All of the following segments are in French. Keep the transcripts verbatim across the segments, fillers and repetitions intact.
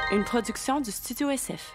une production du Studio S F.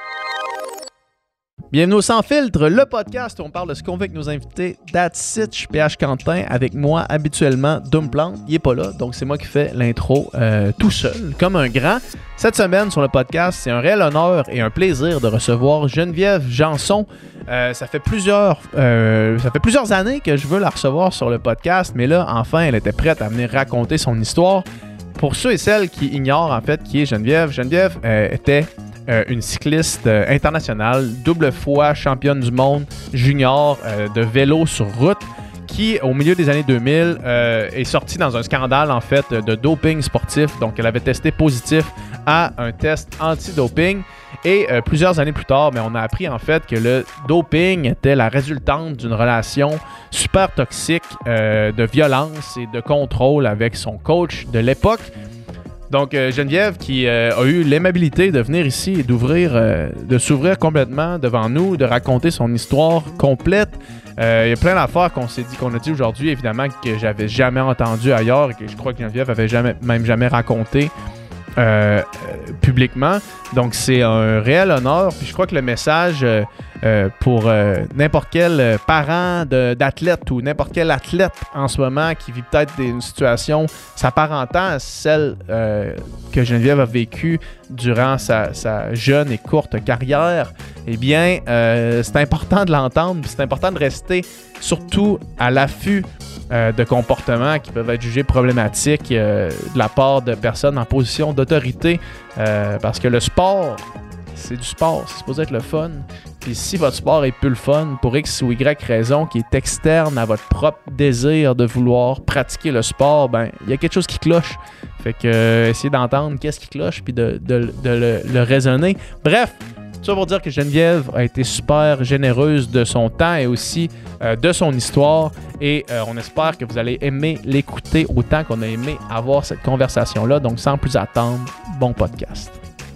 Bienvenue au Sans Filtre, le podcast où on parle de ce qu'on veut avec nos invités. That's it, je suis P H Quentin, avec moi habituellement Doomplante. Il est pas là, donc c'est moi qui fais l'intro euh, tout seul, comme un grand. Cette semaine sur le podcast, c'est un réel honneur et un plaisir de recevoir Geneviève Janson. Euh, ça fait plusieurs, euh, ça fait plusieurs années que je veux la recevoir sur le podcast, mais là, enfin, elle était prête à venir raconter son histoire. Pour ceux et celles qui ignorent en fait qui est Geneviève, Geneviève euh, était Euh, une cycliste euh, internationale, double fois championne du monde junior euh, de vélo sur route, qui au milieu des années deux mille euh, est sortie dans un scandale en fait de doping sportif. Donc elle avait testé positif à un test anti-doping et euh, plusieurs années plus tard, mais on a appris en fait que le doping était la résultante d'une relation super toxique euh, de violence et de contrôle avec son coach de l'époque. Donc, euh, Geneviève qui euh, a eu l'aimabilité de venir ici et d'ouvrir, euh, de s'ouvrir complètement devant nous, de raconter son histoire complète. Euh, il y a plein d'affaires qu'on s'est dit, qu'on a dit aujourd'hui, évidemment, que j'avais jamais entendu ailleurs et que je crois que Geneviève avait jamais, même jamais raconté euh, euh, publiquement. Donc, c'est un réel honneur. Puis je crois que le message euh, euh, pour euh, n'importe quel parent de, d'athlète ou n'importe quel athlète en ce moment qui vit peut-être des, une situation s'apparentant à celle euh, que Geneviève a vécue durant sa, sa jeune et courte carrière, eh bien, euh, c'est important de l'entendre. Puis c'est important de rester surtout à l'affût Euh, de comportements qui peuvent être jugés problématiques euh, de la part de personnes en position d'autorité euh, parce que le sport, c'est du sport, c'est supposé être le fun. Puis si votre sport est plus le fun pour X ou Y raison qui est externe à votre propre désir de vouloir pratiquer le sport, ben il y a quelque chose qui cloche. Fait que euh, essayez d'entendre qu'est-ce qui cloche puis de, de, de le, le raisonner. Bref, ça pour dire que Geneviève a été super généreuse de son temps et aussi euh, de son histoire et euh, on espère que vous allez aimer l'écouter autant qu'on a aimé avoir cette conversation-là. Donc sans plus attendre, bon podcast.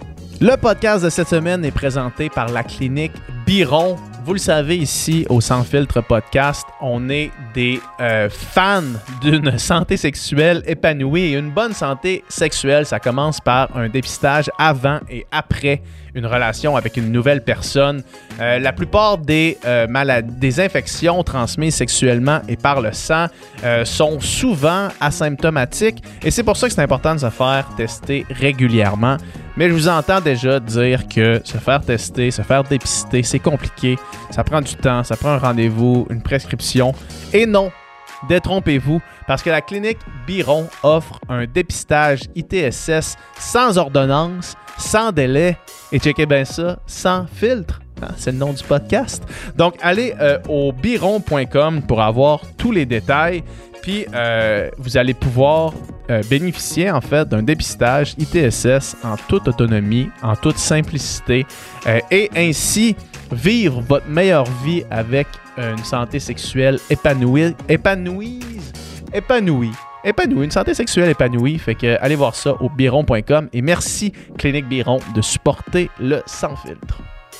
Le podcast de cette semaine est présenté par la clinique Biron. Vous le savez, ici, au Sans Filtre Podcast, on est des euh, fans d'une santé sexuelle épanouie. Et une bonne santé sexuelle, ça commence par un dépistage avant et après une relation avec une nouvelle personne. Euh, la plupart des, euh, maladies, des infections transmises sexuellement et par le sang euh, sont souvent asymptomatiques. Et c'est pour ça que c'est important de se faire tester régulièrement. Mais je vous entends déjà dire que se faire tester, se faire dépister, c'est compliqué. Ça prend du temps, ça prend un rendez-vous, une prescription. Et non, détrompez-vous, parce que la clinique Biron offre un dépistage I T S S sans ordonnance, sans délai. Et checkez bien ça, sans filtre. Hein, c'est le nom du podcast. Donc, allez euh, au biron point com pour avoir tous les détails. Puis, euh, vous allez pouvoir euh, bénéficier, en fait, d'un dépistage I T S S en toute autonomie, en toute simplicité, euh, et ainsi vivre votre meilleure vie avec euh, une santé sexuelle épanouie, épanouie, épanouie, épanouie, une santé sexuelle épanouie. Fait que allez voir ça au biron point com et merci Clinique Biron de supporter le Sans Filtre.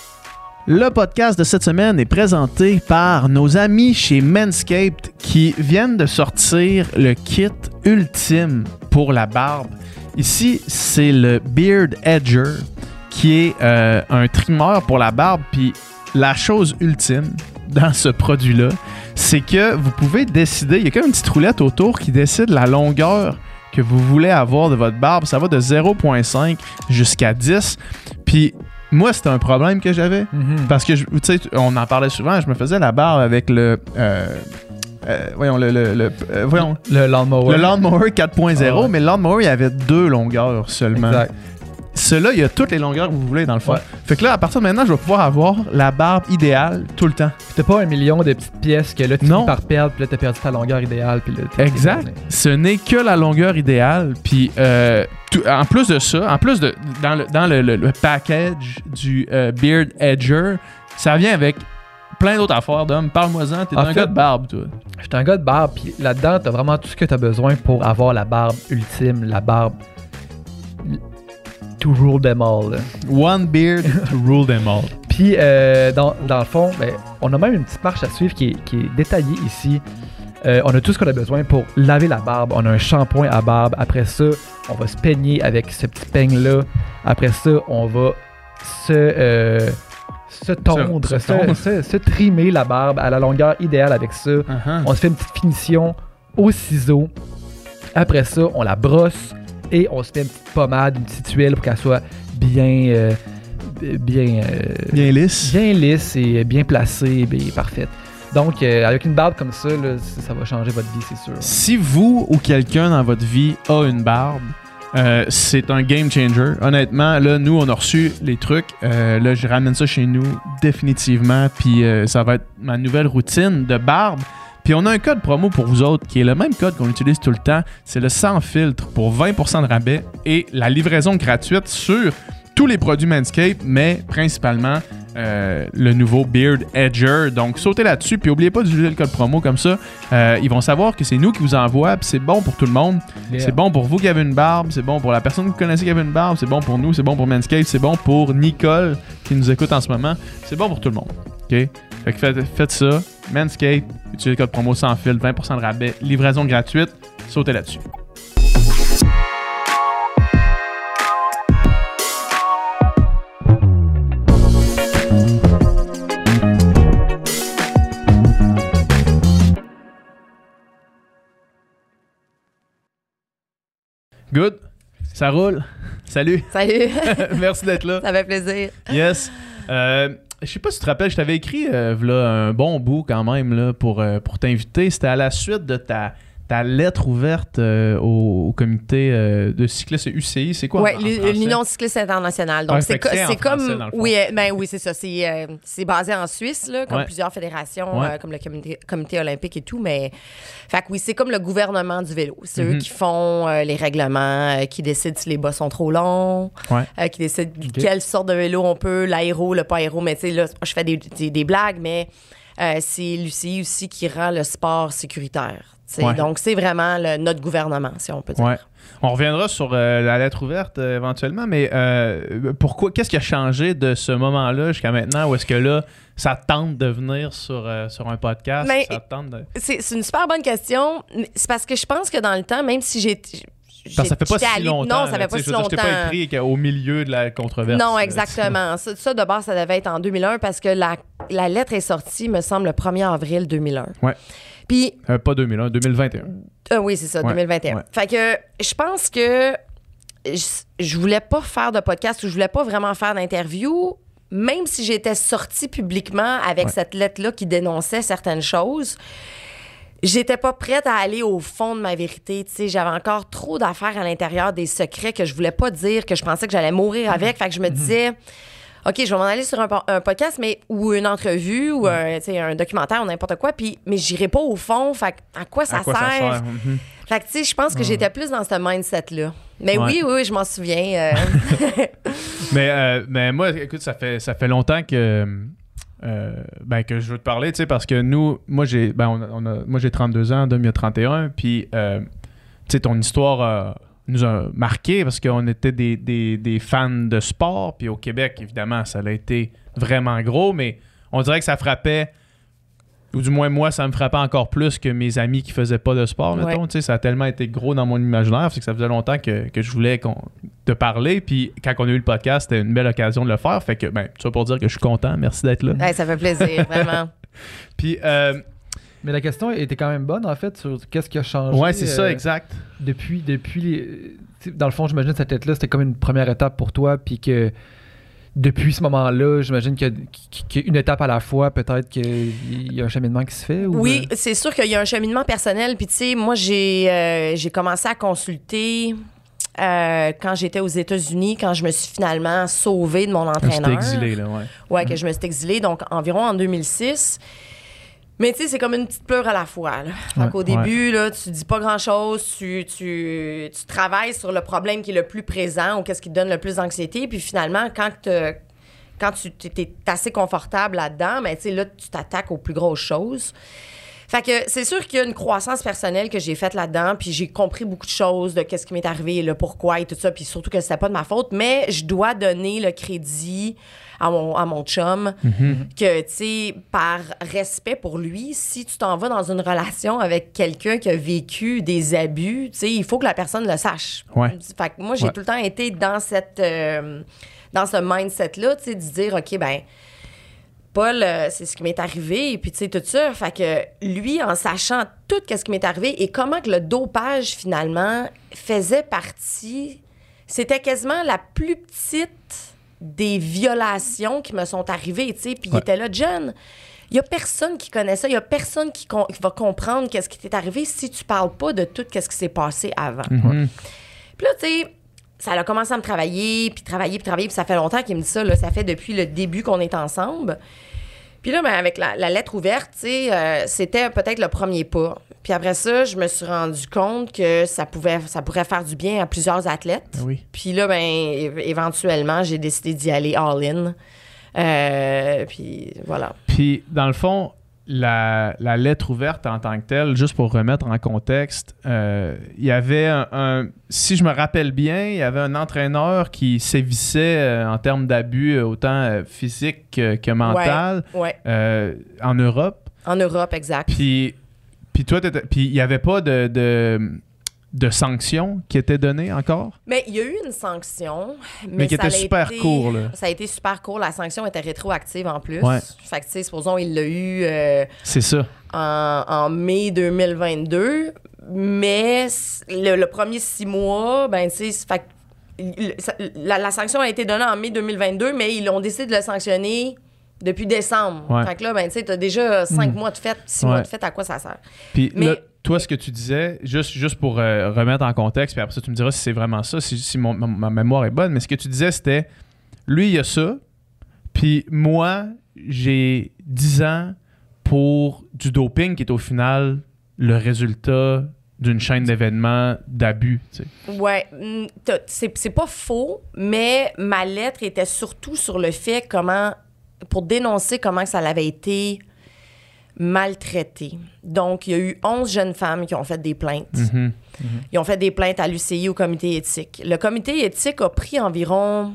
Le podcast de cette semaine est présenté par nos amis chez Manscaped qui viennent de sortir le kit ultime pour la barbe. Ici, c'est le Beard Edger qui est euh, un trimmer pour la barbe. Puis la chose ultime dans ce produit-là, c'est que vous pouvez décider, il y a comme une petite roulette autour qui décide la longueur que vous voulez avoir de votre barbe. Ça va de zéro virgule cinq jusqu'à dix. Puis moi, c'était un problème que j'avais. Mm-hmm. Parce que, tu sais, on en parlait souvent. Je me faisais la barbe avec le... Euh, euh, voyons, le... le, le euh, voyons. Le Lawnmower. Le Lawnmower quatre point zéro. Ah ouais. Mais le Lawnmower, il y avait deux longueurs seulement. Exact. Celui-là, il y a toutes les longueurs que vous voulez, dans le fond. Ouais. Fait que là, à partir de maintenant, je vais pouvoir avoir la barbe idéale tout le temps. Puis t'as pas un million de petites pièces que là, tu non. finis par perdre, puis là, t'as perdu ta longueur idéale. Puis là, exact. Ce n'est que la longueur idéale. Puis, euh, tout, en plus de ça, en plus de dans le, dans le, le, le package du euh, Beard Edger, ça vient avec plein d'autres affaires, Dom. Parle-moi-en, t'es en un fait, gars de barbe, toi. Je suis un gars de barbe, puis là-dedans, t'as vraiment tout ce que t'as besoin pour avoir la barbe ultime, la barbe... to rule them all. Là. One beard to rule them all. Puis, euh, dans, dans le fond, ben, on a même une petite marche à suivre qui est, qui est détaillée ici. Euh, on a tout ce qu'on a besoin pour laver la barbe. On a un shampoing à barbe. Après ça, On va se peigner avec ce petit peigne-là. Après ça, on va se, euh, se tondre, se, se, tondre. se, se trimer la barbe à la longueur idéale avec ça. Uh-huh. On se fait une petite finition au ciseau. Après ça, on la brosse et on se fait une petite pommade, une petite huile pour qu'elle soit bien... Euh, bien... Euh, bien lisse. Bien lisse et bien placée et bien parfaite. Donc, euh, avec une barbe comme ça, là, ça va changer votre vie, c'est sûr. Si vous ou quelqu'un dans votre vie a une barbe, euh, c'est un game changer. Honnêtement, là, nous, on a reçu les trucs. Euh, là, je ramène ça chez nous définitivement. Puis euh, ça va être ma nouvelle routine de barbe. Puis on a un code promo pour vous autres qui est le même code qu'on utilise tout le temps. C'est le sans filtre pour vingt pour cent de rabais et la livraison gratuite sur tous les produits Manscaped, mais principalement euh, le nouveau Beard Edger. Donc, sautez là-dessus, puis n'oubliez pas d'utiliser le code promo comme ça. Euh, ils vont savoir que c'est nous qui vous envoie, puis c'est bon pour tout le monde. Yeah. C'est bon pour vous qui avez une barbe, c'est bon pour la personne que vous connaissez qui avait une barbe, c'est bon pour nous, c'est bon pour Manscaped, c'est bon pour Nicole qui nous écoute en ce moment. C'est bon pour tout le monde. OK? Fait que faites, faites ça. Manscaped, utilisez le code promo sans fil, vingt pour cent de rabais, livraison gratuite. Sautez là-dessus. Good. Ça roule. Salut. Salut. Merci d'être là. Ça fait plaisir. Yes. Euh, je sais pas si tu te rappelles, je t'avais écrit euh, là, un bon bout quand même là, pour, euh, pour t'inviter. C'était à la suite de ta, ta lettre ouverte euh, au, au comité euh, de cyclistes U C I. C'est quoi? Oui, en, l'Union cycliste internationale. Donc, ouais, c'est, co- c'est, c'est comme. français, oui, ben, oui, c'est ça. C'est, euh, c'est basé en Suisse, là, comme ouais. plusieurs fédérations, Ouais. euh, comme le comité, comité olympique et tout. Mais, fait que oui, c'est comme le gouvernement du vélo. C'est Mm-hmm. eux qui font euh, les règlements, euh, qui décident si les bas sont trop longs, Ouais. euh, qui décident Okay. quelle sorte de vélo on peut, l'aéro, le pas aéro. Mais, tu sais, là, je fais des, des, des blagues, mais euh, c'est l'U C I aussi qui rend le sport sécuritaire. Ouais. Donc, c'est vraiment le, notre gouvernement, si on peut dire. Ouais. On reviendra sur euh, la lettre ouverte euh, éventuellement, mais euh, pourquoi, qu'est-ce qui a changé de ce moment-là jusqu'à maintenant où est-ce que là, ça tente de venir sur, euh, sur un podcast? Mais ça tente de... c'est, c'est une super bonne question. C'est parce que je pense que dans le temps, même si j'ai... Parce que ça fait pas si allée... longtemps. Non, ça fait pas si longtemps. Je t'ai pas écrit au milieu de la controverse. Non, exactement. Ça, ça, de base, ça devait être en deux mille un parce que la, la lettre est sortie, me semble, le premier avril deux mille un. Ouais. Puis... Euh, pas deux mille un, deux mille vingt et un. Euh, oui, c'est ça, ouais, deux mille vingt et un. Ouais. Fait que je pense que je, je voulais pas faire de podcast ou je voulais pas vraiment faire d'interview, même si j'étais sortie publiquement avec ouais. cette lettre-là qui dénonçait certaines choses. J'étais pas prête à aller au fond de ma vérité. Tu sais, j'avais encore trop d'affaires à l'intérieur, des secrets que je voulais pas dire, que je pensais que j'allais mourir avec. Fait que je me disais, OK, je vais m'en aller sur un, un podcast mais, ou une entrevue ou un, tu sais, un documentaire ou n'importe quoi, puis, mais j'irai pas au fond. Fait que à quoi ça à quoi sert? Ça sert? Mm-hmm. Fait que, tu sais, je pense que ouais. j'étais plus dans ce mindset-là. Mais ouais. oui, oui, oui, je m'en souviens. Euh... mais, euh, mais moi, écoute, ça fait, ça fait longtemps que... Euh, ben que je veux te parler, tu sais, parce que nous, moi j'ai, ben on a, on a, moi j'ai trente-deux ans, Dom il a trente et un, puis euh, tu sais, ton histoire euh, nous a marqué parce qu'on était des, des, des fans de sport, puis au Québec, évidemment, ça a été vraiment gros, mais on dirait que ça frappait, ou du moins moi, ça me frappait encore plus que mes amis qui faisaient pas de sport, mettons, ouais. tu sais, ça a tellement été gros dans mon imaginaire, c'est que ça faisait longtemps que, que je voulais qu'on, te parler, puis quand on a eu le podcast, c'était une belle occasion de le faire, fait que, ben, tu vas pour dire que je suis content, merci d'être là. Ouais, ça fait plaisir, vraiment. Puis, euh, mais la question était quand même bonne, en fait, sur qu'est-ce qui a changé. Ouais, c'est euh, ça, exact. Depuis, depuis les... Dans le fond, j'imagine que cette tête-là, c'était comme une première étape pour toi, puis que depuis ce moment-là, j'imagine qu'il y a, qu'il y a une étape à la fois, peut-être qu'il y a un cheminement qui se fait? Ou... Oui, c'est sûr qu'il y a un cheminement personnel. Puis, tu sais, moi, j'ai, euh, j'ai commencé à consulter euh, quand j'étais aux États-Unis, quand je me suis finalement sauvée de mon entraîneur. Tu t'es exilée, là, ouais. Ouais, mmh. que je me suis exilée, donc environ en deux mille six. Mais tu sais, c'est comme une petite pleure à la fois. Là. Ouais, donc, au début, ouais. là, tu dis pas grand-chose, tu, tu, tu travailles sur le problème qui est le plus présent ou qu'est-ce qui te donne le plus d'anxiété. Puis finalement, quand, quand tu es assez confortable là-dedans, ben, tu sais, là, tu t'attaques aux plus grosses choses. Fait que c'est sûr qu'il y a une croissance personnelle que j'ai faite là-dedans, puis j'ai compris beaucoup de choses de qu'est-ce qui m'est arrivé, le pourquoi et tout ça, puis surtout que c'était pas de ma faute, mais je dois donner le crédit à mon, à mon chum mm-hmm. que, tu sais, par respect pour lui, si tu t'en vas dans une relation avec quelqu'un qui a vécu des abus, tu sais, il faut que la personne le sache. Ouais. Fait que moi, j'ai ouais. tout le temps été dans cette... Euh, dans ce mindset-là, tu sais, de dire, OK, ben Paul, euh, c'est ce qui m'est arrivé, et puis tu sais, tout ça. Fait que lui, en sachant tout ce qui m'est arrivé et comment que le dopage, finalement, faisait partie, c'était quasiment la plus petite des violations qui me sont arrivées, tu sais. Puis ouais. il était là, Jen, il y a personne qui connaît ça, il y a personne qui, con- qui va comprendre qu'est-ce qui t'est arrivé si tu parles pas de tout ce qui s'est passé avant. Mm-hmm. Puis là, tu sais, ça a commencé à me travailler, puis travailler, puis travailler, puis ça fait longtemps qu'il me dit ça, là, ça fait depuis le début qu'on est ensemble. Puis là, ben, avec la, la lettre ouverte, tu sais, euh, c'était peut-être le premier pas. Puis après ça, je me suis rendu compte que ça pouvait, ça pourrait faire du bien à plusieurs athlètes. Oui. Puis là, ben, é- éventuellement, j'ai décidé d'y aller all-in. Euh, puis voilà. Puis, dans le fond, la, la lettre ouverte en tant que telle, juste pour remettre en contexte, euh, il y avait un, un... Si je me rappelle bien, il y avait un entraîneur qui sévissait euh, en termes d'abus, euh, autant euh, physique que, que mental, Ouais, ouais. euh, en Europe. En Europe, exact. Puis, puis toi, t'étais- puis il n'y avait pas de... de de sanctions qui étaient données encore? Mais il y a eu une sanction. Mais, Mais qui ça était a super été- court, là. Ça a été super court. La sanction était rétroactive en plus. Ouais. Fait que, tu sais, supposons, il l'a eu euh, C'est ça. en, en mai deux mille vingt-deux. Mais le, le premier six mois, ben, tu sais, fait que le- ça- la, la sanction a été donnée en mai deux mille vingt-deux, mais ils ont décidé de le sanctionner depuis décembre. Ouais. Fait que là, ben, tu sais, t'as déjà cinq Mm. mois de fête, six Ouais. mois de fête, à quoi ça sert? Puis Mais- là, toi, ce que tu disais, juste, juste pour euh, remettre en contexte, puis après ça, tu me diras si c'est vraiment ça, si, si mon- ma, ma mémoire est bonne, mais ce que tu disais, c'était, lui, il y a ça, puis moi, j'ai dix ans pour du doping qui est au final le résultat d'une chaîne d'événements d'abus, tu sais. Ouais, mm, t'as- c'est c'est pas faux, mais ma lettre était surtout sur le fait comment, pour dénoncer comment ça avait été maltraité. Donc, il y a eu onze jeunes femmes qui ont fait des plaintes. Mhm. Ils ont fait des plaintes à l'U C I, au comité éthique. Le comité éthique a pris environ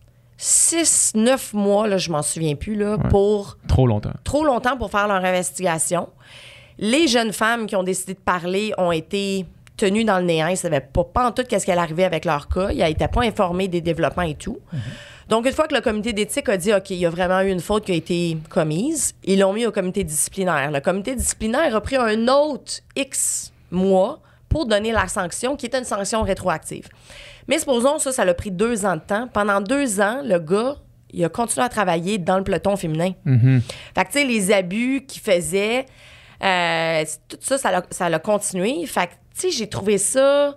six neuf mois, là, je m'en souviens plus, là, Ouais. pour Trop longtemps. trop longtemps pour faire leur investigation. Les jeunes femmes qui ont décidé de parler ont été tenues dans le néant. Ils ne savaient pas, pas en tout qu'est-ce qui allait arriver avec leur cas. Ils n'étaient pas informés des développements et tout. Mm-hmm. Donc, une fois que le comité d'éthique a dit, OK, il y a vraiment eu une faute qui a été commise, ils l'ont mis au comité disciplinaire. Le comité disciplinaire a pris un autre X mois pour donner la sanction, qui était une sanction rétroactive. Mais supposons, ça, ça l'a pris deux ans de temps. Pendant deux ans, le gars, il a continué à travailler dans le peloton féminin. Mhm. Fait que, tu sais, les abus qu'il faisait, euh, tout ça, ça l'a, ça l'a continué. Fait que, tu sais, j'ai trouvé ça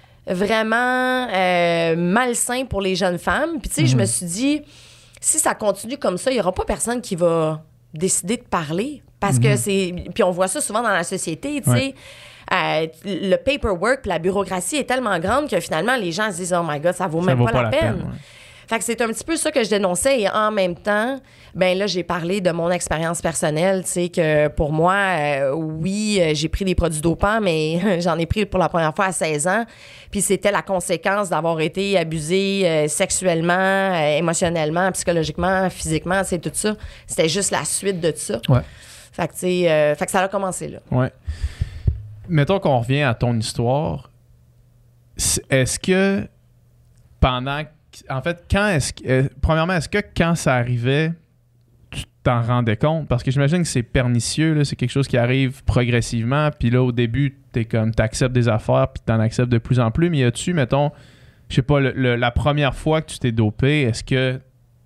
vraiment euh, malsain pour les jeunes femmes. Puis, tu sais, mm-hmm. je me suis dit, si ça continue comme ça, il n'y aura pas personne qui va décider de parler. Parce mm-hmm. que c'est... Puis on voit ça souvent dans la société, tu sais. Ouais. Euh, le paperwork, la bureaucratie est tellement grande que finalement, les gens se disent « Oh my God, ça vaut ça même vaut pas, pas la, la peine. peine ». Ouais. Fait que c'est un petit peu ça que je dénonçais et en même temps, ben là, j'ai parlé de mon expérience personnelle, tu sais, que pour moi, euh, oui, j'ai pris des produits dopants, mais j'en ai pris pour la première fois à seize ans, puis c'était la conséquence d'avoir été abusée euh, sexuellement, euh, émotionnellement, psychologiquement, physiquement, c'est tout ça. C'était juste la suite de ça. Ouais. Fait que, tu sais, euh, fait que ça a commencé là. Ouais. Mettons qu'on revient à ton histoire, est-ce que pendant... En fait, quand est-ce que... Euh, premièrement, est-ce que quand ça arrivait, tu t'en rendais compte? Parce que j'imagine que c'est pernicieux, là, c'est quelque chose qui arrive progressivement, puis là, au début, t'es comme, t'acceptes des affaires, puis t'en acceptes de plus en plus, mais y a-tu, mettons, je sais pas, le, le, la première fois que tu t'es dopé, est-ce que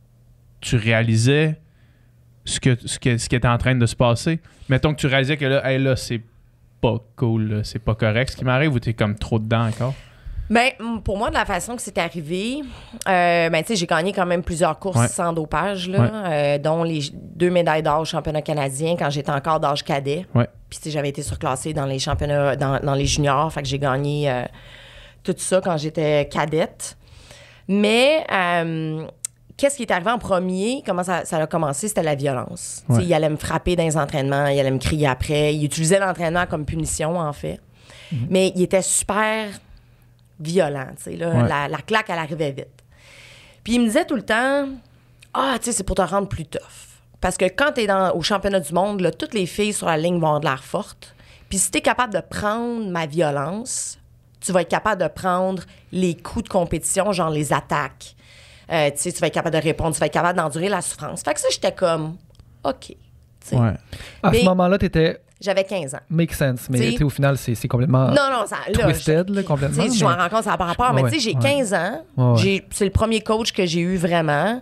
tu réalisais ce, que, ce, que, ce qui était en train de se passer? Mettons que tu réalisais que là, hey, là, c'est pas cool, là, c'est pas correct ce qui m'arrive, ou t'es comme trop dedans encore? Ben, pour moi, de la façon que c'est arrivé, euh, ben, tu sais, j'ai gagné quand même plusieurs courses ouais. sans dopage, là, ouais. euh, dont les deux médailles d'or au championnat canadien quand j'étais encore d'âge cadet. Ouais. Puis, tu sais, j'avais été surclassée dans les championnats, dans, dans les juniors, fait que j'ai gagné euh, tout ça quand j'étais cadette. Mais, euh, qu'est-ce qui est arrivé en premier, comment ça, ça a commencé, c'était la violence. Ouais. Il allait me frapper dans les entraînements, il allait me crier après. Il utilisait l'entraînement comme punition, en fait. Mm-hmm. Mais il était super violent. Là. Ouais. La, la claque, elle arrivait vite. Puis il me disait tout le temps, « Ah, tu sais, c'est pour te rendre plus tough. » Parce que quand tu es au championnat du monde, là, toutes les filles sur la ligne vont avoir de l'air fortes. Puis si tu es capable de prendre ma violence, tu vas être capable de prendre les coups de compétition, genre les attaques. Euh, tu sais, tu vas être capable de répondre, tu vas être capable d'endurer la souffrance. Fait que ça, j'étais comme, OK. Ouais. À Mais ce moment-là, t'étais... J'avais quinze ans. Make sense, mais T'sais, tu sais, au final, c'est, c'est complètement Non, non, ça, là, twisted, je, là, complètement. Tu sais, je mais- m'en rends compte, ça n'a pas rapport. Mais Ouais, tu sais, j'ai ouais. quinze ans. Ouais, ouais. J'ai, c'est le premier coach que j'ai eu vraiment.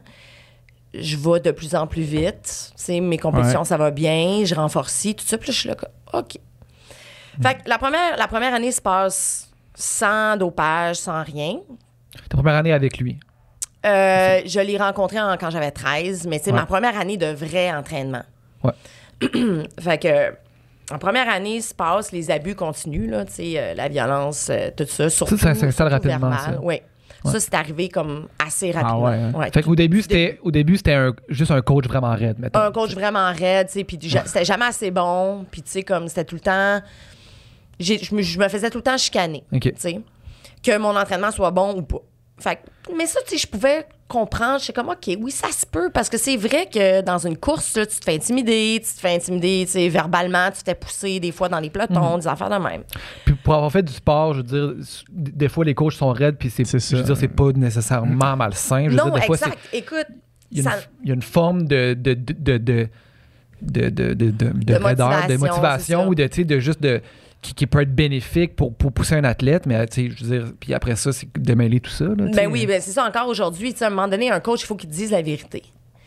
Je vais de plus en plus vite. Tu sais, mes compétitions, Ouais. ça va bien. Je renforce tout ça. Puis là, je suis là, comme, OK. Fait que la première, la première année se passe sans dopage, sans rien. Ta première année avec lui. Euh, je l'ai rencontré en- quand j'avais treize, mais c'est Ouais. ma première année de vrai entraînement. Ouais. Fait que, en première année, se passe, les abus continuent, là, tu sais, euh, la violence, euh, tout ça. Surtout, ça s'installe surtout rapidement, verbal. ça. Oui. Ouais. Ça, c'est arrivé comme assez Ah rapidement. ouais, hein? Ouais. Fait qu'au début, c'était, au début, c'était un- juste un coach vraiment raide, mettons. Un coach vraiment raide, tu sais, puis ja- c'était jamais assez bon, puis tu sais, comme c'était tout le temps... j'ai- Je me, je me faisais tout le temps chicaner, OK. tu sais, que mon entraînement soit bon ou pas. Fait que- mais ça, tu sais, je pouvais comprendre. Je suis comme, OK, oui, ça se peut. Parce que c'est vrai que dans une course, là, tu te fais intimider, tu te fais intimider, tu sais, verbalement, tu te fais pousser des fois dans les pelotons, Mhm. des affaires de même. Puis pour avoir fait du sport, je veux dire, s- des fois, les coachs sont raides, puis c'est, C'est je veux ça. dire, c'est pas nécessairement malsain. Je veux Non, dire, des fois, exact. Écoute, c'est, il y, a ça- une, il y a une forme de... de, de, de, de de, de, de, de, de raideur, motivation, de motivation c'est ça. ou de, tu sais, de juste de qui, qui peut être bénéfique pour, pour pousser un athlète, mais tu sais, je veux dire, puis après ça, c'est de mêler tout ça. Là, tu sais. Ben oui, ben c'est ça. Encore aujourd'hui, tu sais, à un moment donné, un coach, il faut qu'il te dise la vérité.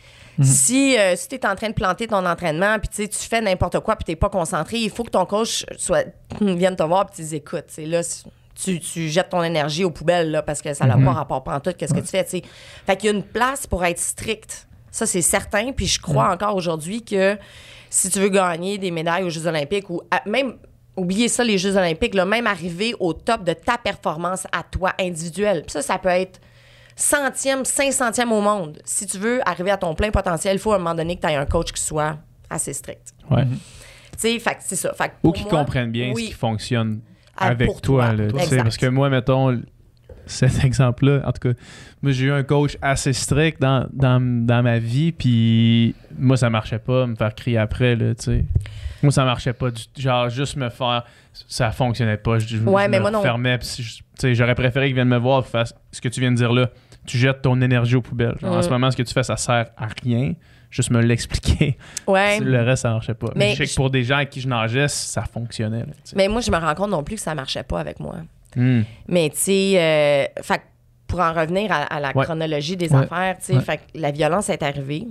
Si, euh, si tu es en train de planter ton entraînement, puis tu sais, tu fais n'importe quoi, puis tu n'es pas concentré, il faut que ton coach soit, vienne te voir, puis tu dis, écoute, tu sais, là, tu, tu jettes ton énergie aux poubelles, là, parce que ça n'a Mhm. pas rapport pas en tout, qu'est-ce que tu fais, tu sais. Fait qu'il y a une place pour être strict. Ça, c'est certain. Puis je crois encore aujourd'hui que si tu veux gagner des médailles aux Jeux olympiques ou à- même, oubliez ça, les Jeux olympiques, là, même arriver au top de ta performance à toi individuelle. Puis ça, ça peut être centième, cinq centième au monde. Si tu veux arriver à ton plein potentiel, il faut à un moment donné que tu aies un coach qui soit assez strict. Ouais. Tu sais, fait que c'est ça. Fait que Ou pour qui moi, comprennent bien oui, ce qui fonctionne à- avec pour toi. toi. là, tu sais, Exact. parce que moi, mettons, cet exemple-là, en tout cas, moi, j'ai eu un coach assez strict dans, dans, dans ma vie, puis moi, ça marchait pas, me faire crier après, là, tu sais. Moi, ça marchait pas du genre, juste me faire... Ça fonctionnait pas. Je, je Ouais, me mais moi non. fermais, puis si je- tu sais, j'aurais préféré qu'il vienne me voir et fasse ce que tu viens de dire là. Tu jettes ton énergie aux poubelles. Genre, En Mm. ce moment, ce que tu fais, ça sert à rien. Juste me l'expliquer. Ouais. Le reste, ça marchait pas. Mais, Mais je sais que je- pour des gens à qui je nageais, ça fonctionnait. Là, tu sais. Mais moi, je me rends compte non plus que ça marchait pas avec moi. Hmm. Mais tu sais, euh, fait que pour en revenir à, à la Ouais. chronologie des Ouais. affaires, tu sais, Ouais. fait que la violence est arrivée.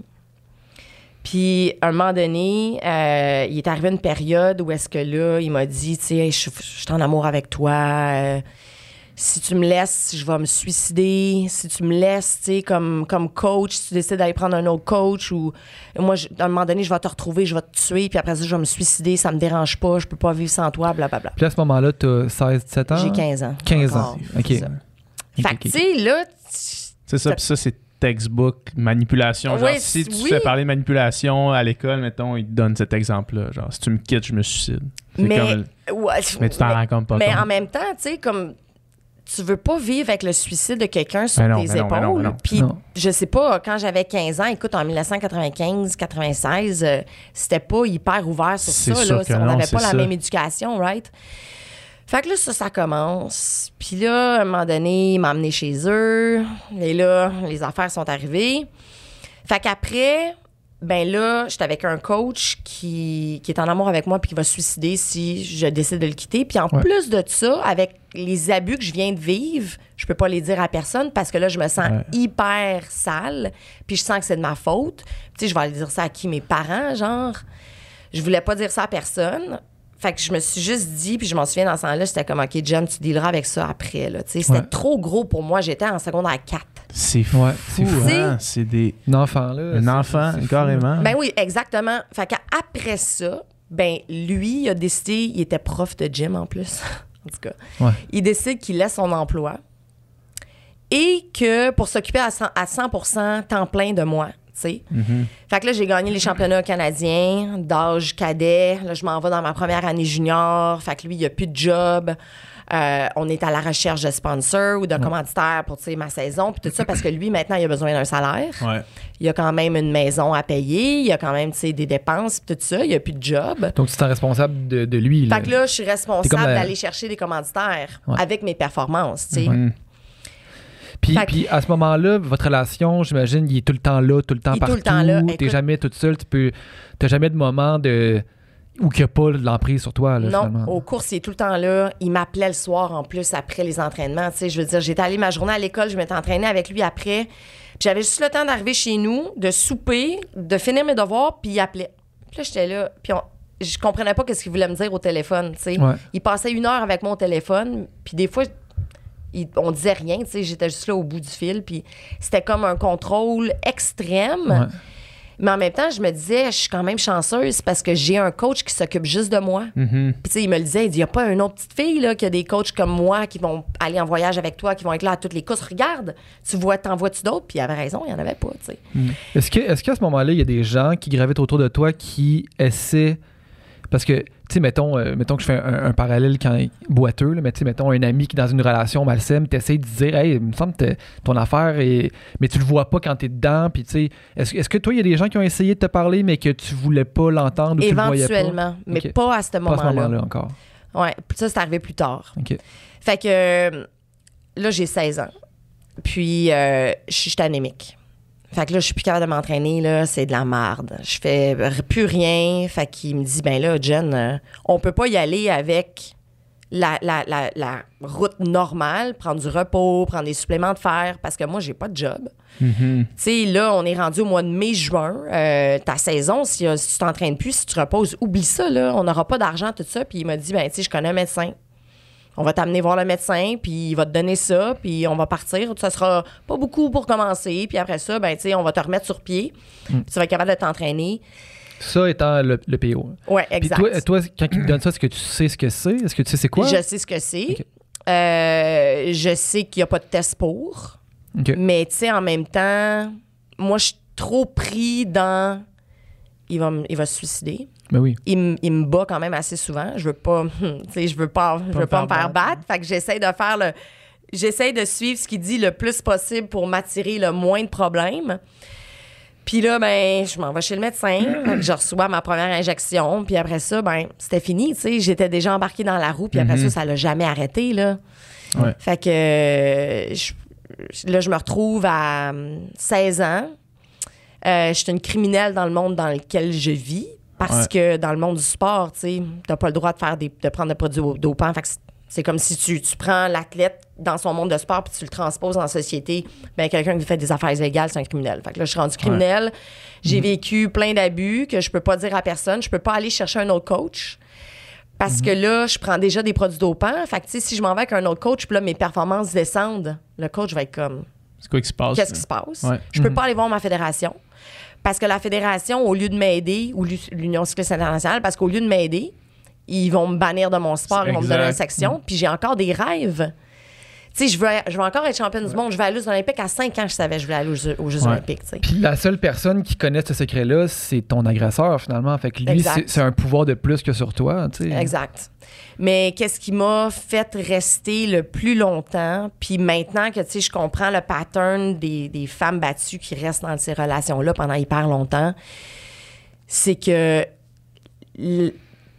Puis, à un moment donné, euh, il est arrivé une période où est-ce que là, il m'a dit, tu sais, Hey, je je suis en amour avec toi. euh, si tu me laisses, je vais me suicider. Si tu me laisses, tu sais, comme, comme coach, si tu décides d'aller prendre un autre coach ou moi, je- à un moment donné, je vais te retrouver, je vais te tuer, puis après ça, je vais me suicider, ça me dérange pas, je peux pas vivre sans toi, blablabla. Puis à ce moment-là, t'as seize, dix-sept ans? J'ai quinze ans. quinze ans. encore. OK. C'est ça. OK, Fait que, OK. tu sais, là, tu- C'est ça, puis ça, c'est textbook, manipulation. Genre, Ouais, si tu oui. fais parler de manipulation à l'école, mettons, ils te donnent cet exemple-là. Genre, si tu me quittes, je me suicide. C'est mais, comme- ouais, mais tu t'en mais- rends compte pas. mais compte. en même temps, tu sais, comme tu veux pas vivre avec le suicide de quelqu'un sur Ben non, tes ben non, ben non, épaules. ben non. Puis, Non. je sais pas, quand j'avais quinze ans, écoute, en dix-neuf cent quatre-vingt-quinze quatre-vingt-seize, euh, c'était pas hyper ouvert sur C'est ça. sûr Là. que On non, n'avait c'est pas la ça. même éducation, right? Fait que là, ça, ça commence. Puis là, à un moment donné, il m'a amené chez eux. Et là, les affaires sont arrivées. Fait qu'après, ben là, j'étais avec un coach qui, qui est en amour avec moi puis qui va se suicider si je décide de le quitter. Puis en Ouais. plus de ça, avec les abus que je viens de vivre, je peux pas les dire à personne parce que là, je me sens Ouais. hyper sale. Puis je sens que c'est de ma faute. Puis tu sais, je vais aller dire ça à qui? Mes parents, genre. Je voulais pas dire ça à personne. Fait que je me suis juste dit, puis je m'en souviens dans ce temps-là, j'étais comme, OK, Jen, tu dealeras avec ça après. Là. Tu sais, c'était Ouais. trop gros pour moi. J'étais en secondaire quatre. C'est fou, Ouais, c'est fou, fou. hein? C'est des... Un enfant, là. Un c'est- enfant, c'est fou, carrément. Ben oui, exactement. Fait qu'après ça, ben lui, il a décidé, il était prof de gym en plus, en tout cas. Ouais. Il décide qu'il laisse son emploi et que pour s'occuper à cent, à cent pour cent temps plein de moi. Mm-hmm. Fait que là, j'ai gagné les championnats canadiens d'âge cadet. Là, je m'en vais dans ma première année junior. Fait que lui, il n'y a plus de job. Euh, on est à la recherche de sponsors ou de commanditaires pour ma saison, puis tout ça, parce que lui, maintenant, il a besoin d'un salaire. Ouais. Il a quand même une maison à payer, il a quand même des dépenses, puis tout ça, il a plus de job. Donc, tu es responsable de, de lui. Là. Fait que là, je suis responsable la... d'aller chercher des commanditaires ouais. avec mes performances, tu sais. Ouais. Puis, puis à ce moment-là, votre relation, j'imagine, il est tout le temps là, tout le temps il partout. Tout le temps là. T'es jamais toute seule, tu peux... T'as jamais de moment de... Ou qu'il n'y a pas de l'emprise sur toi, là, non, finalement. Au course, il est tout le temps là. Il m'appelait le soir, en plus, après les entraînements. Tu sais, je veux dire, j'étais allée ma journée à l'école, je m'étais entraînée avec lui après. Puis j'avais juste le temps d'arriver chez nous, de souper, de finir mes devoirs, puis il appelait. Puis là, j'étais là, puis on... je comprenais pas ce qu'il voulait me dire au téléphone, tu sais. Ouais. Il passait une heure avec moi au téléphone, puis des fois... Il, on disait rien, tu sais, j'étais juste là au bout du fil, puis c'était comme un contrôle extrême. Ouais. Mais en même temps, je me disais, je suis quand même chanceuse parce que j'ai un coach qui s'occupe juste de moi. Mm-hmm. Puis tu sais, il me le disait, il dit, il n'y a pas une autre petite fille là, qui a des coachs comme moi qui vont aller en voyage avec toi, qui vont être là à toutes les courses. Regarde, tu vois, t'en vois-tu d'autres? Puis il avait raison, il n'y en avait pas, tu sais. Mm. Est-ce que, est-ce qu'à ce moment-là, il y a des gens qui gravitent autour de toi qui essaient... Parce que, tu sais, mettons, euh, mettons que je fais un, un parallèle quand boiteux, là, mais tu sais, mettons un ami qui est dans une relation malsaine, t'essayes de dire, hey, il me semble que ton affaire est. Mais tu le vois pas quand t'es dedans, puis tu sais, est-ce, est-ce que toi, il y a des gens qui ont essayé de te parler, mais que tu voulais pas l'entendre ou tu le voyais pas? Éventuellement, mais okay. pas à ce moment-là. Pas à ce moment-là encore. Ouais, ça, c'est arrivé plus tard. OK. Fait que euh, là, j'ai seize ans, puis euh, je suis anémique. Fait que là, je suis plus capable de m'entraîner, là, c'est de la merde. Je fais plus rien. Fait qu'il me dit, ben là, Jen, euh, on peut pas y aller avec la, la, la, la route normale, prendre du repos, prendre des suppléments de fer, parce que moi, j'ai pas de job. Mm-hmm. Tu sais, là, on est rendu au mois de mai-juin. Euh, ta saison, si, si tu t'entraînes plus, si tu reposes, oublie ça, là. On n'aura pas d'argent, tout ça. Puis il m'a dit, ben, tu sais, je connais un médecin. On va t'amener voir le médecin, puis il va te donner ça, puis on va partir. Ça sera pas beaucoup pour commencer, puis après ça, ben, tu sais, on va te remettre sur pied, mm. puis tu vas être capable de t'entraîner. Ça étant le, le P O. Oui, exact. Puis toi, toi, quand il te donne ça, est-ce que tu sais ce que c'est? Est-ce que tu sais c'est quoi? Je sais ce que c'est. Okay. Euh, je sais qu'il n'y a pas de test pour. Okay. Mais, tu sais, en même temps, moi, je suis trop pris dans... Il va, il va se suicider. Ben oui. Il, m- il me bat quand même assez souvent. Je veux pas, tu sais, je veux pas, je veux pas me faire battre. Fait que j'essaie de faire le, j'essaie de suivre ce qu'il dit le plus possible pour m'attirer le moins de problèmes. Puis là, ben, je m'en vais chez le médecin. Fait que je reçois ma première injection. Puis après ça, ben, c'était fini. Tu sais, j'étais déjà embarquée dans la roue. Puis après mm-hmm. ça, ça l'a jamais arrêté là. Ouais. Fait que euh, je, là, je me retrouve à seize ans. Euh, je suis une criminelle dans le monde dans lequel je vis. Parce ouais. que dans le monde du sport, tu sais, t'as pas le droit de faire des, de prendre des produits dopants. Fait que c'est, c'est comme si tu, tu prends l'athlète dans son monde de sport puis tu le transposes en société. Ben quelqu'un qui fait des affaires illégales, c'est un criminel. Fait que là, je suis rendue criminelle. Ouais. J'ai mmh. vécu plein d'abus que je peux pas dire à personne. Je peux pas aller chercher un autre coach. Parce mmh. que là, je prends déjà des produits dopants. Fait que, tu sais, si je m'en vais avec un autre coach puis là, mes performances descendent, le coach va être comme... C'est quoi qui se passe? Qu'est-ce qui se passe? Ouais. Je peux mmh. pas aller voir ma fédération. Parce que la fédération, au lieu de m'aider, ou l'Union cycliste internationale, parce qu'au lieu de m'aider, ils vont me bannir de mon sport, c'est ils vont exact. me donner une section, mmh. puis j'ai encore des rêves. Tu sais, je veux, je veux encore être championne ouais. du monde. Je vais aller aux Olympiques. À cinq ans, je savais que je voulais aller aux, aux Jeux ouais. olympiques. T'sais. Puis la seule personne qui connaît ce secret-là, c'est ton agresseur, finalement. Fait que lui, c'est, c'est un pouvoir de plus que sur toi. T'sais. Exact. Mais qu'est-ce qui m'a fait rester le plus longtemps? Puis maintenant que, tu sais, je comprends le pattern des, des femmes battues qui restent dans ces relations-là pendant hyper longtemps, c'est que... L-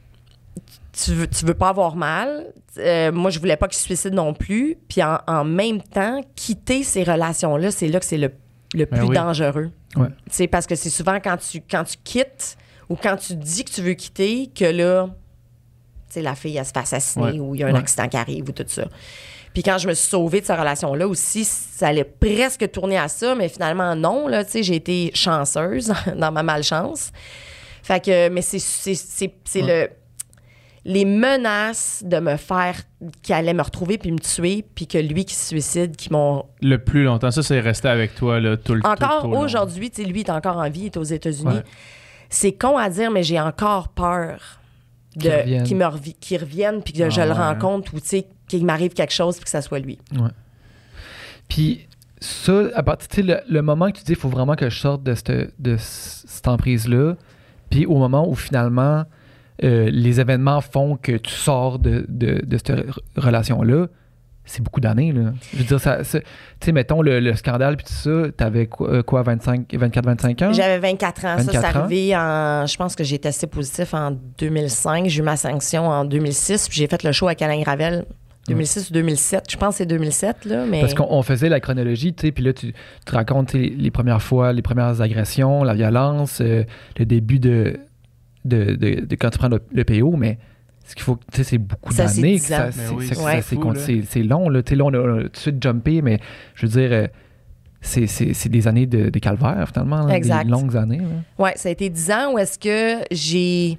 Tu veux, tu veux pas avoir mal. Euh, moi, je voulais pas qu'il se suicide non plus. Puis en, en même temps, quitter ces relations-là, c'est là que c'est le, le plus ben oui. dangereux. Ouais. Tu sais, parce que c'est souvent quand tu, quand tu quittes ou quand tu dis que tu veux quitter que là, tu sais, la fille, elle se fait assassiner ouais. ou il y a un ouais. accident qui arrive ou tout ça. Puis quand je me suis sauvée de cette relation-là aussi, ça allait presque tourner à ça, mais finalement, non. Là, tu sais, j'ai été chanceuse dans ma malchance. Fait que, mais c'est, c'est, c'est, c'est ouais. le... les menaces de me faire qu'il allait me retrouver puis me tuer puis que lui qui se suicide qui m'ont le plus longtemps ça c'est resté avec toi là tout le temps encore tout, tout aujourd'hui tu sais lui il est encore en vie il est aux États-Unis ouais. c'est con à dire mais j'ai encore peur de qu'il, revienne. qu'il me revi- qu'il revienne puis que ah, je ouais. le rencontre ou tu sais qu'il m'arrive quelque chose puis que ça soit lui ouais. Puis ça, à partir, tu sais, le, le moment que tu dis, il faut vraiment que je sorte de cette, de cette emprise-là, puis au moment où finalement, euh, les événements font que tu sors de, de, de cette re- relation-là, c'est beaucoup d'années, là. Je veux dire, ça, ça- tu sais, mettons, le, le scandale, puis tout ça, t'avais quoi, quoi vingt-cinq, vingt-quatre, vingt-cinq ans? J'avais vingt-quatre ans. vingt-quatre ça, c'est ans. arrivé en... Je pense que j'ai testé positif en deux mille cinq. J'ai eu ma sanction en deux mille six, puis j'ai fait le show avec Alain Gravel. deux mille six ou deux mille sept. Je pense que c'est deux mille sept, là, mais... Parce qu'on on faisait la chronologie, tu sais, puis là, tu, tu racontes les, les premières fois, les premières agressions, la violence, euh, le début de, de, de, de quand tu prends le, le P O, mais ce qu'il faut, tu sais, c'est beaucoup Ça, c'est d'années. dix que ans. ça, Mais c'est, oui, ça- c'est ça- fou, c'est con- là. c'est- c'est long, là. Tu sais, là, on a, on a tout de suite jumpé, mais je veux dire, euh, c'est, c'est, c'est des années de, de calvaire, finalement. Là, Exact. Des longues années. Là. Ouais, ça a été dix ans où est-ce que j'ai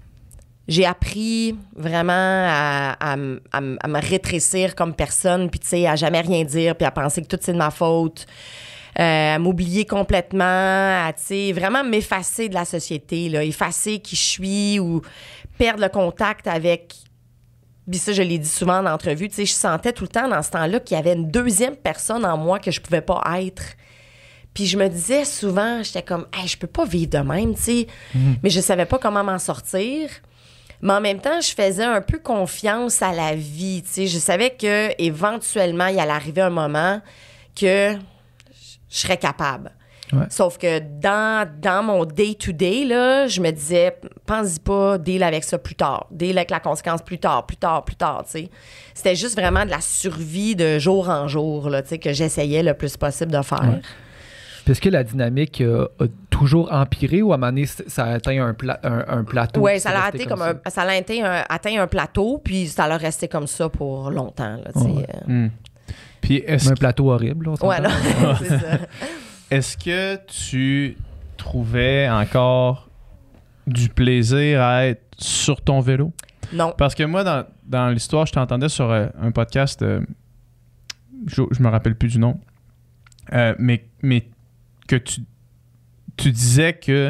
j'ai appris vraiment à, à, m- à m- à me rétrécir comme personne, puis tu sais, à jamais rien dire, puis à penser que tout c'est de ma faute, euh, à m'oublier complètement, à tu sais, vraiment m'effacer de la société, là, effacer qui je suis ou perdre le contact avec. Puis ça, je l'ai dit souvent en entrevue, tu sais, je sentais tout le temps dans ce temps-là qu'il y avait une deuxième personne en moi que je pouvais pas être. Puis je me disais souvent, j'étais comme, hey, je peux pas vivre de même, tu sais. Mais je savais pas comment m'en sortir. Mais en même temps, je faisais un peu confiance à la vie, tu sais. Je savais que éventuellement, il allait arriver un moment que je serais capable. Ouais. Sauf que dans, dans mon day-to-day, là, je me disais, pense-y pas, deal avec ça plus tard. Deal avec la conséquence plus tard, plus tard, plus tard, tu sais. C'était juste vraiment de la survie de jour en jour, là, tu sais, que j'essayais le plus possible de faire. Ouais. Puis est-ce que la dynamique euh, a toujours empiré ou à un moment donné, c- ça a atteint un, pla- un, un plateau? Oui, puis ça c'est l'a resté atteint comme un, ça l'a atteint un, atteint un plateau, puis ça l'a resté comme ça pour longtemps, là, tu sais. Ouais. euh. Hmm. Puis est-ce Mais un plateau horrible, là, on Ouais, s'entend? non, c'est ça. Est-ce que tu trouvais encore du plaisir à être sur ton vélo? Non. Parce que moi, dans, dans l'histoire, je t'entendais sur euh, un podcast, euh, je, je me rappelle plus du nom, euh, mais, mais que tu, tu disais que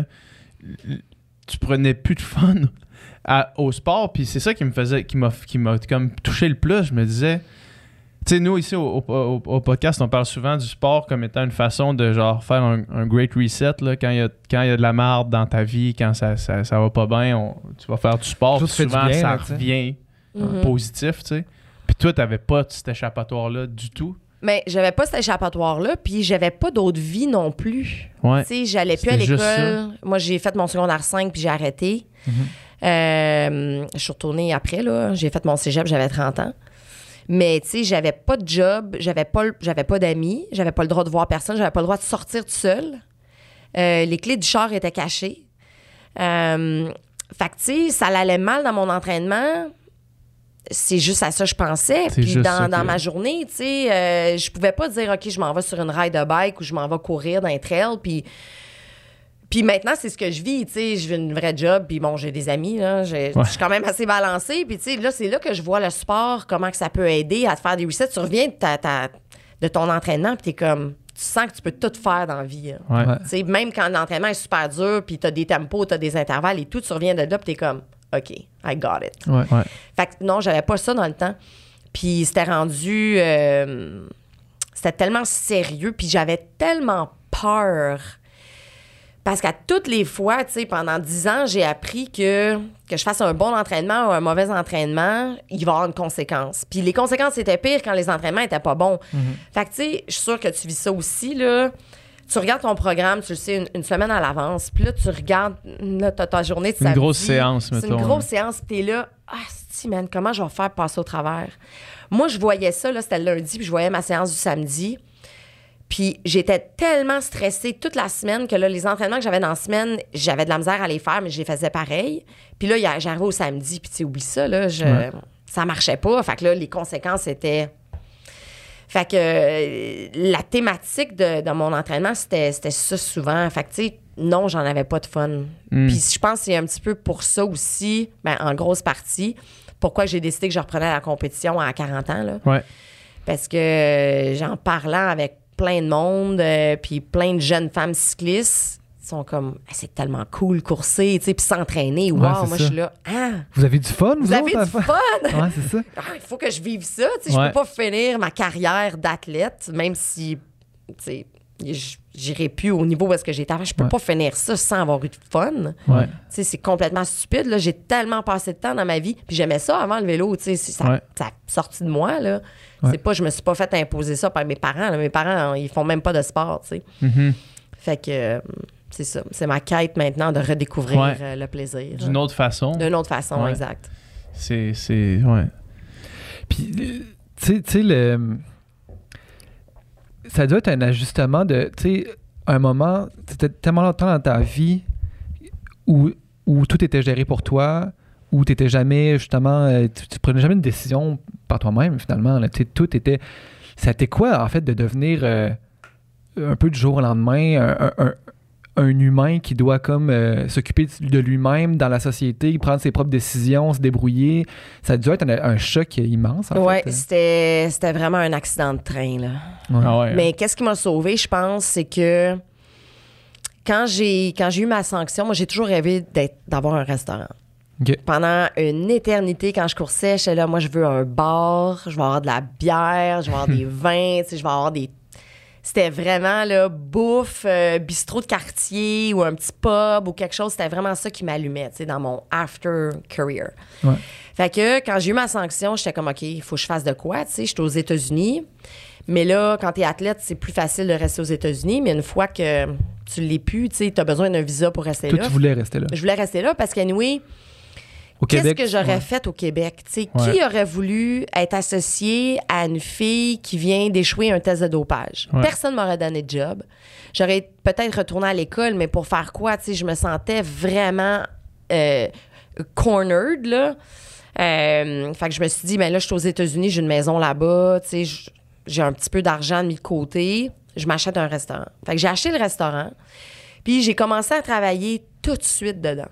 tu prenais plus de fun à- au sport, puis c'est ça qui me faisait, qui m'a, qui m'a comme touché le plus. Je me disais, tu sais, nous, ici, au, au- au podcast, on parle souvent du sport comme étant une façon de, genre, faire un, un great reset, là, quand il y a, quand il y a de la merde dans ta vie, quand ça, ça, ça va pas bien, on- tu vas faire du sport, Tout puis se fait du souvent, bien, ça là, tu sais. revient Mhm. positif, tu sais. Puis toi, t'avais pas cet échappatoire-là du tout. Mais j'avais pas cet échappatoire-là, puis j'avais pas d'autre vie non plus. Ouais. Tu sais, j'allais plus à C'était juste l'école. Moi, j'ai fait mon secondaire cinq, puis j'ai arrêté. Mhm. Euh, je suis retournée après, là. J'ai fait mon cégep, j'avais trente ans. Mais, tu sais, j'avais pas de job, j'avais pas, le- j'avais pas d'amis, j'avais pas le droit de voir personne, j'avais pas le droit de sortir tout seul. Euh, les clés du char étaient cachées. Euh, fait que, tu sais, ça allait mal dans mon entraînement. C'est juste à ça que je pensais. C'est Puis juste dans, ça dans que- ma journée, tu sais, euh, je pouvais pas dire, OK, je m'en vais sur une ride de bike ou je m'en vais courir dans un trail. Puis, puis maintenant, c'est ce que je vis, tu sais. Je vis une vraie job, puis bon, j'ai des amis, là. J'ai- Ouais. Je suis quand même assez balancée. Puis, tu sais, là, c'est là que je vois le sport, comment que ça peut aider à te faire des resets. Tu reviens de, ta, ta- de ton entraînement, puis t'es comme... Tu sens que tu peux tout faire dans la vie, là. Ouais. Ouais. Tu sais, même quand l'entraînement est super dur, puis t'as des tempos, t'as des intervalles et tout, tu reviens de là, puis t'es comme, OK, I got it. Ouais. Ouais. Fait que non, j'avais pas ça dans le temps. Puis c'était rendu... euh, c'était tellement sérieux, puis j'avais tellement peur. Parce qu'à toutes les fois, tu sais, pendant dix ans, j'ai appris que que je fasse un bon entraînement ou un mauvais entraînement, il va y avoir une conséquence. Puis les conséquences étaient pires quand les entraînements étaient pas bons. Fait que, tu sais, je suis sûre que tu vis ça aussi, là. Tu regardes ton programme, tu le sais, une, une semaine à l'avance. Puis là, tu regardes là, ta, ta journée de Une samedi. grosse séance, C'est mettons. une grosse séance, puis t'es là, ah, si, man, comment je vais faire passer au travers? Moi, je voyais ça, là, c'était le lundi, puis je voyais ma séance du samedi. Puis j'étais tellement stressée toute la semaine que là, les entraînements que j'avais dans la semaine, j'avais de la misère à les faire, mais je les faisais pareil. Puis là, y a- j'arrivais au samedi, puis tu sais, oublie ça, là, je, Ouais. ça marchait pas. Fait que là, les conséquences étaient... Fait que euh, la thématique de, de mon entraînement, c'était, c'était ça souvent. Fait que, tu sais, non, j'en avais pas de fun. Mm. Puis je pense que c'est un petit peu pour ça aussi, ben, en grosse partie, pourquoi j'ai décidé que je reprenais la compétition à quarante ans, là. Ouais. Parce que euh, j'en parlant avec plein de monde, euh, puis plein de jeunes femmes cyclistes, tu Ils sont comme, ah, c'est tellement cool, courser, tu sais, puis s'entraîner. Wow, Ouais, moi, ça. je suis là, ah, Vous avez du fun, vous, vous avez autres, du à fun! faire? Ouais, c'est ça. Ah, il faut que je vive ça. Tu sais, Ouais. je peux pas finir ma carrière d'athlète, même si, tu sais, j- j'irai plus au niveau où est-ce que j'étais avant. Je peux Ouais. pas finir ça sans avoir eu de fun. Ouais. Tu sais, c'est complètement stupide. Là. J'ai tellement passé de temps dans ma vie. Puis j'aimais ça avant le vélo. Tu sais, c'est- ça, Ouais. ça a sorti de moi. Là. Ouais. C'est pas, je me suis pas fait imposer ça par mes parents. Là. Mes parents, ils font même pas de sport. Tu sais. Mhm. Fait que euh, c'est ça. C'est ma quête maintenant de redécouvrir Ouais. euh, le plaisir. D'une autre façon. D'une autre façon, Ouais. exact. C'est. c'est ouais. Puis, euh, tu sais- tu sais, le... ça doit être un ajustement de, tu sais, un moment, c'était tellement longtemps dans ta vie où, où tout était géré pour toi, où tu n'étais jamais, justement, euh, tu, tu prenais jamais une décision par toi-même, finalement. Là. Tu sais, tout était... C'était quoi, en fait, de devenir euh, un peu du jour au lendemain, un, un, un, un humain qui doit comme euh, s'occuper de lui-même dans la société, prendre ses propres décisions, se débrouiller. Ça a dû être un, un choc immense, en Ouais, fait. c'était, c'était vraiment un accident de train. Là. Ouais. Ah ouais. Mais qu'est-ce qui m'a sauvée, je pense, c'est que quand j'ai, quand j'ai eu ma sanction, moi, j'ai toujours rêvé d'être, d'avoir un restaurant. OK. Pendant une éternité, quand je coursais, j'étais là, moi, je veux un bar, je vais avoir de la bière, je vais avoir des vins, tu sais, je vais avoir des... C'était vraiment, là, bouffe, euh, bistrot de quartier ou un petit pub ou quelque chose. C'était vraiment ça qui m'allumait, tu sais, dans mon after career. Ouais. Fait que quand j'ai eu ma sanction, j'étais comme, OK, il faut que je fasse de quoi, tu sais. J'étais aux États-Unis. Mais là, quand t'es athlète, c'est plus facile de rester aux États-Unis. Mais une fois que tu l'es plus, tu sais, t'as besoin d'un visa pour rester Toi, là. tu voulais rester là. Je voulais rester là parce qu'anyway, Au qu'est-ce Québec, que j'aurais ouais. fait au Québec? Tu sais, Ouais. qui aurait voulu être associé à une fille qui vient d'échouer un test de dopage? Ouais. Personne ne m'aurait donné de job. J'aurais peut-être retourné à l'école, mais pour faire quoi? Tu sais, je me sentais vraiment euh, cornered, là. Euh, fait que je me suis dit, ben là, je suis aux États-Unis, j'ai une maison là-bas, tu sais, j- j'ai un petit peu d'argent mis de côté, je m'achète un restaurant. Fait que j'ai acheté le restaurant, puis j'ai commencé à travailler tout de suite dedans.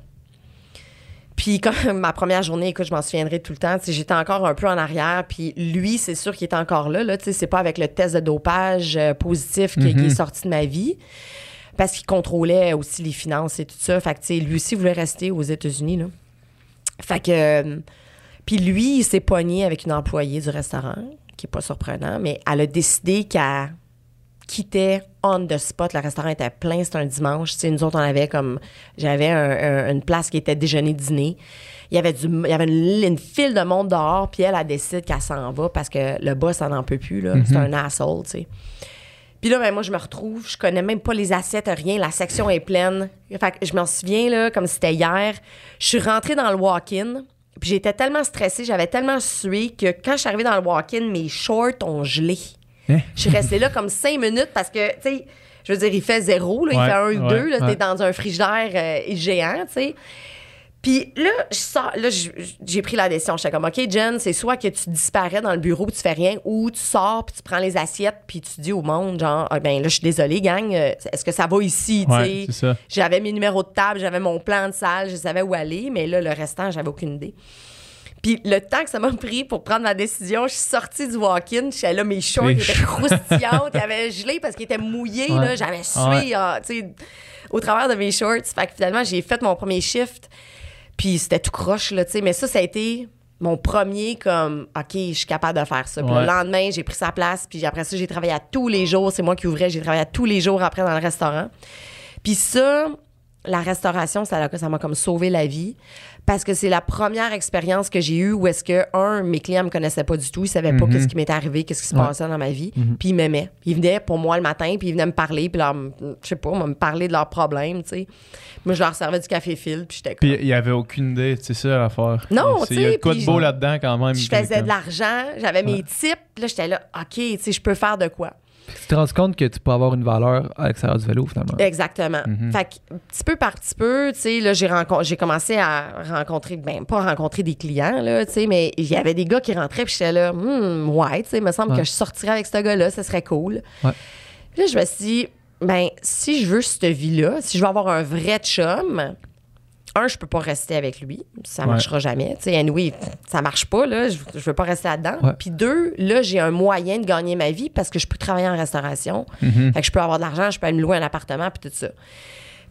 Puis comme ma première journée, écoute, je m'en souviendrai tout le temps, tu sais, j'étais encore un peu en arrière, puis lui, c'est sûr qu'il est encore là, là, tu sais, c'est pas avec le test de dopage euh, positif qui, Mm-hmm. qui est sorti de ma vie, parce qu'il contrôlait aussi les finances et tout ça. Fait que, tu sais, lui aussi voulait rester aux États-Unis, là. Fait que... euh, puis lui, il s'est pogné avec une employée du restaurant, qui est pas surprenant, mais elle a décidé qu'elle quittait on the spot. Le restaurant était plein, c'était un dimanche. Tu sais, nous autres, on avait comme... J'avais un- un- une place qui était déjeuner-dîner. Il y avait, du, il y avait une, une file de monde dehors, puis elle, elle décide qu'elle s'en va parce que le boss, elle n'en peut plus, là. C'est un asshole, tu sais. Puis là, ben, moi, je me retrouve, je connais même pas les assiettes, rien. La section est pleine. Fait que je m'en souviens, là, comme c'était hier. Je suis rentrée dans le walk-in, puis j'étais tellement stressée, j'avais tellement sué que quand je suis arrivée dans le walk-in, mes shorts ont gelé. Hein? Je suis restée là comme cinq minutes parce que, tu sais, je veux dire, il fait zéro, là, il Ouais, fait un ou ouais, deux, là, ouais. t'es dans un frigidaire euh, géant, tu sais. Puis là, je sors, là, j- j'ai pris la décision. J'étais comme, OK, Jen, c'est soit que tu disparais dans le bureau puis tu fais rien, ou tu sors puis tu prends les assiettes puis tu dis au monde, genre, ah, ben là, je suis désolée, gang, euh, est-ce que ça va ici, tu Ouais, sais? c'est ça. J'avais mes numéros de table, j'avais mon plan de salle, je savais où aller, mais là, le restant, j'avais aucune idée. Puis le temps que ça m'a pris pour prendre ma décision, je suis sortie du walk-in, j'étais là, mes shorts Les étaient croustillantes, ils avaient gelé parce qu'ils étaient mouillés, Ouais. là, j'avais sué, Ouais. ah, tu sais, au travers de mes shorts. Fait que finalement, j'ai fait mon premier shift, puis c'était tout croche, là, tu sais, mais ça, ça a été mon premier, comme, OK, je suis capable de faire ça. Puis Ouais. le lendemain, j'ai pris sa place, puis après ça, j'ai travaillé à tous les jours, c'est moi qui ouvrais, j'ai travaillé à tous les jours après dans le restaurant. Puis ça, la restauration, ça ça m'a comme sauvé la vie parce que c'est la première expérience que j'ai eue où est-ce que, un, mes clients me connaissaient pas du tout, ils savaient pas Mhm. qu'est-ce qui m'était arrivé, qu'est-ce qui se Ouais. passait dans ma vie, puis ils m'aimaient. Ils venaient pour moi le matin, puis ils venaient me parler, puis leur, je sais pas, me parler de leurs problèmes, tu sais. Moi, je leur servais du café fil, puis j'étais comme... Puis il n'y avait aucune idée, c'est ça l'affaire. Non, C'est- tu Il y a sais, de quoi de puis beau je- là-dedans quand même. Je que- faisais que- de l'argent, j'avais mes tips, puis là, j'étais là, OK, tu sais, je peux faire de quoi. Puis tu te rends compte que tu peux avoir une valeur à l'extérieur du vélo, finalement. Exactement. Mhm. Fait que, petit peu par petit peu, tu sais, là, j'ai, rencon- j'ai commencé à rencontrer, ben, pas rencontrer des clients, là, tu sais, mais il y avait des gars qui rentraient, puis j'étais là, hmm, ouais, tu sais, il me semble Ouais. que je sortirais avec ce gars-là, ça serait cool. Ouais. Puis là, je me suis dit, ben, si je veux cette vie-là, si je veux avoir un vrai chum, un, je peux pas rester avec lui. Ça Ouais. marchera jamais. Tu sais, anyway, ça marche pas, là. Je, je veux pas rester là-dedans. Ouais. Puis deux, là, j'ai un moyen de gagner ma vie parce que je peux travailler en restauration. Mhm. Fait que je peux avoir de l'argent, je peux aller me louer un appartement, puis tout ça.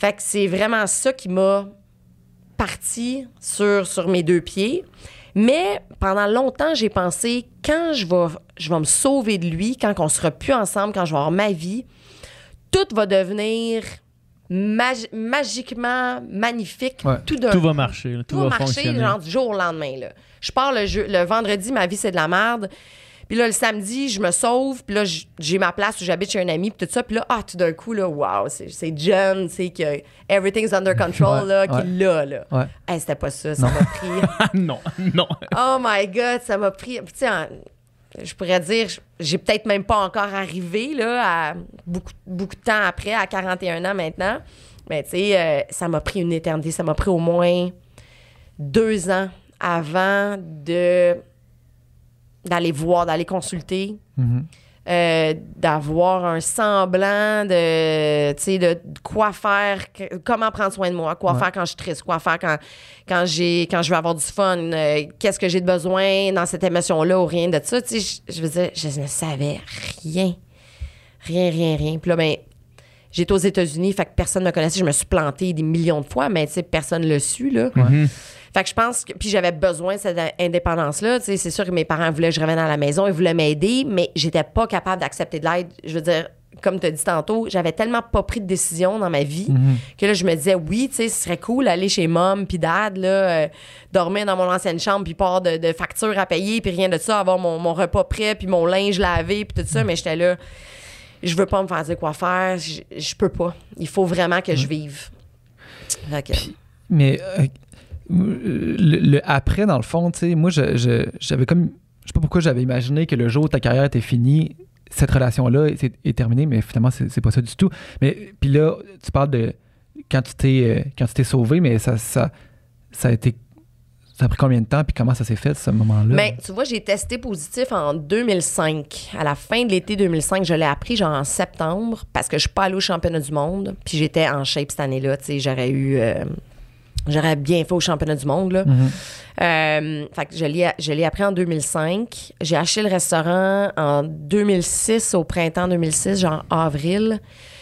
Fait que c'est vraiment ça qui m'a parti sur, sur mes deux pieds. Mais pendant longtemps, j'ai pensé, quand je vais, je vais me sauver de lui, quand on sera plus ensemble, quand je vais avoir ma vie, tout va devenir mag- magiquement magnifique. Ouais. Tout, d'un Tout va coup. marcher. Là, tout, Tout va va marcher fonctionner. genre du jour au lendemain. Là. Je pars le, jeu, le vendredi, ma vie, c'est de la merde. Puis là, le samedi, je me sauve. Puis là, j'ai ma place où j'habite chez un ami. Puis tout ça. Puis là, ah, tout d'un coup, là, wow, c'est, c'est John, tu sais, que everything's under control, Ouais, là, ouais. qui l'a, là. Ouais. Hey, c'était pas ça. Ça m'a pris... Ah non, non. Oh my God, ça m'a pris... Puis tu sais, en- je pourrais dire, j'ai peut-être même pas encore arrivé, là, à beaucoup, beaucoup de temps après, à quarante et un ans maintenant. Mais tu sais, euh, ça m'a pris une éternité. Ça m'a pris au moins deux ans avant de... d'aller voir, d'aller consulter, Mm-hmm. euh, d'avoir un semblant de, tu sais, de quoi faire, que- comment prendre soin de moi, quoi Ouais. faire quand je suis triste, quoi faire quand, quand, j'ai, quand je veux avoir du fun, euh, qu'est-ce que j'ai de besoin dans cette émotion-là ou rien de ça. Tu sais, je, je veux dire, je ne savais rien. Rien, rien, rien. Puis là, ben, j'étais aux États-Unis, fait que personne ne me connaissait. Je me suis plantée des millions de fois, mais tu sais, personne ne l'a su, là. Mhm. Fait que je pense que... Puis j'avais besoin de cette indépendance-là. Tu sais, c'est sûr que mes parents voulaient que je revienne à la maison. Ils voulaient m'aider, mais j'étais pas capable d'accepter de l'aide. Je veux dire, comme tu as dit tantôt, j'avais tellement pas pris de décision dans ma vie Mm-hmm. que là, je me disais, oui, tu sais, ce serait cool d'aller chez mom puis dad, là, euh, dormir dans mon ancienne chambre puis pas de, de factures à payer puis rien de ça, avoir mon, mon repas prêt puis mon linge lavé puis tout ça. Mais j'étais là, je veux pas me faire dire quoi faire. Je, je peux pas. Il faut vraiment que je vive. Fait que... Mais euh, le, le après, dans le fond, tu sais, moi, je, je- j'avais comme. Je sais pas pourquoi j'avais imaginé que le jour où ta carrière était finie, cette relation-là est, est terminée, mais finalement, c'est, c'est pas ça du tout. Mais puis là, tu parles de quand tu t'es, euh, quand tu t'es sauvé, mais ça, ça, ça a été. Ça a pris combien de temps, puis comment ça s'est fait, ce moment-là? Mais tu vois, j'ai testé positif en deux mille cinq. À la fin de l'été deux mille cinq, je l'ai appris genre en septembre parce que je suis pas allée au championnat du monde. Puis j'étais en shape cette année-là. Tu sais, j'aurais eu... euh, j'aurais bien fait au championnat du monde, là. Mhm. Euh, fait que je l'ai, je l'ai appris en deux mille cinq. J'ai acheté le restaurant en deux mille six, au printemps deux mille six, genre avril.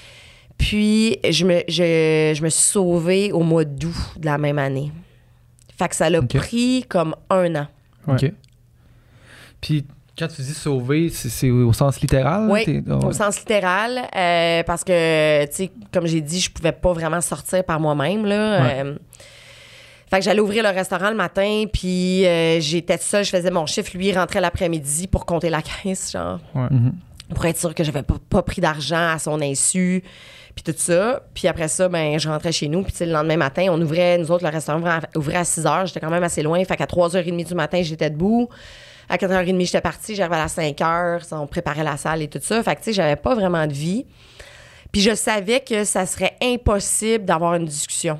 Puis je me, je, je me suis sauvée au mois d'août de la même année. Fait que ça l'a Ok. pris comme un an. Ouais. OK. Puis quand tu dis sauver, c'est, c'est au sens littéral? Oui, T'es- oh, au ouais. sens littéral, euh, parce que, tu sais, comme j'ai dit, je pouvais pas vraiment sortir par moi-même, là. Ouais. Euh, fait que j'allais ouvrir le restaurant le matin, puis euh, j'étais seule, je faisais mon chiffre. Lui, il rentrait l'après-midi pour compter la caisse, genre, Mhm. pour être sûr que j'avais pas, pas pris d'argent à son insu, puis tout ça. Puis après ça, ben je rentrais chez nous, puis tu sais, le lendemain matin, on ouvrait, nous autres, le restaurant ouvrait à, ouvrait à six heures. J'étais quand même assez loin, fait qu'à trois heures trente du matin, j'étais debout. À quatre heures trente, j'étais partie, j'arrivais à cinq heures, on préparait la salle et tout ça. Fait que, tu sais, j'avais pas vraiment de vie. Puis je savais que ça serait impossible d'avoir une discussion.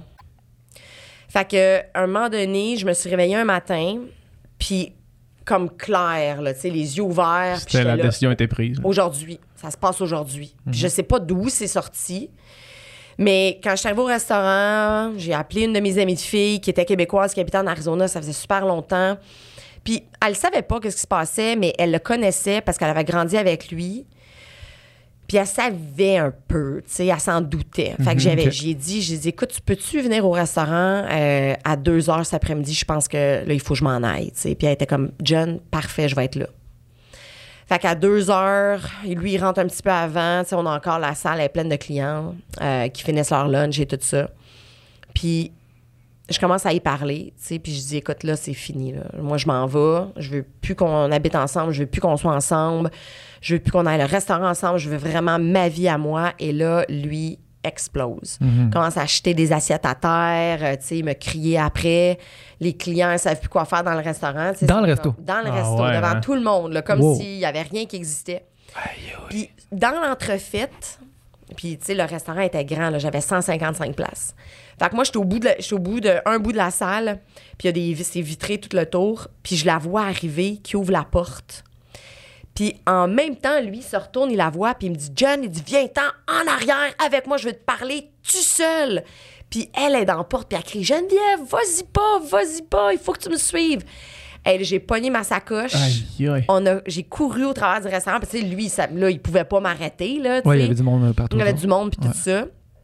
Fait que, à un moment donné, je me suis réveillée un matin, puis comme clair, là, tu sais, les yeux ouverts. puis C'était j'étais la là, décision était prise. aujourd'hui. Ça se passe aujourd'hui. Mhm. Puis je sais pas d'où c'est sorti. Mais quand je suis arrivée au restaurant, j'ai appelé une de mes amies de filles qui était québécoise, qui habitait en Arizona. Ça faisait super longtemps. Puis elle savait pas ce qui se passait, mais elle le connaissait parce qu'elle avait grandi avec lui. Puis elle savait un peu, tu sais, elle s'en doutait. Fait que j'avais, ok. j'ai dit, j'ai dit, écoute, tu peux-tu venir au restaurant euh, à deux heures cet après-midi? Je pense que là, il faut que je m'en aille, tu sais. Puis elle était comme, John, parfait, je vais être là. Fait qu'à deux heures, lui, il rentre un petit peu avant. Tu sais, on a encore la salle, elle est pleine de clients euh, qui finissent leur lunch et tout ça. Puis je commence à y parler, tu sais, puis je dis, écoute, là, c'est fini, là. Moi, je m'en vais. Je veux plus qu'on habite ensemble. Je veux plus qu'on soit ensemble. Je veux plus qu'on aille au restaurant ensemble. Je veux vraiment ma vie à moi. Et là, lui explose. Mhm. Commence à acheter des assiettes à terre, euh, tu sais, il me criait après. Les clients ne savent plus quoi faire dans le restaurant. tu sais, Dans le c'est resto? comme- Dans le Ah resto, ouais, devant hein? tout le monde, là, comme Wow. s'il n'y avait rien qui existait. Puis dans l'entrefaite, puis tu sais, le restaurant était grand, là, j'avais cent cinquante-cinq places. Fait que moi, j'étais au bout de, la- j'étais au bout de un bout de la salle, puis il y a des c'est vitré tout le tour, puis je la vois arriver, qui ouvre la porte. Puis en même temps, lui, il se retourne, il la voit, puis il me dit, John, il dit, viens-t'en en arrière avec moi, je veux te parler tout seul. Puis elle est dans la porte, puis elle crie, Geneviève, vas-y pas, vas-y pas, il faut que tu me suives. Elle, j'ai pogné ma sacoche. Aïe, aïe. On a, j'ai couru au travers du restaurant, parce que lui, ça, là, il pouvait pas m'arrêter, là, tu Ouais, il y sais. avait du monde euh, partout. Il y avait autour. du monde, puis Ouais. tout ça.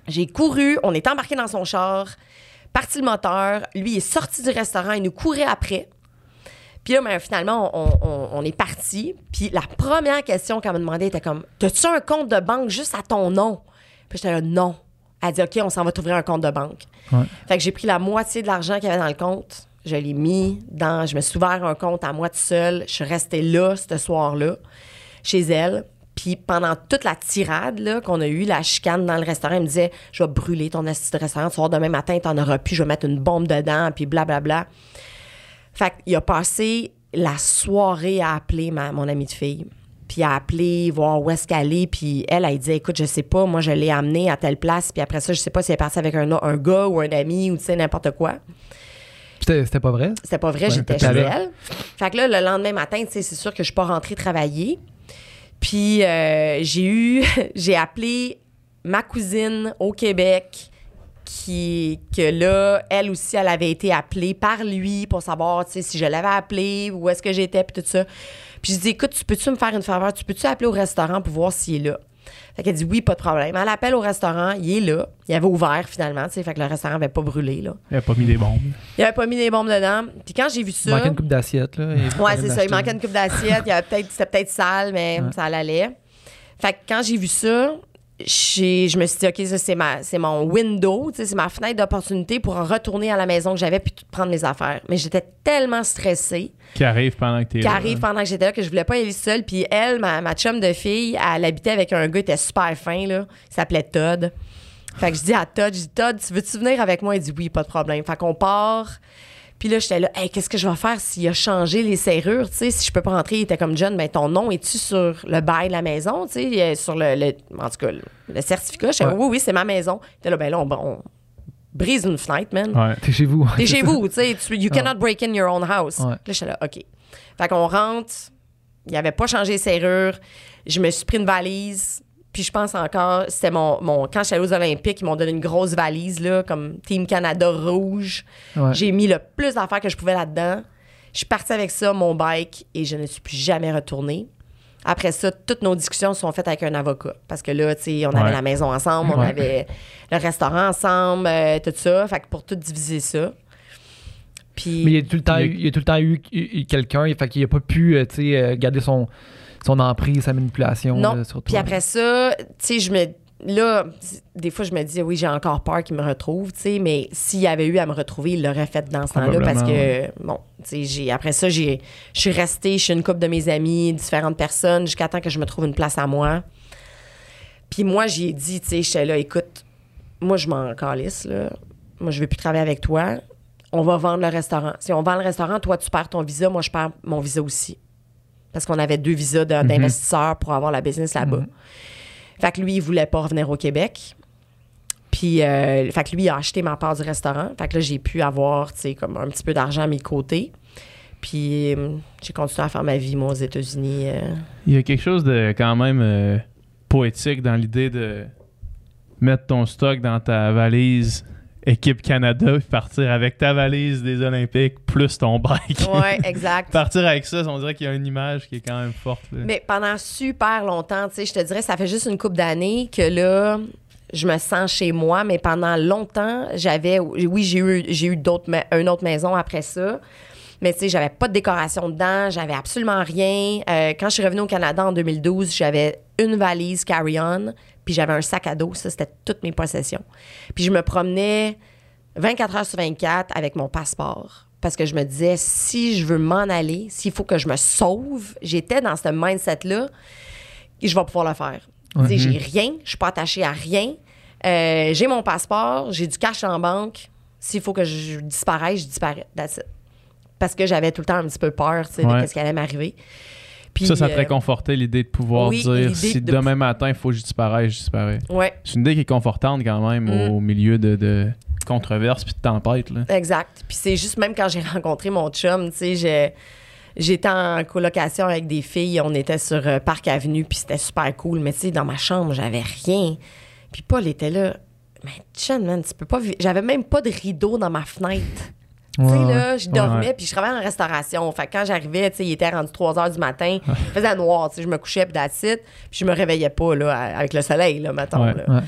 J'ai couru, on est embarqué dans son char, parti le moteur. Lui, il est sorti du restaurant, il nous courait après. Puis là, ben, finalement, on, on, on est parti. Puis la première question qu'elle m'a demandé était comme « T'as-tu un compte de banque juste à ton nom? » Puis j'étais là « Non. » Elle dit « OK, on s'en va t'ouvrir un compte de banque. Ouais. » Fait que j'ai pris la moitié de l'argent qu'il y avait dans le compte. Je l'ai mis dans... Je me suis ouvert un compte à moi toute seule. Je suis restée là, ce soir-là, chez elle. Puis pendant toute la tirade là, qu'on a eue, la chicane dans le restaurant, elle me disait « Je vais brûler ton assistant de restaurant. Tu soir demain matin, t'en auras plus. Je vais mettre une bombe dedans. » Puis blablabla. Fait qu'il a passé la soirée à appeler ma, mon amie de fille. Puis à appeler, voir où est-ce qu'elle est. Puis elle, elle disait, écoute, je sais pas, moi, je l'ai amenée à telle place. Puis après ça, je sais pas si elle est partie avec un, un gars ou un ami ou tu sais, n'importe quoi. C'était, c'était pas vrai? C'était pas vrai, ouais, j'étais chez elle. Fait que là, le lendemain matin, tu sais, c'est sûr que je suis pas rentrée travailler. Puis euh, j'ai eu, j'ai appelé ma cousine au Québec, qui, que là, elle aussi, elle avait été appelée par lui pour savoir, tu sais, si je l'avais appelé, où est-ce que j'étais, puis tout ça. Puis je dis, écoute, tu peux-tu me faire une faveur? Tu peux-tu appeler au restaurant pour voir s'il est là? Fait qu'elle dit, oui, pas de problème. Elle appelle au restaurant, il est là. Il avait ouvert, finalement, tu sais, fait que le restaurant avait pas brûlé, là. Il avait pas mis des bombes. Il avait pas mis des bombes dedans. Puis quand j'ai vu ça... Il manquait une coupe d'assiette, là. Ouais, c'est ça, il manquait une coupe d'assiette. Il y avait peut-être, c'était peut-être sale, mais ouais. Ça allait. Fait que quand j'ai vu ça... J'ai, je me suis dit, OK, ça, c'est, ma, c'est mon window, c'est ma fenêtre d'opportunité pour retourner à la maison que j'avais puis tout prendre mes affaires. Mais j'étais tellement stressée. Qui arrive pendant que t'es qui là. Qui arrive pendant que j'étais là, que je voulais pas y aller seule. Puis elle, ma, ma chum de fille, elle habitait avec un gars qui était super fin, là. Il s'appelait Todd. Fait que je dis à Todd, je dis, Todd, tu veux-tu venir avec moi? Il dit oui, pas de problème. Fait qu'on part. Puis là, j'étais là, hey, qu'est-ce que je vais faire s'il a changé les serrures? Tu sais, si je peux pas rentrer, il était comme John, ben ton nom est-tu sur le bail de la maison? Tu sais, sur le, le. En tout cas, le, le certificat. Je disais, ouais. oui, oui, c'est ma maison. Il était là, ben là, on, on brise une fenêtre, man. Ouais. T'es chez vous. T'es chez vous, tu sais. You cannot ouais. break in your own house. Ouais. Là, j'étais là, OK. Fait qu'on rentre, il avait pas changé les serrures. Je me suis pris une valise. Puis je pense encore, c'était mon, mon... Quand je suis allée aux Olympiques, ils m'ont donné une grosse valise, là, comme Team Canada rouge. Ouais. J'ai mis le plus d'affaires que je pouvais là-dedans. Je suis partie avec ça, mon bike, et je ne suis plus jamais retournée. Après ça, toutes nos discussions sont faites avec un avocat. Parce que là, tu sais, on ouais. avait la maison ensemble, on ouais. avait le restaurant ensemble, euh, tout ça. Fait que pour tout diviser ça. Puis... Mais il y a tout le temps, il y a tout le temps eu, eu quelqu'un, fait qu'il n'a pas pu, tu sais, garder son... son emprise, sa manipulation. Non. Là, surtout. Puis après ça, tu sais, je me... Là, des fois, je me dis, oui, j'ai encore peur qu'il me retrouve, tu sais, mais s'il y avait eu à me retrouver, il l'aurait fait dans ce temps-là parce que, ouais. bon, tu sais, j'ai... après ça, j'ai... je suis restée chez une couple de mes amis, différentes personnes, jusqu'à temps que je me trouve une place à moi. Puis moi, j'y ai dit, tu sais, j'étais là, écoute, moi, je m'en calisse, là. Moi, je veux plus travailler avec toi. On va vendre le restaurant. Si on vend le restaurant, toi, tu perds ton visa, moi, je perds mon visa aussi. Parce qu'on avait deux visas de, mm-hmm. d'investisseurs pour avoir la business là-bas. Mm-hmm. Fait que lui, il voulait pas revenir au Québec. Puis, euh, fait que lui, il a acheté ma part du restaurant. Fait que là, j'ai pu avoir, tu sais, comme un petit peu d'argent à mes côtés. Puis, euh, j'ai continué à faire ma vie, moi, aux États-Unis. Euh. Il y a quelque chose de quand même euh, poétique dans l'idée de mettre ton stock dans ta valise Équipe Canada, puis partir avec ta valise des Olympiques plus ton bike. Oui, exact. Partir avec ça, on dirait qu'il y a une image qui est quand même forte. Là. Mais pendant super longtemps, tu sais, je te dirais, ça fait juste une couple d'années que là, je me sens chez moi, mais pendant longtemps, j'avais... Oui, j'ai eu, j'ai eu d'autres, une autre maison après ça, mais tu sais, j'avais pas de décoration dedans, j'avais absolument rien. Euh, quand je suis revenue au Canada en deux mille douze, j'avais une valise carry-on, puis j'avais un sac à dos, ça, c'était toutes mes possessions. Puis je me promenais vingt-quatre heures sur vingt-quatre avec mon passeport parce que je me disais, si je veux m'en aller, s'il faut que je me sauve, j'étais dans ce mindset-là, et je vais pouvoir le faire. Mm-hmm. Tu sais, j'ai rien, je suis pas attachée à rien, euh, j'ai mon passeport, j'ai du cash en banque, s'il faut que je disparaisse, je disparais, that's it. Parce que j'avais tout le temps un petit peu peur, tu sais, ouais. de ce qui allait m'arriver. Puis, ça, ça te euh, réconfortait l'idée de pouvoir oui, dire si de... demain matin, il faut que je disparaisse, je disparais. Ouais. C'est une idée qui est confortante quand même mm. au milieu de, de controverses puis de tempêtes. Là. Exact. Puis c'est juste même quand j'ai rencontré mon chum, tu sais, j'ai, j'étais en colocation avec des filles, on était sur euh, Park Avenue, puis c'était super cool. Mais tu sais, dans ma chambre, j'avais rien. Puis Paul était là. Mais chum, man, tu peux pas vivre. J'avais même pas de rideau dans ma fenêtre. Tu sais, là, je dormais, ouais. puis je travaillais en restauration. Fait que quand j'arrivais, tu sais, il était rendu trois heures du matin. Il faisait noir, tu sais, je me couchais, puis that's it. Puis je me réveillais pas, là, avec le soleil, là, mettons. Ouais, là. Ouais.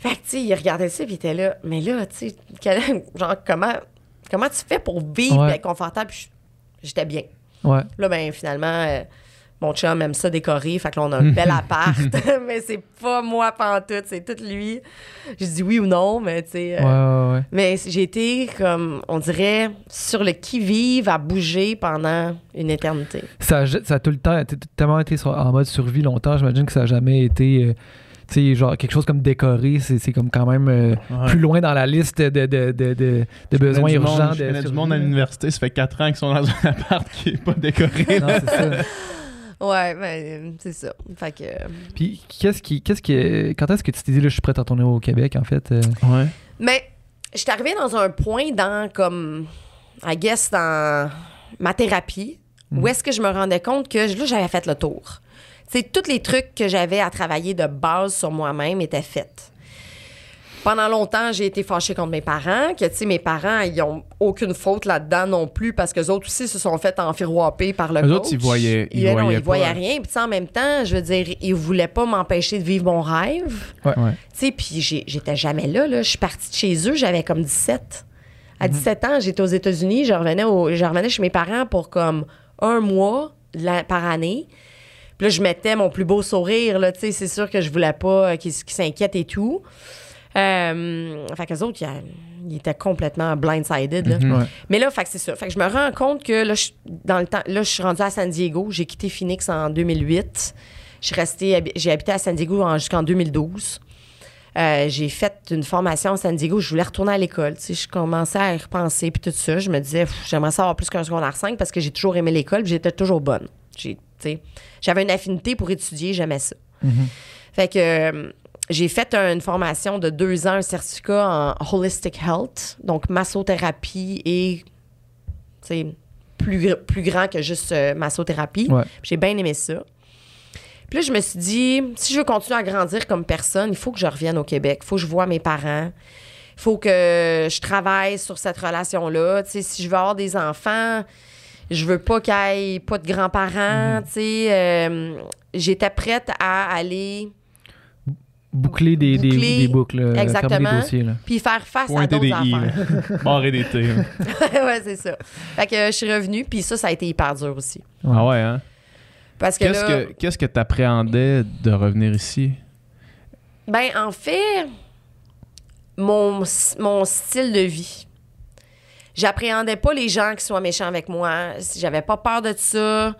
Fait que, tu sais, il regardait ça, puis il était là. Mais là, tu sais, quel- genre, comment, comment tu fais pour vivre Ouais. et être confortable? Puis j'étais bien. Ouais. Là, ben finalement, euh, mon chum aime ça décorer. Fait que là, on a un bel appart. Mais c'est pas moi pantoute, c'est tout lui. Je dis oui ou non, mais tu sais... euh, Ouais, ouais, ouais. Mais j'ai été, comme, on dirait, sur le qui-vive à bouger pendant une éternité. Ça, a- ça a tout le temps t- tellement été sur- en mode survie longtemps. J'imagine que ça n'a jamais été. euh, tu sais, genre quelque chose comme décorer, c'est c'est comme quand même euh, Ouais. plus loin dans la liste de, de, de, de, de Je besoins connais du urgents. monde- Je de connais du survie, monde à là. l'université, ça fait quatre ans qu'ils sont dans un appart qui est pas décoré. Non, c'est ça. Ouais, ben, c'est ça. Fait que... euh, Puis qu'est-ce qui, qu'est-ce qui, quand est-ce que tu t'es dit là, je suis prête à retourner au Québec en fait? euh? Ouais. Mais j'étais arrivée dans un point dans, comme, I guess, dans ma thérapie, où est-ce que je me rendais compte que là, j'avais fait le tour. Tu sais, tous les trucs que j'avais à travailler de base sur moi-même étaient faits. Pendant longtemps, j'ai été fâchée contre mes parents, que, tu sais, mes parents, ils ont aucune faute là-dedans non plus, parce qu'eux autres aussi se sont fait enfiroiper par le Eux coach. autres, ils voyaient- ils non, voyaient ils voyaient pas. rien. Puis, tu sais, en même temps, je veux dire, ils voulaient pas m'empêcher de vivre mon rêve. Ouais. Tu sais, puis j'ai- j'étais jamais là, là. Je suis partie de chez eux, j'avais comme dix-sept. À dix-sept ans, j'étais aux États-Unis, je revenais, au, je revenais chez mes parents pour comme un mois la- par année. Puis là, je mettais mon plus beau sourire, là, tu sais, c'est sûr que je voulais pas euh, qu'ils qu'ils s'inquiètent et tout. Euh, fait qu'eux autres, ils, ils étaient complètement blindsided, là. Ouais. Mais là, fait que c'est ça. Fait que je me rends compte que là, je, dans le temps, là, je suis rendue à San Diego. J'ai quitté Phoenix en deux mille huit. Je suis restée, habi- j'ai habité à San Diego en- jusqu'en deux mille douze. Euh, j'ai fait une formation à San Diego. Je voulais retourner à l'école. Tu sais, je commençais à y repenser puis tout ça. Je me disais, pff, j'aimerais savoir plus qu'un secondaire cinq parce que j'ai toujours aimé l'école puis j'étais toujours bonne. J'ai, tu sais, j'avais une affinité pour étudier, j'aimais ça. Fait que euh, j'ai fait une formation de deux ans, un certificat en Holistic Health, donc massothérapie et, tu sais, plus, gr- plus grand que juste euh, massothérapie. Ouais. J'ai bien aimé ça. Puis là, je me suis dit, si je veux continuer à grandir comme personne, il faut que je revienne au Québec. Il faut que je voie mes parents. Il faut que je travaille sur cette relation-là. Tu sais, si je veux avoir des enfants, je veux pas qu'il y ait pas de grands-parents. Tu sais, euh, j'étais prête à aller Boucler des, des, Boucler, des boucles, euh, fermer exactement. des dossiers. Là. puis faire face à Pointer d'autres des i, affaires. là. Barrer des t. là. Ouais, c'est ça. Fait que euh, je suis revenue, puis ça, ça a été hyper dur aussi. Ah ouais, hein? Parce que Qu'est-ce là, que qu'est-ce que t'appréhendais de revenir ici? ben en fait, mon, mon style de vie. J'appréhendais pas les gens qui soient méchants avec moi. J'avais pas peur de ça.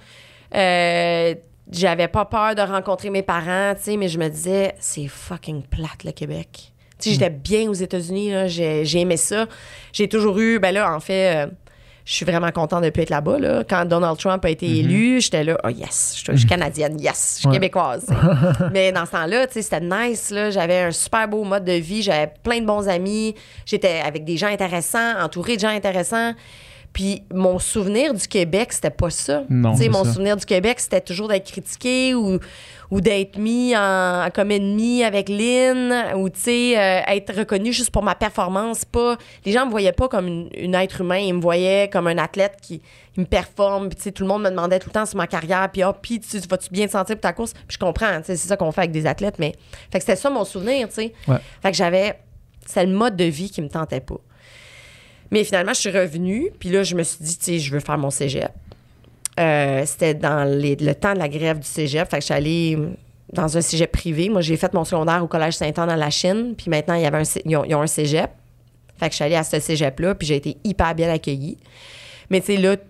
Euh, j'avais pas peur de rencontrer mes parents, tu sais, mais je me disais, c'est fucking plate, le Québec. Tu sais, j'étais bien aux États-Unis, là. J'ai, j'ai aimé ça. J'ai toujours eu, ben là, en fait, euh, je suis vraiment contente de ne plus être là-bas, là. Quand Donald Trump a été élu, j'étais là, oh yes, je suis- je suis canadienne, yes, je suis Ouais. québécoise. tu sais. Mais dans ce temps-là, tu sais, c'était nice, là. J'avais un super beau mode de vie, j'avais plein de bons amis, j'étais avec des gens intéressants, entourée de gens intéressants. Puis mon souvenir du Québec, c'était pas ça. Non, Tu sais, c'est mon ça. souvenir du Québec, c'était toujours d'être critiqué ou, ou d'être mis en, comme ennemi avec Lynn ou, tu sais, euh, être reconnu juste pour ma performance. Pas, les gens me voyaient pas comme une, une être humain, ils me voyaient comme un athlète qui il me performe. Puis, tu sais, tout le monde me demandait tout le temps sur ma carrière. Puis, ah, puis, tu vas-tu bien te sentir pour ta course? Puis, je comprends, tu sais, c'est ça qu'on fait avec des athlètes. Mais, fait que c'était ça mon souvenir, tu sais. Ouais. Fait que j'avais, c'était le mode de vie qui me tentait pas. Mais finalement, je suis revenue, puis là, je me suis dit, tu sais, je veux faire mon cégep. Euh, c'était dans les- le temps de la grève du cégep, fait que je suis allée dans un cégep privé. Moi, j'ai fait mon secondaire au Collège Sainte-Anne à la Chine, puis maintenant, il y avait un, cé- ils, ont, ils ont un cégep. Fait que je suis allée à ce cégep-là, puis j'ai été hyper bien accueillie. Mais tu sais, là,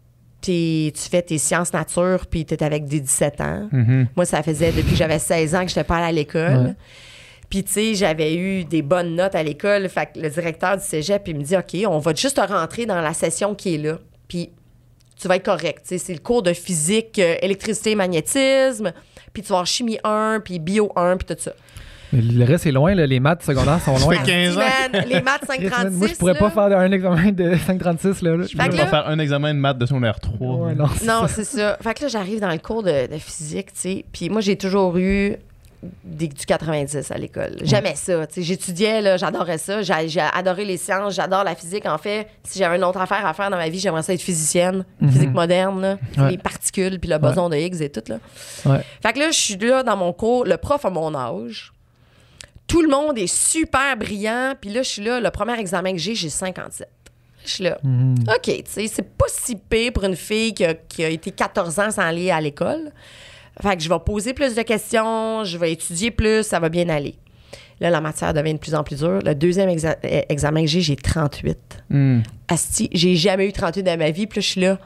t'es- tu fais tes sciences nature, puis t'es avec des dix-sept ans. Mhm. Moi, ça faisait depuis que j'avais seize ans que je n'étais pas allée à l'école. Ouais. Puis, tu sais, j'avais eu des bonnes notes à l'école. Fait que le directeur du cégep, il me dit, OK, on va juste te rentrer dans la session qui est là. Puis, tu vas être correct. Tu sais, c'est le cours de physique, euh, électricité et magnétisme. Puis, tu vas avoir chimie un, puis bio un, puis tout ça. Mais le reste est loin, là. Les maths secondaires sont loin. fait quinze ans. Man, les maths cinq trente-six. Moi, je pourrais pas là. faire un examen de cinq trente-six. Là, là. Je Fait peux que pas là- faire un examen de maths de secondaire trois. Ouais, non, c'est Non, ça. c'est ça. Fait que là, j'arrive dans le cours de, de physique, tu sais. Puis moi, j'ai toujours eu des, du quatre-vingt-dix à l'école. J'aimais ça, tu sais. J'étudiais, là, j'adorais ça. J'ai, j'ai adoré les sciences, j'adore la physique. En fait, si j'avais une autre affaire à faire dans ma vie, j'aimerais ça être physicienne, physique moderne, là. Ouais. Les particules, puis le boson de Higgs et tout, là. Ouais. Fait que là, je suis là dans mon cours. Le prof a mon âge. tout le monde est super brillant. Puis là, je suis là, le premier examen que j'ai, j'ai cinquante-sept. Je suis là, Mhm. OK, tu sais, c'est pas si pire pour une fille qui a, qui a été quatorze ans sans aller à l'école. Fait que je vais poser plus de questions, je vais étudier plus, ça va bien aller. Là, la matière devient de plus en plus dure. Le deuxième exa- examen que j'ai, j'ai trente-huit. Hmm. Asti, j'ai jamais eu trente-huit dans ma vie. Puis là, je suis là,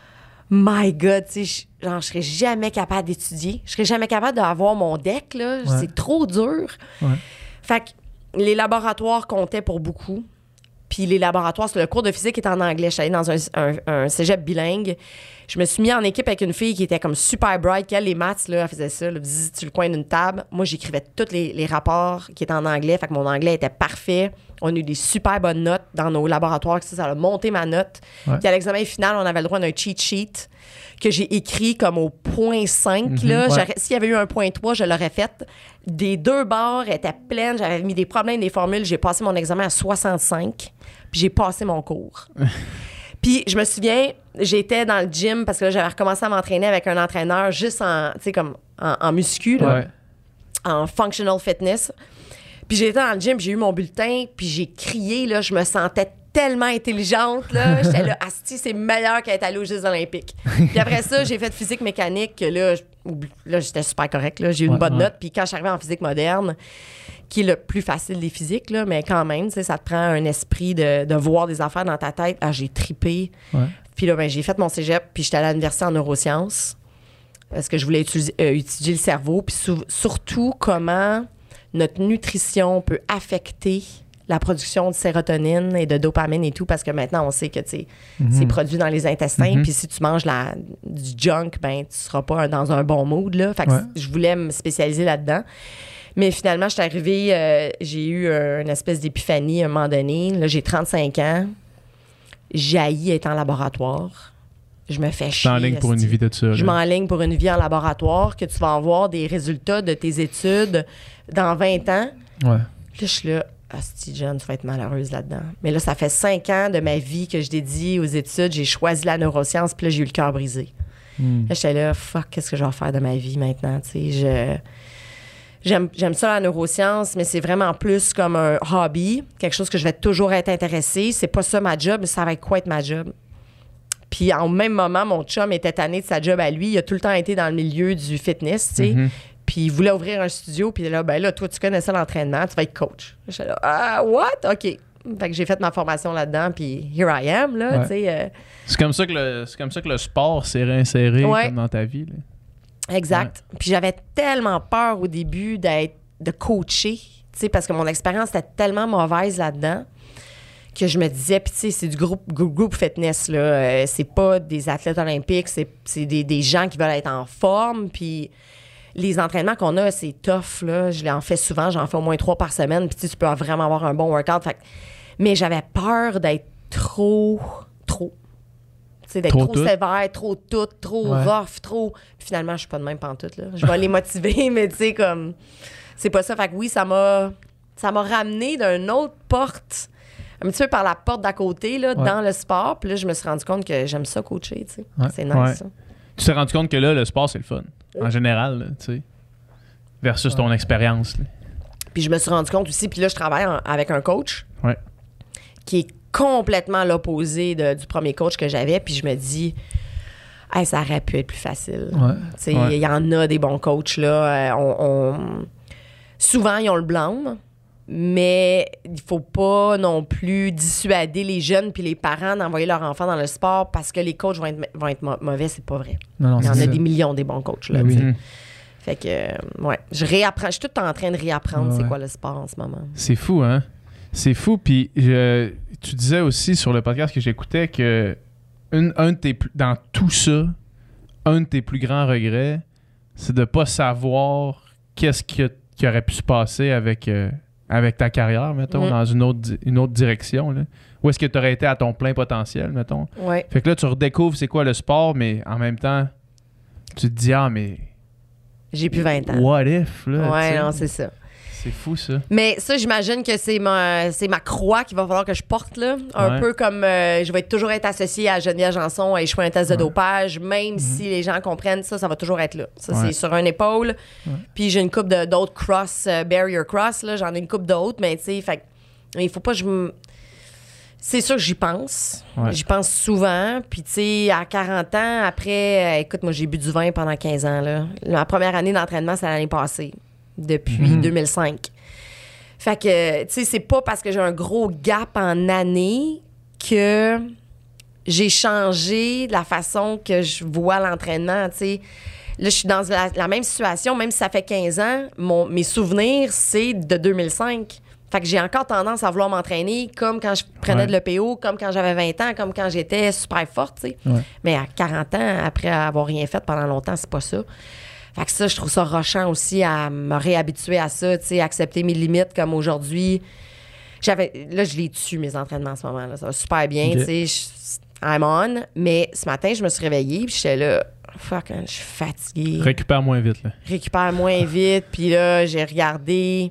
my God, tu sais, je- genre, je serais jamais capable d'étudier. Je serais jamais capable d'avoir mon deck, là. Ouais. C'est trop dur. Ouais. Fait que les laboratoires comptaient pour beaucoup. Puis les laboratoires, c'est le cours de physique est en anglais. Je suis allée dans un, un, un cégep bilingue. Je me suis mis en équipe avec une fille qui était comme super bright. Qu'elle, les maths, là, elle faisait ça, là, zzz, sur le coin d'une table. Moi, j'écrivais tous les, les rapports qui étaient en anglais. Fait que mon anglais était parfait. On a eu des super bonnes notes dans nos laboratoires. Ça, ça a monté ma note. Ouais. Puis à l'examen final, on avait le droit d'un cheat sheet que j'ai écrit comme au point cinq. là. ouais. J'aurais- S'il y avait eu un point trois, je l'aurais fait. Des deux barres étaient pleines. J'avais mis des problèmes des formules. J'ai passé mon examen à soixante-cinq. Puis j'ai passé mon cours. Puis je me souviens, j'étais dans le gym parce que là, j'avais recommencé à m'entraîner avec un entraîneur juste en, tu sais, comme en, en muscu, là, Ouais. en functional fitness. Puis j'étais dans le gym, j'ai eu mon bulletin, puis j'ai crié, là, je me sentais tellement intelligente, là. J'étais là, asti, c'est meilleur qu'être allée aux Jeux olympiques. Puis après ça, j'ai fait physique mécanique, que là, je- là j'étais super correcte, là. J'ai eu une Ouais, bonne ouais. note. Puis quand je suis arrivée en physique moderne, qui est le plus facile des physiques, là, mais quand même, tu sais, ça te prend un esprit de, de voir des affaires dans ta tête. Ah, j'ai tripé. Ouais. Puis là, ben, j'ai fait mon cégep, puis j'étais allée à l'université en neurosciences parce que je voulais étudier, euh, étudier le cerveau, puis sou- surtout comment notre nutrition peut affecter la production de sérotonine et de dopamine et tout, parce que maintenant, on sait que, tu sais, c'est produit dans les intestins, Mhm. puis si tu manges la, du junk, ben tu seras pas dans un bon mood, là. Fait que Ouais. je voulais me spécialiser là-dedans. Mais finalement, je suis arrivée, euh, j'ai eu euh, une espèce d'épiphanie à un moment donné. Là, j'ai trente-cinq ans. J'haïs être en laboratoire. Je me fais chier. T'es en ligne pour une esti. vie de ça. Je là. m'enligne pour une vie en laboratoire, que tu vas avoir des résultats de tes études dans vingt ans. Ouais. Puis là, je suis là, asti, John, tu vas être malheureuse là-dedans. Mais là, ça fait cinq ans de ma vie que je dédie aux études. J'ai choisi la neuroscience, puis là, j'ai eu le cœur brisé. Hmm. Là, j'étais là, fuck, qu'est-ce que je vais faire de ma vie maintenant? Tu sais, je. J'aime, j'aime ça la neuroscience, mais c'est vraiment plus comme un hobby, quelque chose que je vais toujours être intéressée. C'est pas ça ma job, mais ça va être quoi être ma job? Puis en même moment, mon chum était tanné de sa job à lui. Il a tout le temps été dans le milieu du fitness, tu sais. Mhm. Puis il voulait ouvrir un studio, puis là, ben là, toi, tu connais ça l'entraînement, tu vas être coach. J'étais là, ah, what? OK. Fait que j'ai fait ma formation là-dedans, puis here I am, là, Ouais. tu sais. euh, C'est comme ça que le, c'est comme ça que le sport s'est réinséré Ouais. comme dans ta vie. là. Exact. Puis j'avais tellement peur au début d'être de coacher, tu sais, parce que mon expérience était tellement mauvaise là-dedans que je me disais, puis tu sais, c'est du groupe, grou- groupe fitness, là. Euh, c'est pas des athlètes olympiques, c'est, c'est des, des gens qui veulent être en forme, puis les entraînements qu'on a, c'est tough, là. Je l'en fais souvent, j'en fais au moins trois par semaine, puis tu sais, tu peux vraiment avoir un bon workout. Fait que- mais j'avais peur d'être trop, trop. Tu sais, d'être Trop trop, tout. sévère, trop tout, trop Ouais. rough, trop. Puis finalement, je suis pas de même pantoute, là. Je vais les motiver, mais tu sais, comme. C'est pas ça. Fait que oui, ça m'a. Ça m'a ramené d'une autre porte, un petit peu par la porte d'à côté, là, Ouais. dans le sport. Puis là, je me suis rendu compte que j'aime ça coacher, tu sais. Ouais. C'est nice, Ouais. ça. Tu t'es rendu compte que là, le sport, c'est le fun. En général, là, tu sais. Versus ton expérience. là. Puis je me suis rendu compte aussi, puis là, je travaille en- avec un coach Ouais. qui est complètement l'opposé de- du premier coach que j'avais. Puis je me dis, hey, ça aurait pu être plus facile. Ouais. Tu sais, il Ouais. y en a des bons coachs, là. Euh, on, on- Souvent, ils ont le blâme, mais il faut pas non plus dissuader les jeunes puis les parents d'envoyer leur enfant dans le sport parce que les coachs vont être, vont être mau- mauvais. C'est pas vrai. Non, non, Il y en a c'est ça. des millions des bons coachs, là. Ben oui. tu sais. Mhm. Fait que, euh, ouais, je réapprends. Je suis tout le temps en train de réapprendre Ouais, c'est ouais. quoi le sport en ce moment. C'est fou, hein? C'est fou. Puis je- tu disais aussi sur le podcast que j'écoutais que une, un de tes, plus- dans tout ça, un de tes plus grands regrets, c'est de pas savoir qu'est-ce que- qui aurait pu se passer avec, euh, avec ta carrière, mettons, Mhm. dans une autre, di- une autre direction. Là. Où est-ce que tu aurais été à ton plein potentiel, mettons? Ouais. Fait que là, tu redécouvres c'est quoi le sport, mais en même temps, tu te dis, ah, mais J'ai plus vingt ans. what if? Là, tu Ouais, sais? non, c'est ça. C'est fou, ça. Mais ça, j'imagine que c'est ma, c'est ma croix qu'il va falloir que je porte, là. Un Ouais. peu comme euh, je vais toujours être associée à Geneviève Janson à échouer un test de Ouais. dopage, même Mhm. si les gens comprennent ça, ça va toujours être là. Ça, Ouais. c'est sur une épaule. Ouais. Puis j'ai une coupe de, d'autres cross, euh, barrier cross, là. J'en ai une coupe d'autres, mais tu sais, fait que il faut pas que je me... C'est sûr que j'y pense. Ouais. J'y pense souvent. Puis, tu sais, à quarante ans, après, euh, écoute, moi, j'ai bu du vin pendant quinze ans, là. Ma première année d'entraînement, c'est l'année passée, depuis Mhm. deux mille cinq. Fait que, tu sais, c'est pas parce que j'ai un gros gap en année que j'ai changé la façon que je vois l'entraînement, tu sais. Là, je suis dans la, la même situation, même si ça fait quinze ans, mon, mes souvenirs, c'est de deux mille cinq. Fait que j'ai encore tendance à vouloir m'entraîner comme quand je prenais Ouais. de l'E P O, comme quand j'avais vingt ans, comme quand j'étais super forte, tu sais. Ouais. Mais à quarante ans, après avoir rien fait pendant longtemps, c'est pas ça. Fait que ça, je trouve ça rochant aussi à me réhabituer à ça, tu sais, accepter mes limites comme aujourd'hui. J'avais, là, je les tue, mes entraînements en ce moment. Là. Ça va super bien, Ok. tu sais. je- I'm on. Mais ce matin, je me suis réveillée, puis j'étais là, fuck, hein, je suis fatiguée. Récupère moins vite, là. Récupère moins vite. Puis là, j'ai regardé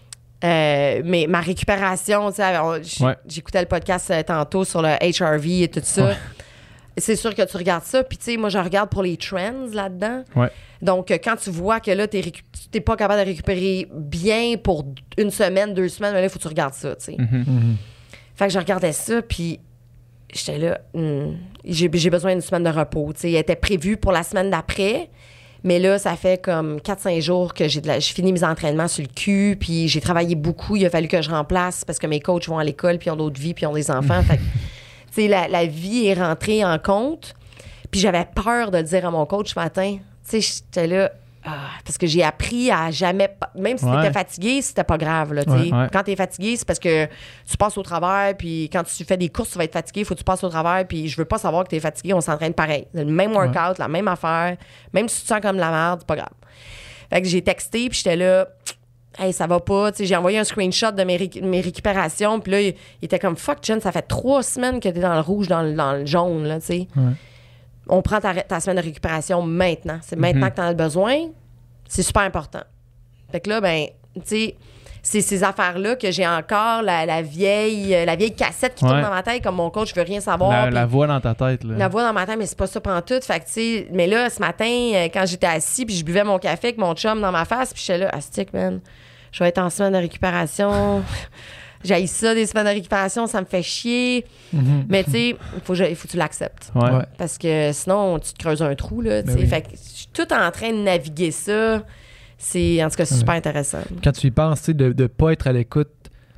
euh, mais ma récupération. Tu sais, on- j- Ouais. j'écoutais le podcast euh, tantôt sur le H R V et tout ça. Ouais. C'est sûr que tu regardes ça. Puis, tu sais, moi, je regarde pour les trends là-dedans. Ouais. Donc, euh, quand tu vois que là, t'es récu- t'es pas capable de récupérer bien pour une semaine, deux semaines, ben là, il faut que tu regardes ça, tu sais. Mhm. Mhm. Fait que je regardais ça, puis j'étais là, hmm, j'ai, j'ai besoin d'une semaine de repos. Tu sais, elle était prévue pour la semaine d'après, mais là, ça fait comme quatre cinq jours que j'ai, de la, j'ai fini mes entraînements sur le cul, puis j'ai travaillé beaucoup. Il a fallu que je remplace parce que mes coachs vont à l'école, puis ils ont d'autres vies, puis ils ont des enfants. Fait que, tu sais, la, la vie est rentrée en compte. Puis j'avais peur de le dire à mon coach ce matin. Tu sais, j'étais là... Ah, parce que j'ai appris à jamais... pa- Même si Ouais. t'étais fatigué, c'était pas grave. Là, tu sais. Ouais, ouais. Quand t'es fatigué, c'est parce que tu passes au travers. Puis quand tu fais des courses, tu vas être fatigué. Il faut que tu passes au travers. Puis je veux pas savoir que t'es fatigué. On s'entraîne pareil. C'est le même workout, la même affaire. Même si tu te sens comme la merde, c'est pas grave. Fait que j'ai texté, puis j'étais là... Hey, ça va pas. Tu sais, j'ai envoyé un screenshot de mes, ré- mes récupérations. Puis là, il, il était comme, fuck, Jen, ça fait trois semaines que t'es dans le rouge, dans le, dans le jaune, là, tu sais. Ouais. On prend ta, ta semaine de récupération maintenant. C'est maintenant Mhm. que t'en as besoin. C'est super important. Fait que là, ben, tu sais, c'est ces affaires-là que j'ai encore la, la vieille la vieille cassette qui Ouais. tourne dans ma tête, comme mon coach, je veux rien savoir. La, puis la voix dans ta tête, là. la voix dans ma tête, mais c'est pas ça pantoute. Fait que, tu sais, mais là, ce matin, euh, quand j'étais assis, puis je buvais mon café avec mon chum dans ma face, puis j'étais là, astique, man, je vais être en semaine de récupération. J'haïs ça, des semaines de récupération, ça me fait chier. Mhm. Mais tu sais, il faut, que je- il faut que tu l'acceptes. Ouais. Ouais. Parce que sinon, tu te creuses un trou, là. tu Ben sais. oui. Fait que je suis tout en train de naviguer ça. C'est, en tout cas, c'est Ouais. super intéressant. Quand tu y penses, tu sais, de ne pas être à l'écoute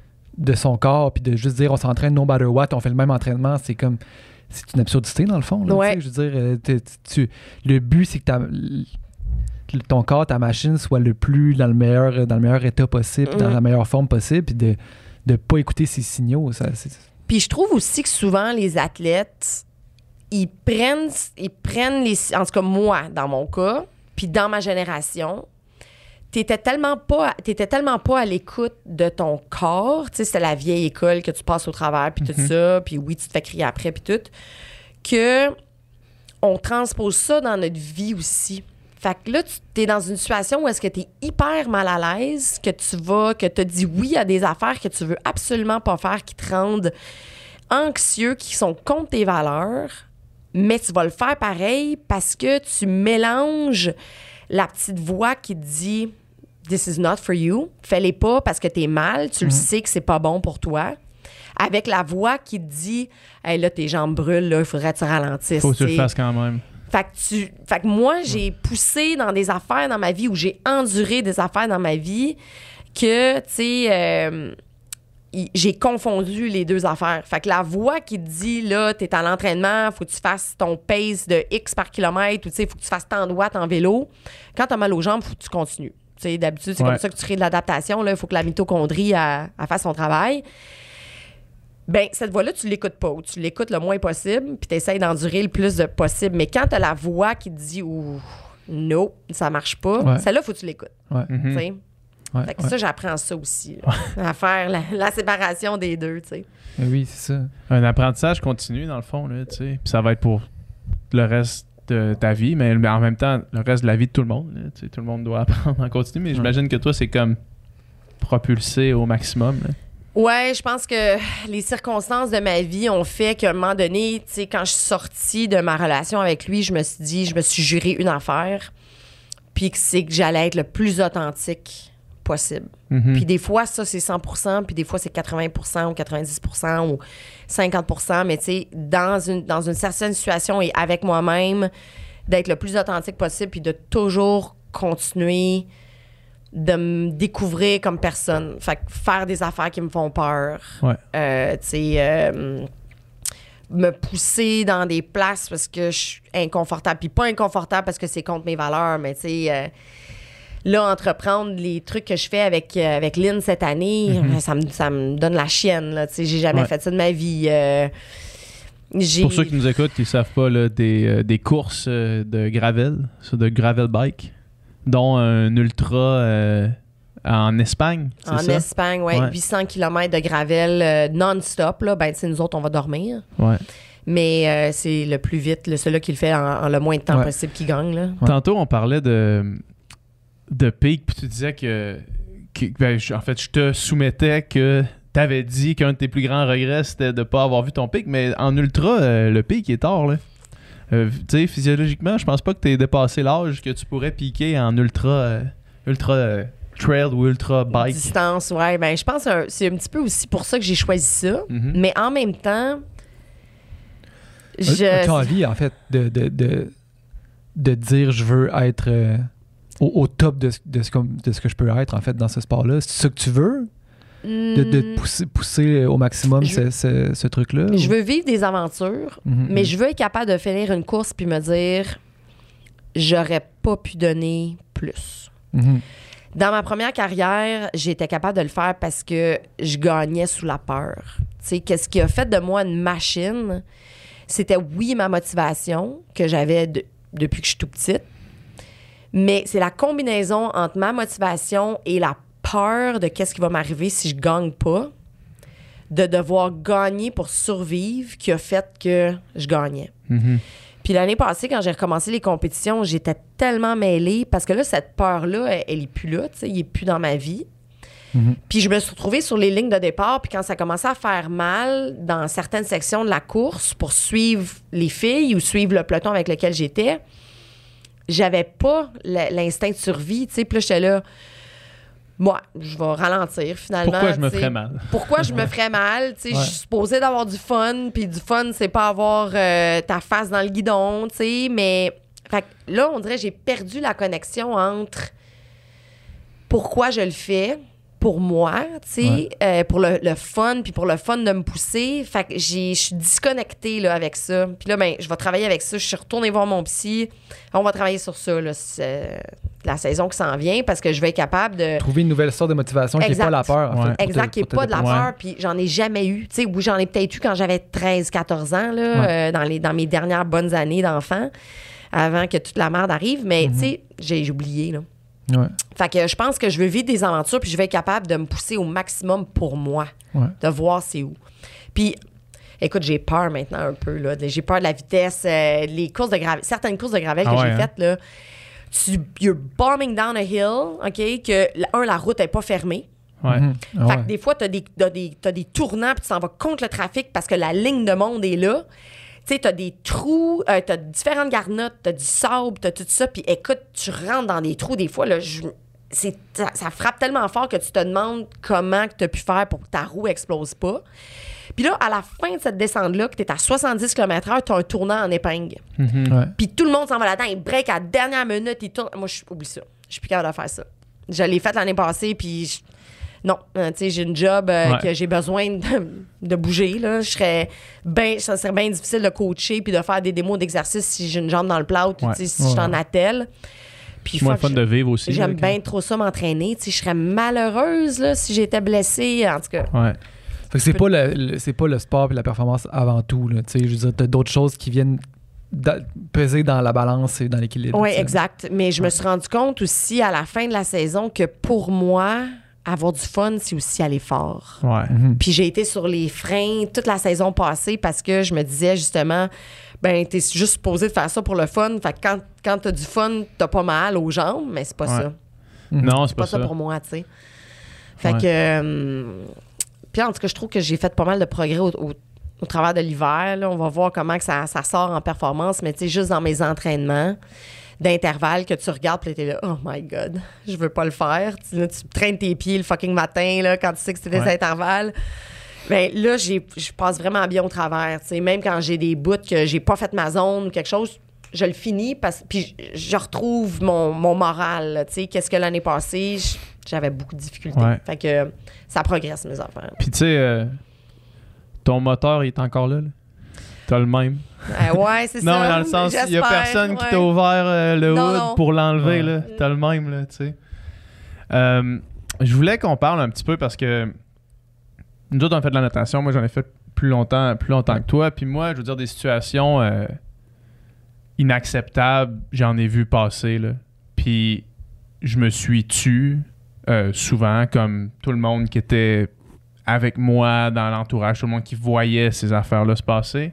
de son corps, puis de juste dire on s'entraîne no matter what, on fait le même entraînement, c'est comme. C'est une absurdité, dans le fond. Là, Ouais. tu sais. Je veux dire, euh, t'es- tu, le but, c'est que ta- l- ton corps, ta machine soit le plus dans le meilleur, dans le meilleur état possible, puis dans Mm. la meilleure forme possible, puis de ne pas écouter ses signaux. Ça, c'est- Puis je trouve aussi que souvent, les athlètes, ils prennent, ils prennent les... En tout cas, moi, dans mon cas, puis dans ma génération, t'étais tellement pas, t'étais tellement pas à l'écoute de ton corps, tu sais, c'était la vieille école que tu passes au travers, puis tout ça, puis oui, tu te fais crier après, puis tout, que on transpose ça dans notre vie aussi. Fait que là, tu es dans une situation où est-ce que tu es hyper mal à l'aise, que tu vas, que tu dis oui à des affaires que tu veux absolument pas faire, qui te rendent anxieux, qui sont contre tes valeurs, mais tu vas le faire pareil parce que tu mélanges la petite voix qui te dit « This is not for you », fais-les pas parce que tu es mal, tu le sais que c'est pas bon pour toi, avec la voix qui te dit « Hey, là, tes jambes brûlent, là, il faudrait que tu ralentisses. » Faut que tu le t'sais. fasses quand même. Fait que, tu, fait que moi, j'ai poussé dans des affaires dans ma vie ou j'ai enduré des affaires dans ma vie que, tu sais, euh, y- j'ai confondu les deux affaires. Fait que la voix qui te dit, là, t'es à l'entraînement, faut que tu fasses ton pace de X par kilomètre ou, tu sais, faut que tu fasses tant de watts en vélo. Quand t'as mal aux jambes, faut que tu continues. Tu sais, d'habitude, c'est Ouais. comme ça que tu crées de l'adaptation. Là, il faut que la mitochondrie elle, elle fasse son travail. Ben, cette voix-là, tu l'écoutes pas ou tu l'écoutes le moins possible, puis tu essaies d'endurer le plus de possible. Mais quand tu as la voix qui te dit, ouh, non, ça marche pas, Ouais. celle-là, faut que tu l'écoutes. Ouais. Mhm. tu sais. Ouais, Fait que ouais. ça, j'apprends ça aussi, là, à faire la, la séparation des deux, tu sais. Mais oui, c'est ça. Un apprentissage continu, dans le fond, là, tu sais. Puis ça va être pour le reste de ta vie, mais mais en même temps, le reste de la vie de tout le monde. Là, tu sais, tout le monde doit apprendre en continu, mais j'imagine que toi, c'est comme propulsé au maximum. Là. Ouais, je pense que les circonstances de ma vie ont fait qu'à un moment donné, tu sais, quand je suis sortie de ma relation avec lui, je me suis dit, je me suis juré une affaire, puis que c'est que j'allais être le plus authentique possible. Mm-hmm. Puis des fois, ça, c'est cent pour cent, puis des fois, c'est quatre-vingts pour cent ou quatre-vingt-dix pour cent ou cinquante pour cent, mais tu sais, dans une, dans une certaine situation et avec moi-même, d'être le plus authentique possible, puis de toujours continuer de me découvrir comme personne. Fait que faire des affaires qui me font peur. Ouais. Euh, tu sais, euh, me pousser dans des places parce que je suis inconfortable. Puis pas inconfortable parce que c'est contre mes valeurs, mais tu sais, euh, là, entreprendre les trucs que je fais avec, euh, avec Lynn cette année, Mm-hmm. ça, me, ça me donne la chienne, là. Tu sais, j'ai jamais Ouais. fait ça de ma vie. Euh, j'ai... Pour ceux qui nous écoutent, qui ne savent pas, là, des, euh, des courses euh, de gravel, ça, de gravel bike, dont un ultra euh, en Espagne, c'est En ça? Espagne, ouais, Ouais. huit cents kilomètres de gravel euh, non-stop. Là. Ben, tu sais, nous autres, on va dormir. Ouais. Mais euh, c'est le plus vite, le celui qui le fait en, en le moins de temps Ouais. possible qui gagne. Là. Ouais. Tantôt, on parlait de, de pic, puis tu disais que, que ben, je- en fait, je te soumettais que tu avais dit qu'un de tes plus grands regrets, c'était de ne pas avoir vu ton pic, mais en ultra, euh, le pic est tard, là. Euh, tu sais, physiologiquement, je pense pas que tu aies dépassé l'âge que tu pourrais piquer en ultra, euh, ultra euh, trail ou ultra bike. Distance, ouais. Ben, je pense que c'est un petit peu aussi pour ça que j'ai choisi ça. Mhm. Mais en même temps, As-tu je... envie, en fait, de, de, de, de dire je veux être euh, au, au top de, ce- de, ce, comme- de ce que je peux être, en fait, dans ce sport-là? C'est ça que tu veux? De, de Hmm, pousser, pousser au maximum Je- ce, ce, ce truc-là? je ou- veux vivre des aventures, Mhm, mais mhm. je veux être capable de finir une course puis me dire j'aurais pas pu donner plus. Mhm. Dans ma première carrière, j'étais capable de le faire parce que je gagnais sous la peur. Tu sais, qu'est-ce qui a fait de moi une machine? C'était, oui, ma motivation que j'avais de- depuis que je suis tout petite, mais c'est la combinaison entre ma motivation et la peur de qu'est-ce qui va m'arriver si je gagne pas, de devoir gagner pour survivre, qui a fait que je gagnais. Mhm. Puis l'année passée, quand j'ai recommencé les compétitions, j'étais tellement mêlée parce que là, cette peur-là, elle, elle est plus là, tu sais, il est plus dans ma vie. Mhm. Puis je me suis retrouvée sur les lignes de départ, puis quand ça commençait à faire mal dans certaines sections de la course pour suivre les filles ou suivre le peloton avec lequel j'étais, j'avais pas le- l'instinct de survie, tu sais. Puis là, j'étais là, moi, je vais ralentir finalement. Pourquoi je me tu sais. ferais mal? Pourquoi je me ferais mal? Tu sais, Ouais. je suis supposée d'avoir du fun, puis du fun, c'est pas avoir euh, ta face dans le guidon, tu sais, mais fait que là, on dirait que j'ai perdu la connexion entre pourquoi je le fais pour moi, tu sais, Ouais. euh, pour le, le fun, puis pour le fun de me pousser. Fait que j'ai- je suis disconnectée là, avec ça. Puis là, ben, je vais travailler avec ça. Je suis retournée voir mon psy. On va travailler sur ça, là, c'est la saison qui s'en vient, parce que je vais être capable de... Trouver une nouvelle sorte de motivation qui n'est Exact. pas la peur, en Ouais. fait. pour te- Exact, qui n'est pour te pas de la dépasser. peur, puis j'en ai jamais eu. Tu sais, oui, j'en ai peut-être eu quand j'avais treize quatorze ans, là, Ouais. euh, dans, les, dans mes dernières bonnes années d'enfant, avant que toute la merde arrive, mais Mhm. tu sais, j'ai j'ai oublié, là. Ouais. Fait que je pense que je veux vivre des aventures, puis je vais être capable de me pousser au maximum pour moi, Ouais. de voir c'est où. Puis, écoute, j'ai peur maintenant un peu, là. J'ai peur de la vitesse, euh, les courses de gravel, certaines courses de gravel Ah que ouais, j'ai hein? faites, là. Tu, you're bombing down a hill, OK, que, un, la route n'est pas fermée. Ouais. Mhm. Ah Fait ouais. que des fois, t'as des, t'as des, t'as des tournants puis tu s'en vas contre le trafic parce que la ligne de monde est là. Tu sais, t'as des trous, euh, t'as différentes garnottes, t'as du sable, t'as tout ça. Puis écoute, tu rentres dans des trous des fois, là, je- c'est, ça, ça frappe tellement fort que tu te demandes comment tu as pu faire pour que ta roue explose pas. Puis là, à la fin de cette descente-là, que t'es à soixante-dix kilomètres heure, t'as un tournant en épingle. Mhm. Ouais. Puis tout le monde s'en va là-dedans, il break à la dernière minute, il tourne. Moi, je oublie ça. Je suis plus capable de faire ça. Je l'ai fait l'année passée, puis je- non, euh, tu sais, j'ai une job euh, Ouais. que j'ai besoin de, de bouger, là. Je serais ben, ça serait bien difficile de coacher puis de faire des démos d'exercice si j'ai une jambe dans le plâtre ou Ouais. tu sais, si je suis en Ouais. attelle. Puis C'est moins le fuck, fun de vivre aussi. j'aime là, bien trop ça m'entraîner. Tu sais, je serais malheureuse là, si j'étais blessée, en tout cas. que- Ouais. Fait que c'est pas le, le- c'est pas le sport et la performance avant tout. Là. Tu sais, je veux dire, t'as d'autres choses qui viennent da- peser dans la balance et dans l'équilibre. Oui, tu sais. exact. Mais je me suis rendu compte aussi à la fin de la saison que pour moi, avoir du fun, c'est aussi aller fort. Ouais. Mhm. Puis j'ai été sur les freins toute la saison passée parce que je me disais justement, ben t'es juste supposé de faire ça pour le fun. Fait que quand, quand t'as du fun, t'as pas mal aux jambes, mais c'est pas Ouais. ça. Mhm. Non, c'est C'est pas, pas ça ça. pour moi, tu sais. Fait Ouais. que... euh, puis en tout cas, je trouve que j'ai fait pas mal de progrès au, au, au travers de l'hiver. Là. On va voir comment que ça, ça sort en performance, mais tu sais, juste dans mes entraînements d'intervalle que tu regardes, puis t'es là, oh my God, je veux pas le faire. Tu, là, tu traînes tes pieds le fucking matin là, quand tu sais que c'est des Ouais. intervalles. Ben là, j'ai, je passe vraiment bien au travers. T'sais. Même quand j'ai des bouts que j'ai pas fait ma zone ou quelque chose, je le finis, parce, puis je, je retrouve mon, mon moral. Là, t'sais. Qu'est-ce que l'année passée, je- j'avais beaucoup de difficultés. Ouais. Fait que ça progresse, mes affaires. Puis tu sais, euh, ton moteur, il est encore là. là. T'as le même. Euh, ouais, c'est ça. Non, mais dans le sens, il y a J'espère, personne qui ouais. t'a ouvert euh, le Non, hood non. pour l'enlever. Ouais. là. T'as le même, là, tu sais. Euh, je voulais qu'on parle un petit peu parce que nous autres, on a fait de la natation. Moi, j'en ai fait plus longtemps, plus longtemps que toi. Puis moi, je veux dire, des situations euh, inacceptables, j'en ai vu passer, là. Puis je me suis tu euh, souvent, comme tout le monde qui était avec moi dans l'entourage, tout le monde qui voyait ces affaires-là se passer.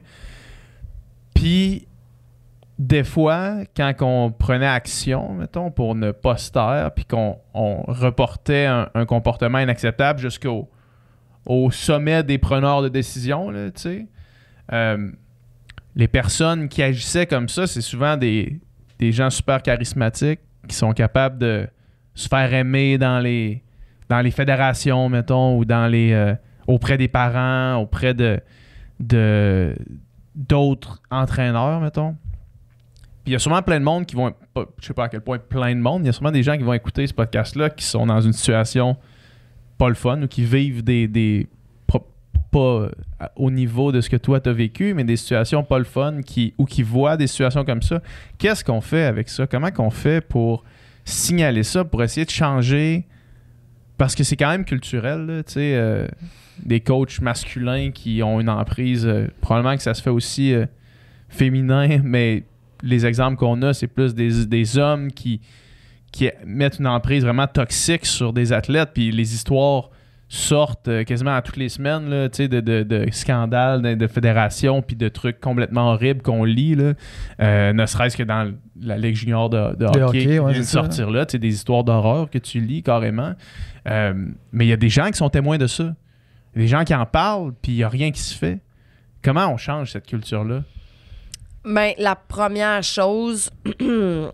Puis, des fois, quand on prenait action, mettons, pour ne pas se taire, puis qu'on on reportait un, un comportement inacceptable jusqu'au au sommet des preneurs de décision, là, tu sais, euh, les personnes qui agissaient comme ça, c'est souvent des, des gens super charismatiques qui sont capables de se faire aimer dans les, dans les fédérations, mettons, ou dans les, euh, auprès des parents, auprès de, de d'autres entraîneurs, mettons. Puis il y a sûrement plein de monde qui vont... Pas, je sais pas à quel point plein de monde, il y a sûrement des gens qui vont écouter ce podcast-là qui sont dans une situation pas le fun ou qui vivent des... des pas, pas au niveau de ce que toi t'as vécu, mais des situations pas le fun qui, ou qui voient des situations comme ça. Qu'est-ce qu'on fait avec ça? Comment qu'on fait pour signaler ça, pour essayer de changer? Parce que c'est quand même culturel, là, tu sais... Euh, des coachs masculins qui ont une emprise, euh, probablement que ça se fait aussi euh, féminin, mais les exemples qu'on a, c'est plus des, des hommes qui, qui mettent une emprise vraiment toxique sur des athlètes, puis les histoires sortent euh, quasiment à toutes les semaines, là, de, de, de scandales, de, de fédérations, puis de trucs complètement horribles qu'on lit, là, euh, ne serait-ce que dans la Ligue junior de, de hockey, hockey, qui ouais, vient de c'est ça. sortir là, des histoires d'horreur que tu lis carrément. Euh, mais il y a des gens qui sont témoins de ça. Des gens qui en parlent, puis il n'y a rien qui se fait. Comment on change cette culture-là? Ben, la première chose, euh,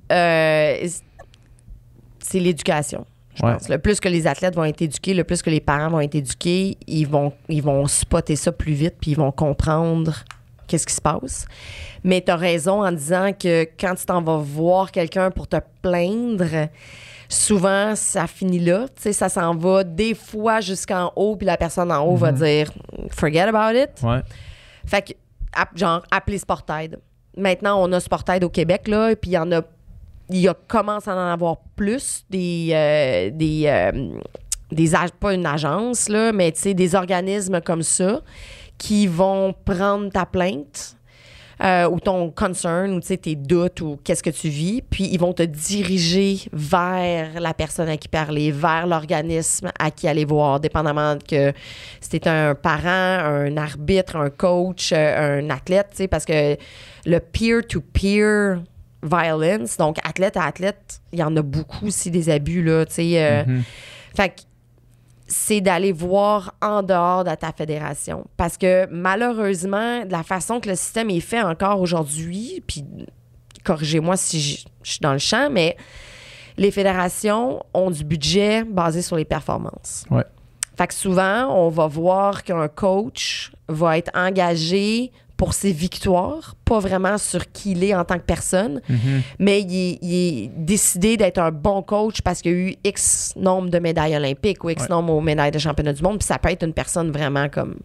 c'est l'éducation. Je Ouais. pense. Le plus que les athlètes vont être éduqués, le plus que les parents vont être éduqués, ils vont, ils vont spotter ça plus vite, puis ils vont comprendre qu'est-ce qui se passe. Mais tu as raison en disant que quand tu t'en vas voir quelqu'un pour te plaindre, souvent, ça finit là. Tu sais, ça s'en va des fois jusqu'en haut, puis la personne en haut va dire « forget about it ». Ouais. Fait que, app- genre, appeler Sportaid. Maintenant, on a Sportaid au Québec, là, et puis il y en a, il y a, commence à en avoir plus des, euh, des, euh, des ag- pas une agence, là, mais tu sais, des organismes comme ça qui vont prendre ta plainte euh, ou ton concern ou tu sais, tes doutes ou qu'est-ce que tu vis, puis ils vont te diriger vers la personne à qui parler, vers l'organisme à qui aller voir, dépendamment que si t'es un parent, un arbitre, un coach, euh, un athlète, tu sais, parce que le peer-to-peer violence, donc athlète à athlète, il y en a beaucoup aussi des abus, là, tu sais. euh, Mhm. Fait que c'est d'aller voir en dehors de ta fédération. Parce que malheureusement, de la façon que le système est fait encore aujourd'hui, puis corrigez-moi si je je suis dans le champ, mais les fédérations ont du budget basé sur les performances. Ouais. Fait que souvent, on va voir qu'un coach va être engagé pour ses victoires, pas vraiment sur qui il est en tant que personne, Mhm. mais il est, il est décidé d'être un bon coach parce qu'il y a eu X nombre de médailles olympiques ou X Ouais. nombre de médailles de championnat du monde, puis ça peut être une personne vraiment comme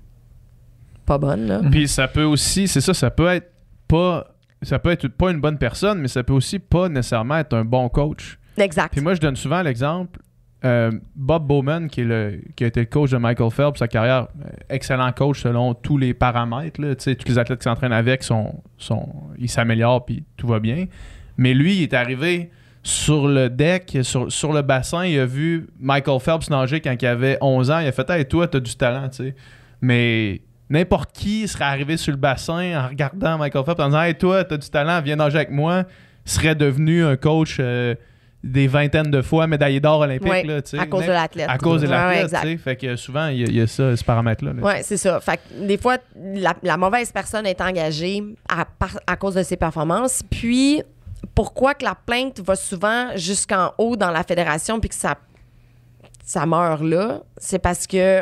pas bonne, là. Puis ça peut aussi, c'est ça, ça peut être pas, ça peut être pas une bonne personne, mais ça peut aussi pas nécessairement être un bon coach. Exact. Puis moi, je donne souvent l'exemple, euh, Bob Bowman, qui, est le, qui a été le coach de Michael Phelps, sa carrière, euh, excellent coach selon tous les paramètres. Là, tu sais, tous les athlètes qui s'entraînent avec, sont, sont, ils s'améliorent puis tout va bien. Mais lui, il est arrivé sur le deck, sur, sur le bassin, il a vu Michael Phelps nager quand il avait onze ans. Il a fait « Hey, toi, t'as du talent, tu sais. » Mais n'importe qui serait arrivé sur le bassin en regardant Michael Phelps en disant « Hey, toi, t'as du talent, viens nager avec moi. » serait devenu un coach... Euh, des vingtaines de fois médaillé d'or olympique. Ouais, Là, tu sais, à cause de l'athlète. À cause de Ouais, l'athlète, exact. tu sais. Fait que souvent, il y, a- il y a ça, ce paramètre-là. là. Oui, c'est ça. Fait que des fois, la, la mauvaise personne est engagée à, par- à cause de ses performances. Puis, pourquoi que la plainte va souvent jusqu'en haut dans la fédération puis que ça, ça meurt là? C'est parce que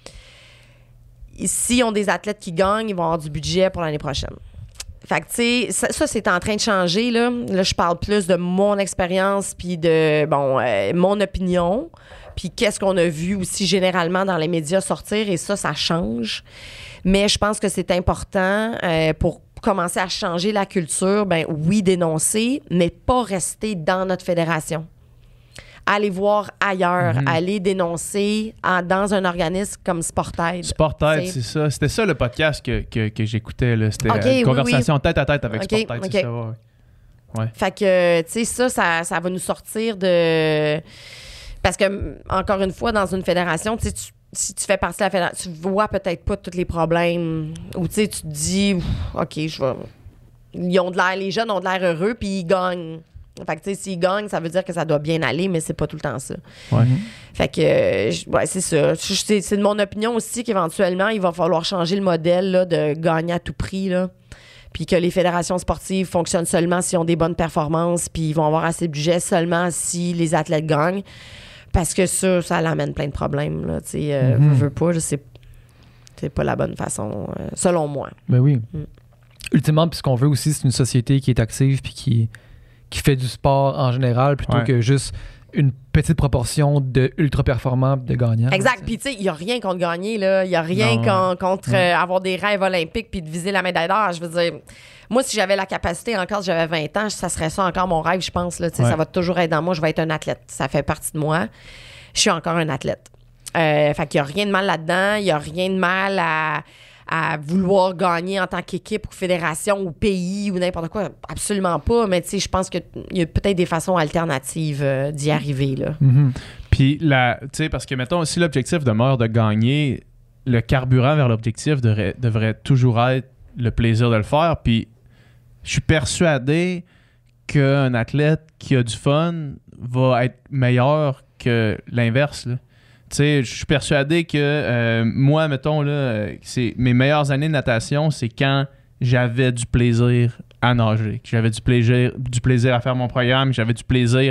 s'ils ont des athlètes qui gagnent, ils vont avoir du budget pour l'année prochaine. Fait que, tu sais, ça, ça, c'est en train de changer, là. Là, je parle plus de mon expérience puis de, bon, euh, mon opinion. Puis qu'est-ce qu'on a vu aussi généralement dans les médias sortir. Et ça, ça change. Mais je pense que c'est important euh, pour commencer à changer la culture. Ben oui, dénoncer, mais pas rester dans notre fédération. Aller voir ailleurs, Mhm. aller dénoncer en- dans un organisme comme Sportaid. Sportaid, T'sais. c'est ça. C'était ça le podcast que, que, que j'écoutais. Là. C'était Ok, euh, oui, une conversation oui. tête à tête avec Ok, Sportaid. ok. C'est ça, ouais. Fait que, tu sais, ça, ça, ça va nous sortir de... Parce que, encore une fois, dans une fédération, tu sais, tu- si tu fais partie de la fédération, tu vois peut-être pas tous les problèmes. Ou, tu sais, tu te dis, Ouf, OK, je vais... Ils ont de l'air, les jeunes ont de l'air heureux, puis ils gagnent. Fait que, tu sais, s'ils gagnent, ça veut dire que ça doit bien aller, mais c'est pas tout le temps ça. Ouais. Fait que, euh, je- ouais, c'est ça. Je- C'est, c'est de mon opinion aussi qu'éventuellement, il va falloir changer le modèle là, de gagner à tout prix, là. Puis que les fédérations sportives fonctionnent seulement s'ils ont des bonnes performances, puis ils vont avoir assez de budget seulement si les athlètes gagnent. Parce que ça, ça l'amène plein de problèmes, là. Tu sais, euh, Mhm. veux, veux pas, je sais, c'est pas la bonne façon, euh, selon moi. Ben oui. Mm. Ultimement, puis ce qu'on veut aussi, c'est une société qui est active puis qui, qui fait du sport en général plutôt Ouais. que juste une petite proportion de ultra performants de gagnants. Exact. Puis, tu sais, il n'y a rien contre gagner, là. Il n'y a rien Non, con- contre Ouais. euh, avoir des rêves olympiques puis de viser la médaille d'or. Je veux dire, moi, si j'avais la capacité encore, si j'avais vingt ans, ça serait ça encore mon rêve, je pense. Là. Tu sais, Ouais. Ça va toujours être dans moi. Je vais être un athlète. Ça fait partie de moi. Je suis encore un athlète. Euh, fait qu'il n'y a rien de mal là-dedans. Il n'y a rien de mal à, à vouloir gagner en tant qu'équipe ou fédération ou pays ou n'importe quoi. Absolument pas. Mais tu sais, je pense qu'il y a peut-être des façons alternatives euh, d'y arriver, là. Mhm. Puis, la, tu sais, parce que, mettons, si l'objectif demeure de gagner, le carburant vers l'objectif devrait, devrait toujours être le plaisir de le faire. Puis, je suis persuadé qu'un athlète qui a du fun va être meilleur que l'inverse, là. Tu sais, je suis persuadé que euh, moi, mettons, là, euh, c'est, mes meilleures années de natation, c'est quand j'avais du plaisir à nager, que j'avais du plaisir, du plaisir à faire mon programme, que j'avais du plaisir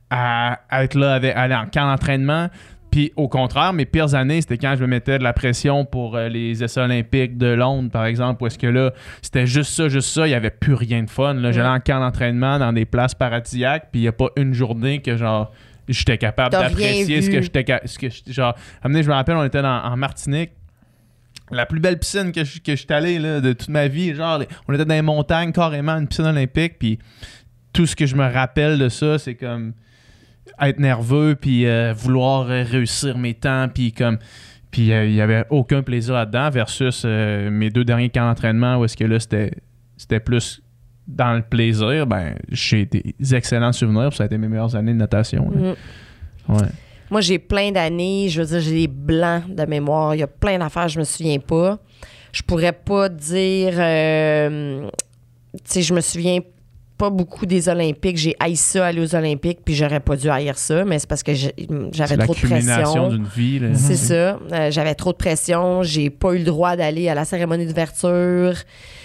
à, à être là, avec, à aller en camp d'entraînement. Puis au contraire, mes pires années, c'était quand je me mettais de la pression pour euh, les essais olympiques de Londres, par exemple, où est-ce que là, c'était juste ça, juste ça, il n'y avait plus rien de fun. Là. J'allais en camp d'entraînement dans des places paradisiaques, puis il n'y a pas une journée que genre j'étais capable T'as rien d'apprécier ce vu. que j'étais ca- ce que je- genre amené, je me rappelle, on était dans- en Martinique, la plus belle piscine que je que je suis allé là, de toute ma vie, genre les- on était dans les montagnes carrément, une piscine olympique, puis tout ce que je me rappelle de ça, c'est comme être nerveux, puis euh, vouloir euh, réussir mes temps, puis comme puis euh, il y avait aucun plaisir là-dedans versus euh, mes deux derniers camps d'entraînement où est-ce que là c'était c'était plus dans le plaisir. Ben j'ai des excellents souvenirs, puis ça a été mes meilleures années de natation là. Mm. Ouais. Moi, j'ai plein d'années, je veux dire, j'ai des blancs de mémoire. Il y a plein d'affaires, je me souviens pas. Je pourrais pas dire... euh, tu sais, je me souviens pas beaucoup des Olympiques. J'ai haï ça, aller aux Olympiques, puis j'aurais pas dû haïr ça, mais c'est parce que j'ai- j'avais C'est trop de l'accumulation pression. d'une vie là. C'est ça. Euh, j'avais trop de pression. J'ai pas eu le droit d'aller à la cérémonie d'ouverture.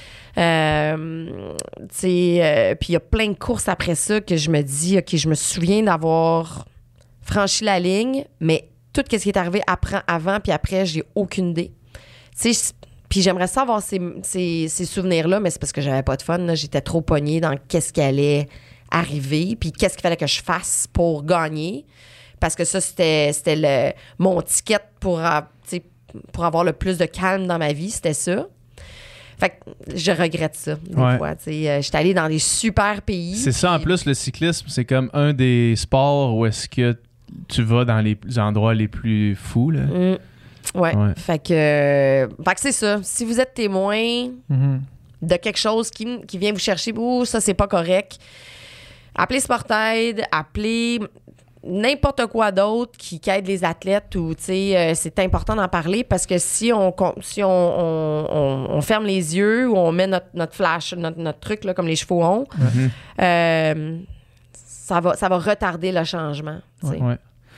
Euh, tu sais, euh, puis il y a plein de courses après ça que je me dis, OK, je me souviens d'avoir franchi la ligne, mais tout ce qui est arrivé après, avant puis après, j'ai aucune idée. Tu sais, puis j'aimerais ça avoir ces, ces, ces souvenirs-là, mais c'est parce que j'avais pas de fun. Là. J'étais trop pognée dans qu'est-ce qui allait arriver, puis qu'est-ce qu'il fallait que je fasse pour gagner. Parce que ça, c'était, c'était le, mon ticket pour, euh, tu sais, pour avoir le plus de calme dans ma vie, c'était ça. Fait que je regrette ça, des Ouais. fois. Tu sais, euh, j'étais allée dans des super pays. C'est ça, en puis- plus, le cyclisme, c'est comme un des sports où est-ce que tu vas dans les endroits les plus fous, là. Mm. Ouais. Ouais. Fait que, euh, fait que c'est ça. Si vous êtes témoin Mhm. de quelque chose qui, qui vient vous chercher, ouh, ça, c'est pas correct, appelez Sportaid, appelez n'importe quoi d'autre qui, qui aide les athlètes ou, tu sais, euh, c'est important d'en parler parce que si on con- si on, on, on- on ferme les yeux ou on met notre, notre flash, notre, notre truc, là, comme les chevaux ont, Mhm. euh, ça va, ça va retarder le changement. tu sais. Ouais.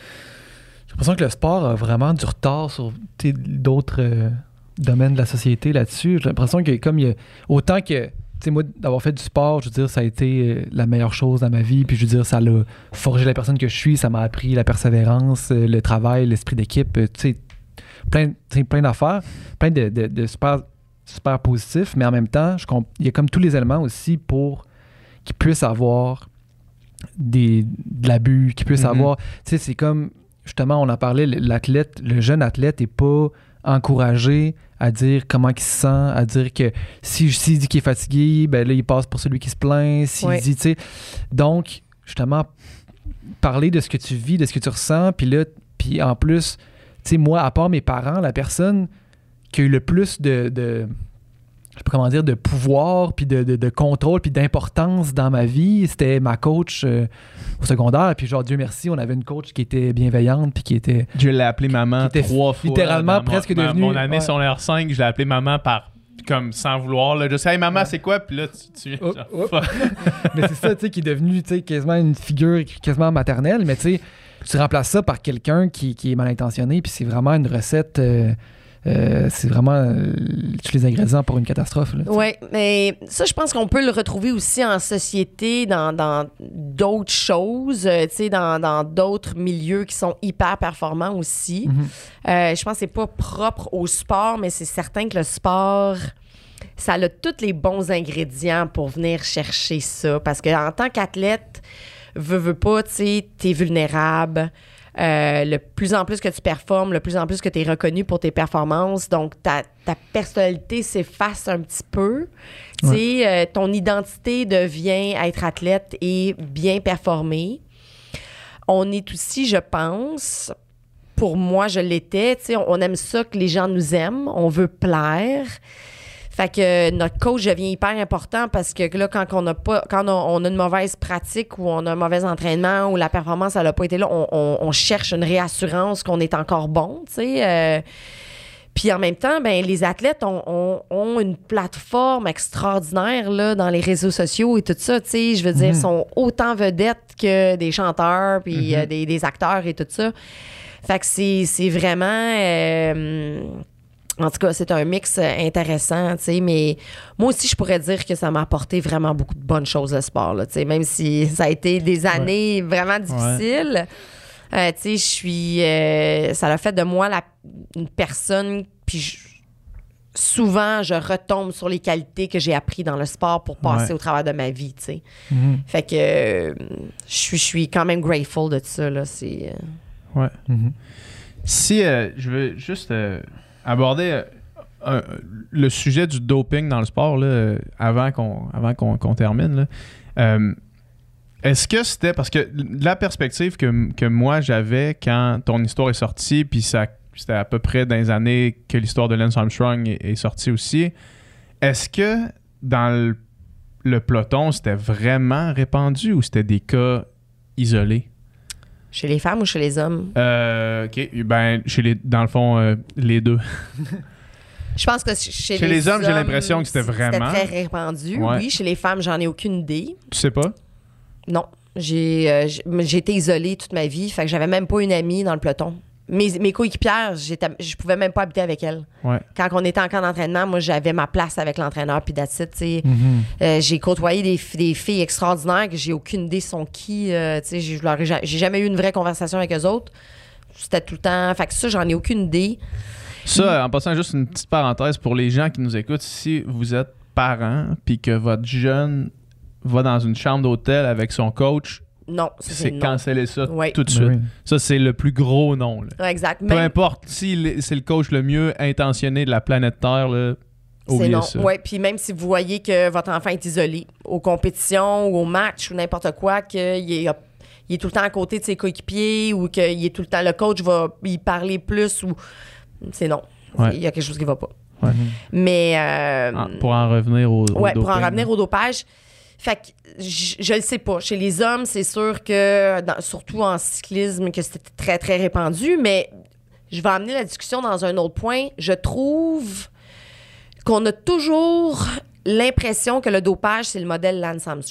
J'ai l'impression que le sport a vraiment du retard sur d'autres euh, domaines de la société là-dessus. J'ai l'impression que comme il y a autant que, tu sais, moi, d'avoir fait du sport, je veux dire, ça a été euh, la meilleure chose dans ma vie. Puis je veux dire, ça l'a forgé la personne que je suis. Ça m'a appris la persévérance, euh, le travail, l'esprit d'équipe, euh, tu sais, plein, plein d'affaires, plein de, de, de super, super positifs. Mais en même temps, je comp- il y a comme tous les éléments aussi pour qu'ils puissent avoir des, de l'abus, qu'ils puissent Mm-hmm. avoir... Tu sais, c'est comme... Justement, on en parlait, l'athlète, le jeune athlète n'est pas encouragé à dire comment il se sent, à dire que si s'il dit qu'il est fatigué, ben là, il passe pour celui qui se plaint. S'il Oui. dit, tu sais. Donc, justement, parler de ce que tu vis, de ce que tu ressens, puis là, puis en plus, tu sais, moi, à part mes parents, la personne qui a eu le plus de, de je sais pas comment dire, de pouvoir, puis de, de, de contrôle, puis d'importance dans ma vie, c'était ma coach euh, au secondaire. Puis genre, Dieu merci, on avait une coach qui était bienveillante, puis qui était... Je l'ai appelé maman Qui était trois fois. littéralement dans mon- presque ma- devenu- Mon année ouais. secondaire cinq, je l'ai appelé maman par comme sans vouloir. Là. Je sais, hey maman, Ouais. c'est quoi? Puis là, tu. tu Oh, genre, oh. fuck. Mais c'est ça, tu sais, qui est devenu, tu sais, quasiment une figure quasiment maternelle. Mais tu sais, tu remplaces ça par quelqu'un qui, qui est mal intentionné, puis c'est vraiment une recette... euh, euh, c'est vraiment euh, tous les ingrédients pour une catastrophe. Là, tu sais. Oui, mais ça, je pense qu'on peut le retrouver aussi en société, dans, dans d'autres choses, euh, tu sais, dans, dans d'autres milieux qui sont hyper performants aussi. Mhm. Euh, je pense que c'est pas propre au sport, mais c'est certain que le sport, ça a tous les bons ingrédients pour venir chercher ça. Parce qu'en tant qu'athlète, veux, veux pas, tu sais, t'es vulnérable. Euh, le plus en plus que tu performes, le plus en plus que tu es reconnu pour tes performances. Donc, ta, ta personnalité s'efface un petit peu. Tu sais, euh, ton identité devient être athlète et bien performer. On est aussi, je pense, pour moi, je l'étais, tu sais, on, on aime ça que les gens nous aiment, on veut plaire. Fait que notre coach devient hyper important parce que là, quand on a pas, quand on, on a une mauvaise pratique ou on a un mauvais entraînement ou la performance, elle n'a pas été là, on, on, on cherche une réassurance qu'on est encore bon, tu sais. Euh, puis en même temps, ben les athlètes ont, ont, ont une plateforme extraordinaire là, dans les réseaux sociaux et tout ça, tu sais. Je veux dire, Mhm. sont autant vedettes que des chanteurs puis Mhm. euh, des, des acteurs et tout ça. Fait que c'est, c'est vraiment... euh, en tout cas, c'est un mix euh, intéressant, tu sais, mais moi aussi, je pourrais dire que ça m'a apporté vraiment beaucoup de bonnes choses, le sport, là, tu sais, même si ça a été des années vraiment difficiles. Euh, tu sais, je suis... euh, ça a fait de moi la, une personne, puis je- souvent, je retombe sur les qualités que j'ai apprises dans le sport pour passer Ouais. au travers de ma vie, tu sais. Mhm. Fait que euh, je suis je suis quand même grateful de ça, là, c'est... euh, Ouais. Mhm. Si euh, je veux juste euh, aborder euh, un- le sujet du doping dans le sport là, euh, avant qu'on avant qu'on, qu'on termine. Là. Euh, est-ce que c'était parce que la perspective que, que moi j'avais quand ton histoire est sortie, puis ça c'était à peu près dans les années que l'histoire de Lance Armstrong est, est sortie aussi, est-ce que dans le, le peloton c'était vraiment répandu ou c'était des cas isolés? Chez les femmes ou chez les hommes? Euh, ok, ben, chez les, dans le fond, euh, les deux. Je pense que chez, Chez les hommes, j'ai l'impression que c'était vraiment- C'était très répandu, Ouais. oui. Chez les femmes, j'en ai aucune idée. Tu sais pas? Non. J'ai, euh, j'ai, j'ai été isolée toute ma vie, fait que j'avais même pas une amie dans le peloton. Mes, mes coéquipières, j'étais, je pouvais même pas habiter avec elles. Ouais. Quand on était en camp d'entraînement, moi, j'avais ma place avec l'entraîneur, puis that's it, tu sais. Mhm. Euh, j'ai côtoyé des, fi- des filles extraordinaires que j'ai aucune idée sont qui. euh, tu sais, j'ai, je leur ai ja- j'ai jamais eu une vraie conversation avec eux autres. C'était tout le temps... Fait que ça, j'en ai aucune idée. Ça, en passant, juste une petite parenthèse pour les gens qui nous écoutent, si vous êtes parent puis que votre jeune va dans une chambre d'hôtel avec son coach, Non, ça, c'est, c'est non. canceller ça Ouais. tout de Ben suite. oui. Ça, c'est le plus gros nom. Là. Ouais, exact. Peu Même- importe si c'est le coach le mieux intentionné de la planète Terre, là, C'est oubliez non. ça. Ouais, puis même si vous voyez que votre enfant est isolé aux compétitions ou au match ou n'importe quoi, qu'il est, il est tout le temps à côté de ses coéquipiers ou qu'il est tout le temps... Le coach va y parler plus ou... C'est non. Ouais. Il y a quelque chose qui va pas. Ouais. Mais... euh, En- pour en revenir au, au ouais, pour en doping, revenir là. au dopage. Fait que je, je le sais pas. Chez les hommes, c'est sûr que, dans- surtout en cyclisme, que c'était très, très répandu, mais je vais amener la discussion dans un autre point. Je trouve qu'on a toujours l'impression que le dopage, c'est le modèle Lance Armstrong.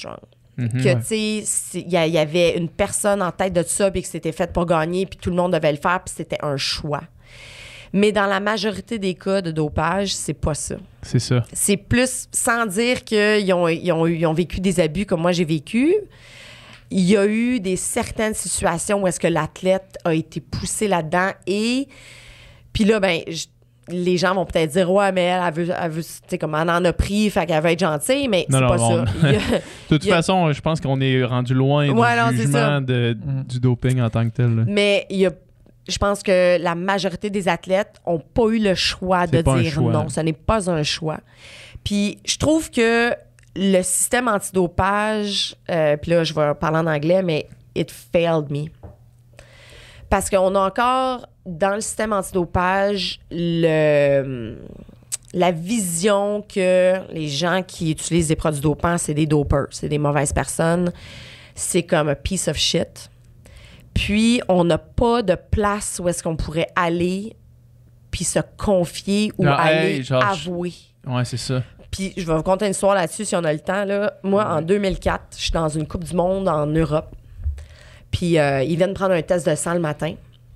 Mm-hmm, que, ouais. tu sais, il y, y avait une personne en tête de ça, puis que c'était fait pour gagner, puis tout le monde devait le faire, puis c'était un choix. Mais dans la majorité des cas de dopage, c'est pas ça. C'est ça. C'est plus, sans dire qu'ils ont, ils ont, ils ont vécu des abus comme moi j'ai vécu, il y a eu des certaines situations où est-ce que l'athlète a été poussé là-dedans et puis là, ben, je, les gens vont peut-être dire « Ouais, mais elle, elle veut, elle veut tu sais, comme elle en a pris, fait qu'elle veut être gentille, mais Non, c'est non, pas on- ça. Il y a- De toute il y a- façon, je pense qu'on est rendu loin Ouais, du non, c'est ça. jugement de, Mm. du doping en tant que tel. là. Mais il y a, je pense que la majorité des athlètes n'ont pas eu le choix de C'est pas un dire choix. non. Ce n'est pas un choix. Puis je trouve que le système antidopage, euh, puis là, je vais parler en anglais, mais it failed me. Parce qu'on a encore, dans le système antidopage, le, la vision que les gens qui utilisent des produits dopants, c'est des dopers, c'est des mauvaises personnes. C'est comme un piece of shit. Puis, on n'a pas de place où est-ce qu'on pourrait aller puis se confier ou Ah, aller hey, genre, avouer. Ouais, c'est ça. Puis, je vais vous conter une histoire là-dessus si on a le temps. Là. Moi, en deux mille quatre, je suis dans une Coupe du monde en Europe. Puis, euh, ils viennent prendre un test de sang le matin.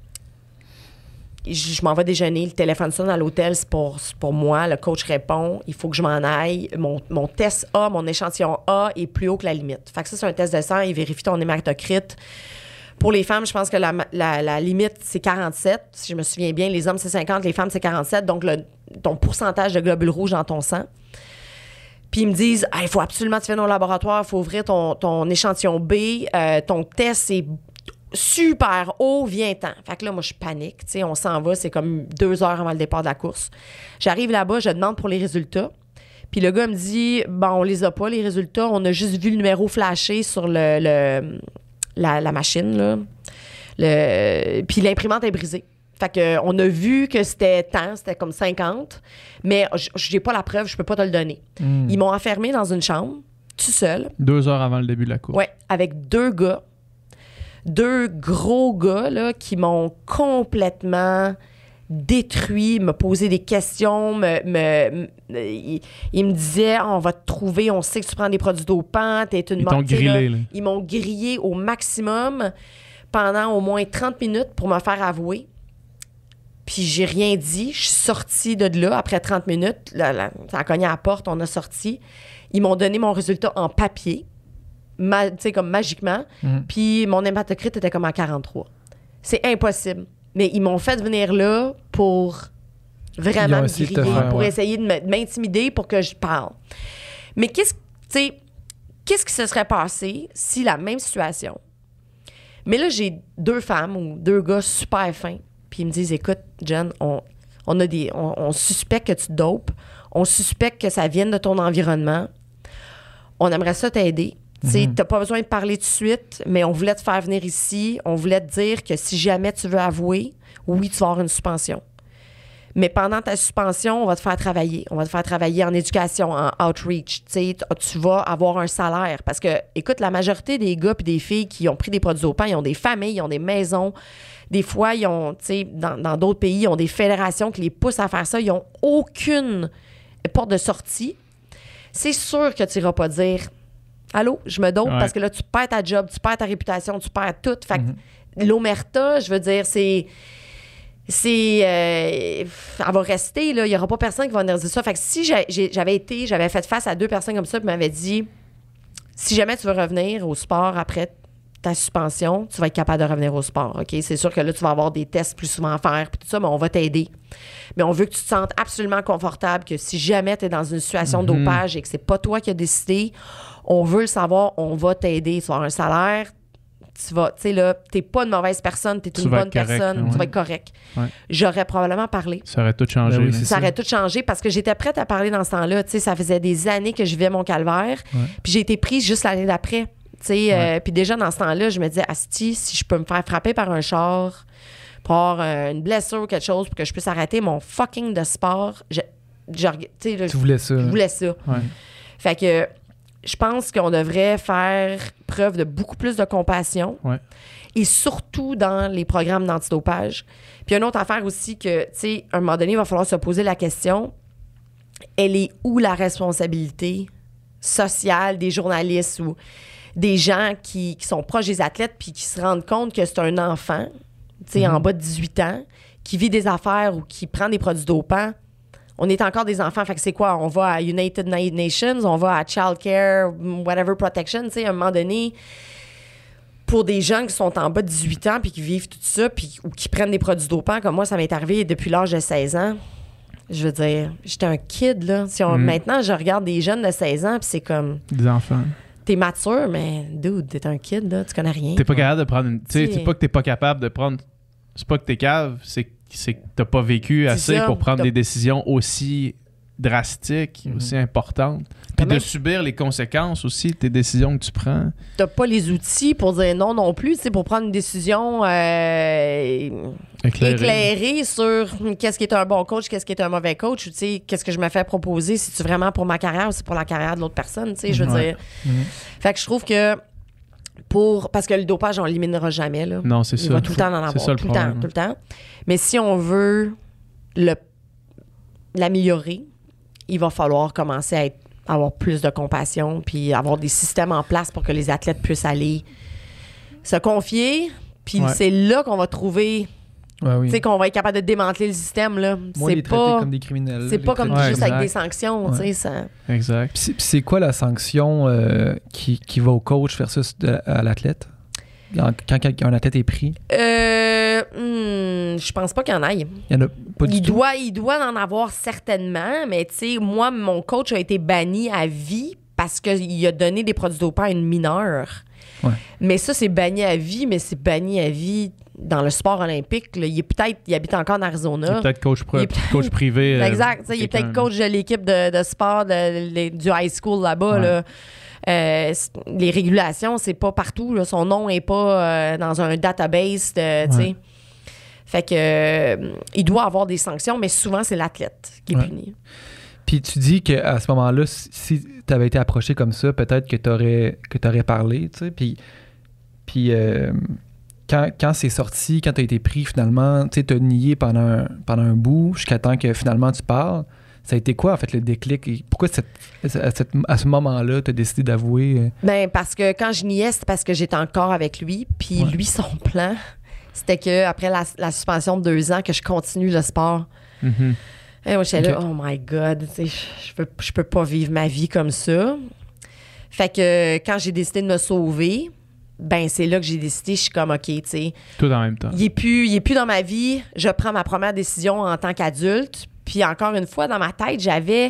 Je, je m'en vais déjeuner. Le téléphone sonne à l'hôtel, c'est pour, c'est pour moi. Le coach répond, il faut que je m'en aille. Mon, mon test A, mon échantillon A est plus haut que la limite. Fait que ça, c'est un test de sang. Il vérifie ton hématocrite. Pour les femmes, je pense que la, la, la limite, c'est quarante-sept. Si je me souviens bien, les hommes, c'est cinquante, les femmes, c'est quarante-sept. Donc, le, ton pourcentage de globules rouges dans ton sang. Puis, ils me disent, il faut absolument que tu viennes au laboratoire, il faut ouvrir ton, ton échantillon B. Euh, ton test, c'est super haut, viens-t'en. Fait que là, moi, je panique. Tu sais, on s'en va, c'est comme deux heures avant le départ de la course. J'arrive là-bas, je demande pour les résultats. Puis le gars me dit, bon, on les a pas, les résultats. On a juste vu le numéro flasher sur le... le La, la machine, là. Le, puis l'imprimante est brisée. Fait que, on a vu que c'était tant, c'était comme cinquante, mais j- j'ai pas la preuve, je peux pas te le donner. Mm. Ils m'ont enfermé dans une chambre, tout seul, Deux heures avant le début de la course. ouais, avec deux gars, deux gros gars, là, qui m'ont complètement détruit, me poser des questions, me, me, me- ils, ils me disaient, on va te trouver, on sait que tu prends des produits dopants, t'es une Ils t'ont mortelle, grillé, là. là. Ils m'ont grillé au maximum pendant au moins trente minutes pour me faire avouer. Puis j'ai rien dit. Je suis sortie de là après trente minutes. Là, là, ça a cogné à la porte, on a sorti. Ils m'ont donné mon résultat en papier, ma- tu sais, comme magiquement. Mhm. Puis mon hématocrite était comme à quarante-trois. C'est impossible. Mais ils m'ont fait venir là pour Ils vraiment ont me essayé de te griller, faire, pour ouais. essayer de me- de m'intimider pour que je parle. Mais qu'est-ce, tu sais, qu'est-ce qui se serait passé si la même situation... Mais là, j'ai deux femmes ou deux gars super fins, puis ils me disent, écoute, Jen, on, on, a des, on, on suspecte que tu te dopes, on suspecte que ça vienne de ton environnement, on aimerait ça t'aider. Tu sais, Mhm. t'as pas besoin de parler tout de suite, mais on voulait te faire venir ici, on voulait te dire que si jamais tu veux avouer, oui, tu vas avoir une suspension. Mais pendant ta suspension, on va te faire travailler. On va te faire travailler en éducation, en outreach. Tu sais, t- tu vas avoir un salaire. Parce que, écoute, la majorité des gars et des filles qui ont pris des produits dopants, ils ont des familles, ils ont des maisons. Des fois, ils ont, tu sais, dans, dans d'autres pays, ils ont des fédérations qui les poussent à faire ça. Ils n'ont aucune porte de sortie. C'est sûr que tu n'iras pas dire « Allô, je me dope » Ouais. parce que là, tu perds ta job, tu perds ta réputation, tu perds tout. Fait que l'omerta, je veux dire, c'est... c'est euh, elle va rester, là. Il n'y aura pas personne qui va venir dire ça. Fait que si j'ai- j'ai- j'avais été, j'avais fait face à deux personnes comme ça qui m'avaient dit si jamais tu veux revenir au sport après ta suspension, tu vas être capable de revenir au sport. OK? C'est sûr que là, tu vas avoir des tests plus souvent à faire, puis tout ça, mais on va t'aider. Mais on veut que tu te sentes absolument confortable, que si jamais tu es dans une situation de dopage et que c'est pas toi qui as décidé, on veut le savoir, on va t'aider. Tu vas avoir un salaire, tu vas, tu sais, là, t'es pas une mauvaise personne, t'es Tu une vas bonne être correct, personne, ouais. tu vas être correct. Ouais. J'aurais probablement parlé. Ça aurait tout changé. Ben oui, là. c'est Ça ça. aurait tout changé parce que j'étais prête à parler dans ce temps-là. Tu sais, ça faisait des années que je vivais mon calvaire. Ouais. Puis j'ai été prise juste l'année d'après. Tu sais, euh, puis déjà dans ce temps-là, je me disais, Asti, si je peux me faire frapper par un char pour avoir euh, une blessure ou quelque chose pour que je puisse arrêter mon fucking de sport, je, je, tu sais, là, Tu voulais ça. je hein? voulais ça. Ouais. Fait que je pense qu'on devrait faire preuve de beaucoup plus de compassion. Ouais. Et surtout dans les programmes d'antidopage. Puis une autre affaire aussi que, tu sais, à un moment donné, il va falloir se poser la question, elle est où la responsabilité sociale des journalistes ou des gens qui, qui sont proches des athlètes puis qui se rendent compte que c'est un enfant, tu sais, Mm-hmm. en bas de dix-huit ans, qui vit des affaires ou qui prend des produits dopants. On est encore des enfants. Fait que c'est quoi? On va à United Nations, on va à Child Care, whatever protection, tu sais, à un moment donné, pour des gens qui sont en bas de dix-huit ans puis qui vivent tout ça puis, ou qui prennent des produits dopants, comme moi, ça m'est arrivé depuis l'âge de seize ans. Je veux dire, j'étais un kid, là. Si on, Mm. Maintenant, je regarde des jeunes de seize ans puis c'est comme, Des enfants. t'es mature, mais dude, t'es un kid, là, tu connais rien. T'es pas capable de prendre une. Tu sais, T'sais- c'est pas que t'es pas capable de prendre. C'est pas que t'es cave, c'est c'est que t'as pas vécu C'est assez ça, pour prendre t'as- des décisions aussi drastiques, Mhm. aussi importantes. T'as Puis de même- subir les conséquences aussi de tes décisions que tu prends. T'as pas les outils pour dire non non plus, tu sais, pour prendre une décision euh, éclairée sur qu'est-ce qui est un bon coach, qu'est-ce qui est un mauvais coach, ou tu sais, qu'est-ce que je me fais proposer, si c'est vraiment pour ma carrière ou c'est pour la carrière de l'autre personne, tu sais, je veux Ouais. dire. Mhm. Fait que je trouve que pour parce que le dopage on l'éliminera jamais là. Non, c'est Il ça. va tout le temps en avoir, C'est ça le tout le temps, problème. tout le temps. Mais si on veut le l'améliorer, il va falloir commencer à être, avoir plus de compassion puis avoir des systèmes en place pour que les athlètes puissent aller se confier. Puis Ouais. c'est là qu'on va trouver, Ouais, oui. tu sais, qu'on va être capable de démanteler le système là. Moi, C'est les traiter pas, comme des criminels. c'est les pas comme traiter- Ouais, juste avec exact. des sanctions, tu sais. Ça... Exact. Puis c'est, puis c'est quoi la sanction euh, qui, qui va au coach versus de- à l'athlète? Quand, quand un athlète est pris, Euh, hmm, je pense pas qu'il y en aille. il n'y en a pas du Il tout. doit, il doit en avoir certainement, mais tu sais, moi, mon coach a été banni à vie parce qu'il a donné des produits dopants à une mineure. Ouais. Mais ça, c'est banni à vie, mais c'est banni à vie dans le sport olympique. Là. Il est peut-être, il habite encore en C'est Arizona. peut-être coach, pro- Il est- coach privé. euh, Exact. tu sais, Il est quelqu'un- peut-être coach de l'équipe de, de sport de- les- du high school là-bas. Ouais. Là. Euh, c- les régulations, c'est pas partout. Là. Son nom est pas euh, dans un database. de, tu sais. Ouais. Fait que euh, il doit avoir des sanctions, mais souvent c'est l'athlète qui est Ouais. puni. Puis tu dis qu'à ce moment-là, si, si tu avais été approché comme ça, peut-être que tu aurais, que t'aurais parlé, tu sais. Puis, puis euh, quand, quand c'est sorti, quand tu as été pris finalement, tu sais, tu as nié pendant un, pendant un bout jusqu'à temps que finalement tu parles. Ça a été quoi, en fait, le déclic? Et pourquoi cette, à, cette- à ce moment-là, tu as décidé d'avouer? euh, Ben parce que quand je niais, c'était parce que j'étais encore avec lui. Puis Ouais. lui, son plan, c'était que après la, la suspension de deux ans, que je continue le sport. Mhm. Et moi, j'étais là, Ok. oh my God, tu sais, je, je peux, je peux pas vivre ma vie comme ça. Fait que quand j'ai décidé de me sauver, ben c'est là que j'ai décidé, je suis comme, OK, tu sais, Tout en même temps. il est plus, il est plus dans ma vie, je prends ma première décision en tant qu'adulte. Puis encore une fois, dans ma tête, j'avais,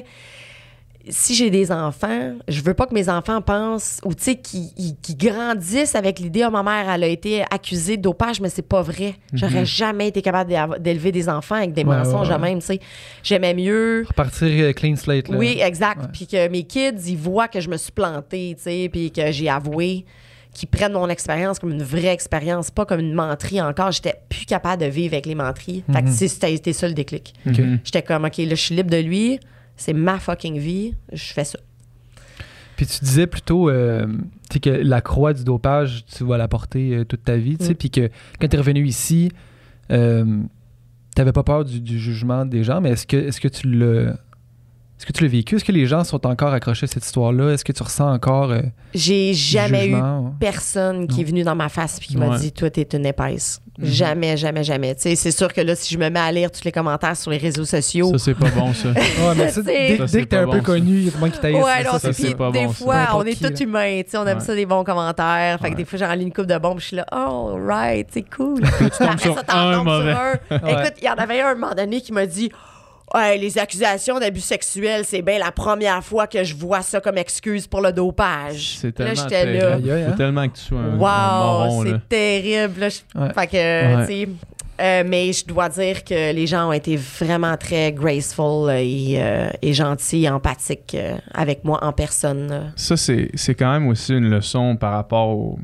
si j'ai des enfants, je veux pas que mes enfants pensent, ou tu sais, qu'ils ils- qu'ils grandissent avec l'idée, oh, ma mère, elle a été accusée de dopage, mais c'est pas vrai. J'aurais Mhm. jamais été capable d'élever- d'élever des enfants avec des Ouais, mensonges ouais, ouais. de même, tu sais. J'aimais mieux... Repartir euh, clean slate, là. Oui, exact. Ouais. Puis que mes kids, ils voient que je me suis plantée, tu sais, puis que j'ai avoué, qu'ils prennent mon expérience comme une vraie expérience, pas comme une menterie encore. J'étais plus capable de vivre avec les menteries. Fait que Mhm. c'est- c'était c'était ça le déclic. OK. Mhm. J'étais comme, OK, là, je suis libre de lui. C'est ma fucking vie. Je fais ça. Puis tu disais plutôt euh, tu sais, que la croix du dopage, tu vas la porter euh, toute ta vie, tu sais, Mm. puis que quand tu es revenu ici, euh, tu n'avais pas peur du, du jugement des gens, mais est-ce que, est-ce que tu l'as est-ce que tu l'as vécu? Est-ce que les gens sont encore accrochés à cette histoire-là? Est-ce que tu ressens encore euh, J'ai du jamais eu jugement, ouais? personne qui Non. est venu dans ma face puis qui m'a Ouais. dit, toi, t'es une épaisse. Mhm. Jamais, jamais, jamais. Tu sais, c'est sûr que là, si je me mets à lire tous les commentaires sur les réseaux sociaux, Ça, c'est pas bon, ça. Ouais, mais ça, Tu sais. dès, Ça, dès c'est que t'es pas un peu bon, ça. connu, il y a tout le monde qui t'haïsse. ouais, mais non, ça, ça, c'est c'est puis pas des bon, ça. fois, N'importe on est qui, tous là. humains, tu sais, on aime Ouais. ça des bons commentaires. Fait que Ouais. des fois, j'en lis une coupe de bombes, je suis là, oh, right, c'est cool. tu tombes sur Après ça, t'en un tombes mauvais. sur un. Ouais. Écoute, il y en avait un, un moment donné qui m'a dit, ouais, les accusations d'abus sexuels, c'est bien la première fois que je vois ça comme excuse pour le dopage. C'est Là, tellement j'étais là. terrible. Aïe, aïe, hein? Faut tellement que tu sois un, un Wow, moron, là. c'est terrible. Là, je- Ouais. Fait que, Ouais. tu sais, euh, mais je dois dire que les gens ont été vraiment très graceful et, euh, et gentils et empathiques euh, avec moi en personne. là. Ça, c'est, c'est quand même aussi une leçon par rapport au-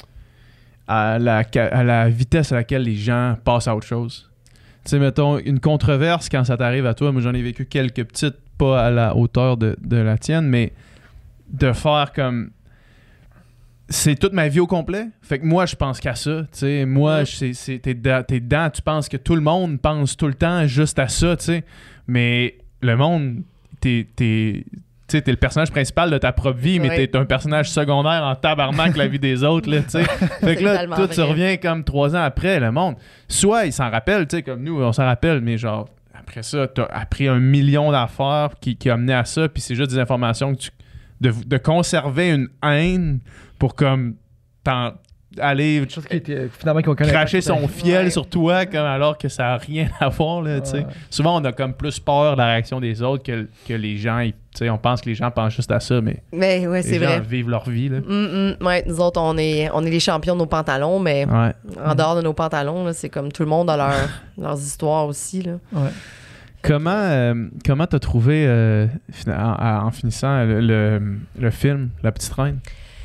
à, la, ca- à la vitesse à laquelle les gens passent à autre chose. Tu sais, mettons, une controverse, quand ça t'arrive à toi, moi j'en ai vécu quelques petites, pas à la hauteur de, de la tienne, mais de faire comme... C'est toute ma vie au complet. Fait que moi, je pense qu'à ça. Tu sais, moi, Mm. je- c'est, c'est- t'es, dedans, t'es dedans, tu penses que tout le monde pense tout le temps juste à ça, tu sais. Mais le monde, t'es, t'es, tu sais, t'es le personnage principal de ta propre vie, mais Ouais. t'es un personnage secondaire en tabarnak la vie des autres, là, tu sais. Fait que là, tellement tout se vrai. revient comme trois ans après, le monde. Soit ils s'en rappellent, tu sais, comme nous, on s'en rappelle, mais genre, après ça, t'as appris un million d'affaires qui, qui a mené à ça, puis c'est juste des informations que tu... De, de conserver une haine pour comme t'en, aller Quelque chose qui était finalement qu'on connaît. cracher son fiel Ouais. sur toi comme alors que ça n'a rien à voir, là, tu sais. Ouais. Souvent, on a comme plus peur de la réaction des autres que, que les gens, ils- tu sais, on pense que les gens pensent juste à ça, mais Mais ouais, les c'est gens vrai. vivent leur vie, là. Mm, mm, ouais, nous autres, on est, on est les champions de nos pantalons, mais Ouais. en dehors de nos pantalons, là, c'est comme tout le monde a leur, leurs histoires aussi. Là. Ouais. Comment euh, comment t'as trouvé, euh, fina- en, en finissant, le, le, le film La Petite Reine?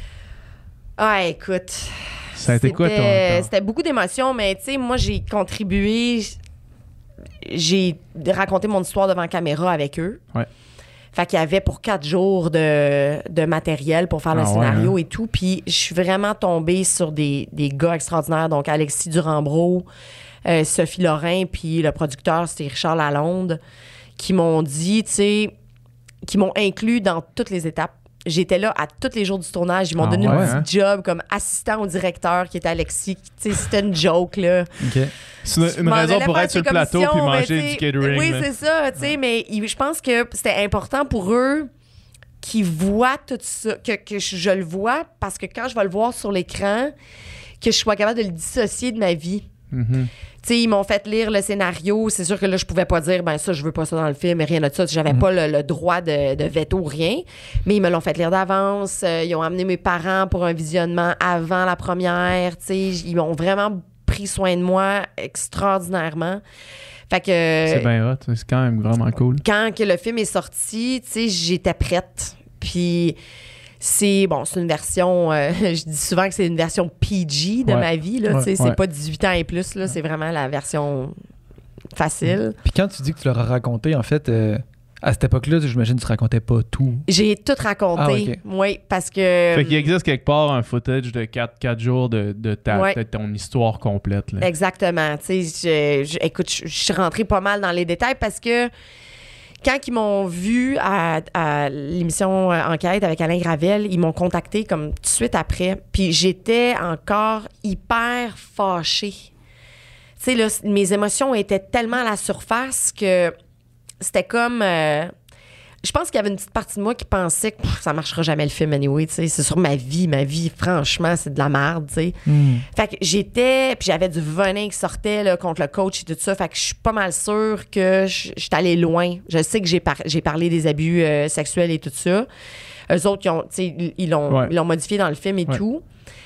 Ah, écoute. Ça a été quoi ton... C'était- ton- C'était beaucoup d'émotions, mais tu sais, moi, j'ai contribué. J'ai raconté mon histoire devant caméra avec eux. Ouais. Fait qu'il y avait pour quatre jours de, de matériel pour faire le Ah ouais, scénario hein? et tout. Puis je suis vraiment tombée sur des, des gars extraordinaires. Donc, Alexis Durambro, euh, Sophie Lorrain, puis le producteur, c'était Richard Lalonde, qui m'ont dit, tu sais, qui m'ont inclus dans toutes les étapes. J'étais là à tous les jours du tournage. Ils m'ont Ah donné ouais, un hein? petit job comme assistant au directeur qui était Alexis. Tu sais, c'était une joke, là. OK. C'est une, Je une m'en raison allais pour faire être sur le ses plateau puis commissions, mais manger tu du sais, catering. Oui, là. c'est ça, tu sais, mais il- je pense que c'était important pour eux qu'ils voient tout ça, que, que je, je le vois, parce que quand je vais le voir sur l'écran, que je sois capable de le dissocier de ma vie. Mhm. Tu sais, ils m'ont fait lire le scénario. C'est sûr que là, je pouvais pas dire, ben ça, je veux pas ça dans le film, et rien de ça. J'avais pas le, le droit de, de veto ou rien. Mais ils me l'ont fait lire d'avance. Euh, ils ont amené mes parents pour un visionnement avant la première. Tu sais, ils ont vraiment pris soin de moi extraordinairement. Fait que C'est bien hot. C'est quand même vraiment cool. quand que le film est sorti, tu sais, j'étais prête. Puis c'est bon, c'est une version. euh, je dis souvent que c'est une version P G de Ouais. ma vie. Là, tu sais, Ouais, c'est ouais. pas dix-huit ans et plus. Là, c'est vraiment la version facile. Puis quand tu dis que tu leur as raconté, en fait, euh, à cette époque-là, j'imagine que tu racontais pas tout. J'ai tout raconté. Ah, ok. Oui, parce que. Fait qu'il existe quelque part un footage de quatre jours de, de, ta, Ouais. de ton histoire complète. Là. Exactement. Tu sais, je- je- écoute, je je suis rentrée pas mal dans les détails parce que quand ils m'ont vu à, à l'émission euh, Enquête avec Alain Gravel, ils m'ont contacté comme tout de suite après. Puis j'étais encore hyper fâchée. Tu sais, là, mes émotions étaient tellement à la surface que c'était comme... euh, je pense qu'il y avait une petite partie de moi qui pensait que pff, ça marchera jamais le film anyway, tu sais. C'est sur ma vie. Ma vie, franchement, c'est de la merde, tu sais. Fait que j'étais, puis j'avais du venin qui sortait là, contre le coach et tout ça. Fait que je suis pas mal sûre que je je suis allée loin. Je sais que j'ai, par- j'ai parlé des abus euh, sexuels et tout ça. Eux autres, ils, ont, tu sais, ils, ils l'ont, Ouais. ils l'ont modifié dans le film et Ouais. tout.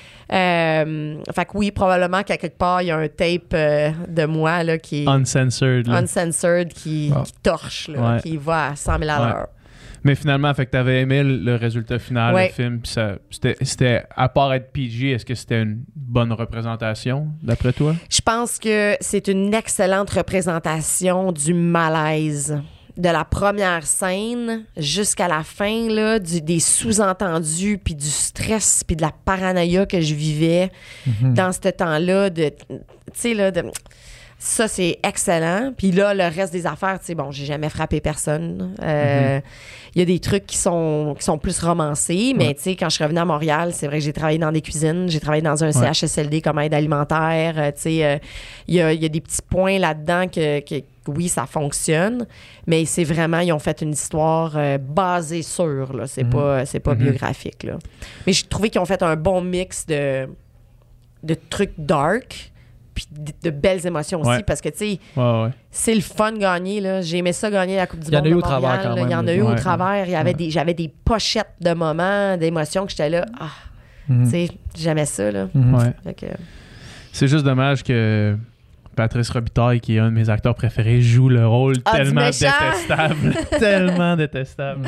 Euh, fait que oui, probablement qu'à quelque part, il y a un tape euh, de moi là, qui est Uncensored. là. uncensored, qui, Ah. qui torche, là, Ouais. qui va à cent mille à Ouais. l'heure. Mais finalement, fait que t'avais aimé le, le résultat final Ouais. du film. Puis ça, c'était, c'était, à part être P G, est-ce que c'était une bonne représentation, d'après toi? Je pense que c'est une excellente représentation du malaise. De la première scène jusqu'à la fin, là, du, des sous-entendus, puis du stress, puis de la paranoïa que je vivais dans ce temps-là. De, tu sais, là, de, ça, c'est excellent. Puis là, le reste des affaires, tu sais, bon, j'ai jamais frappé personne. Euh, Il y a des trucs qui sont, qui sont plus romancés, mais Ouais. tu sais, quand je suis revenue à Montréal, c'est vrai que j'ai travaillé dans des cuisines, j'ai travaillé dans un C H S L D comme aide alimentaire. euh, tu sais, euh, il y, a, il y a des petits points là-dedans que, que oui, ça fonctionne, mais c'est vraiment, ils ont fait une histoire euh, basée sur, là. C'est Mhm. pas, c'est pas Mhm. biographique, là. Mais j'ai trouvé qu'ils ont fait un bon mix de, de trucs dark, puis de, de belles émotions aussi, Ouais. parce que, tu sais, Ouais, ouais. c'est le fun de gagner, là. J'ai aimé ça gagner la Coupe du Il y en Monde a eu de au travers Montréal, quand là. Il y en a même, eu au ouais. travers. Il y avait Ouais. des, j'avais des pochettes de moments, d'émotions que j'étais là, ah, Mhm. tu sais, j'aimais ça, là. Mhm. Ouais. Fait que- C'est juste dommage que Patrice Robitaille, qui est un de mes acteurs préférés, joue le rôle Ah, du tellement méchant! détestable. tellement détestable.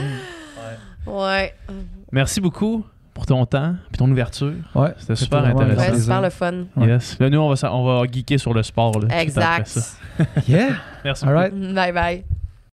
Ouais. Merci beaucoup pour ton temps et ton ouverture. Ouais. C'était C'était super vraiment intéressant. Ouais, plaisir. super le fun. Ouais. Yes. Là, nous, on va, s'en- on va geeker sur le sport. Là, tout après Exact. ça. Yeah. Merci All beaucoup. right. Bye bye.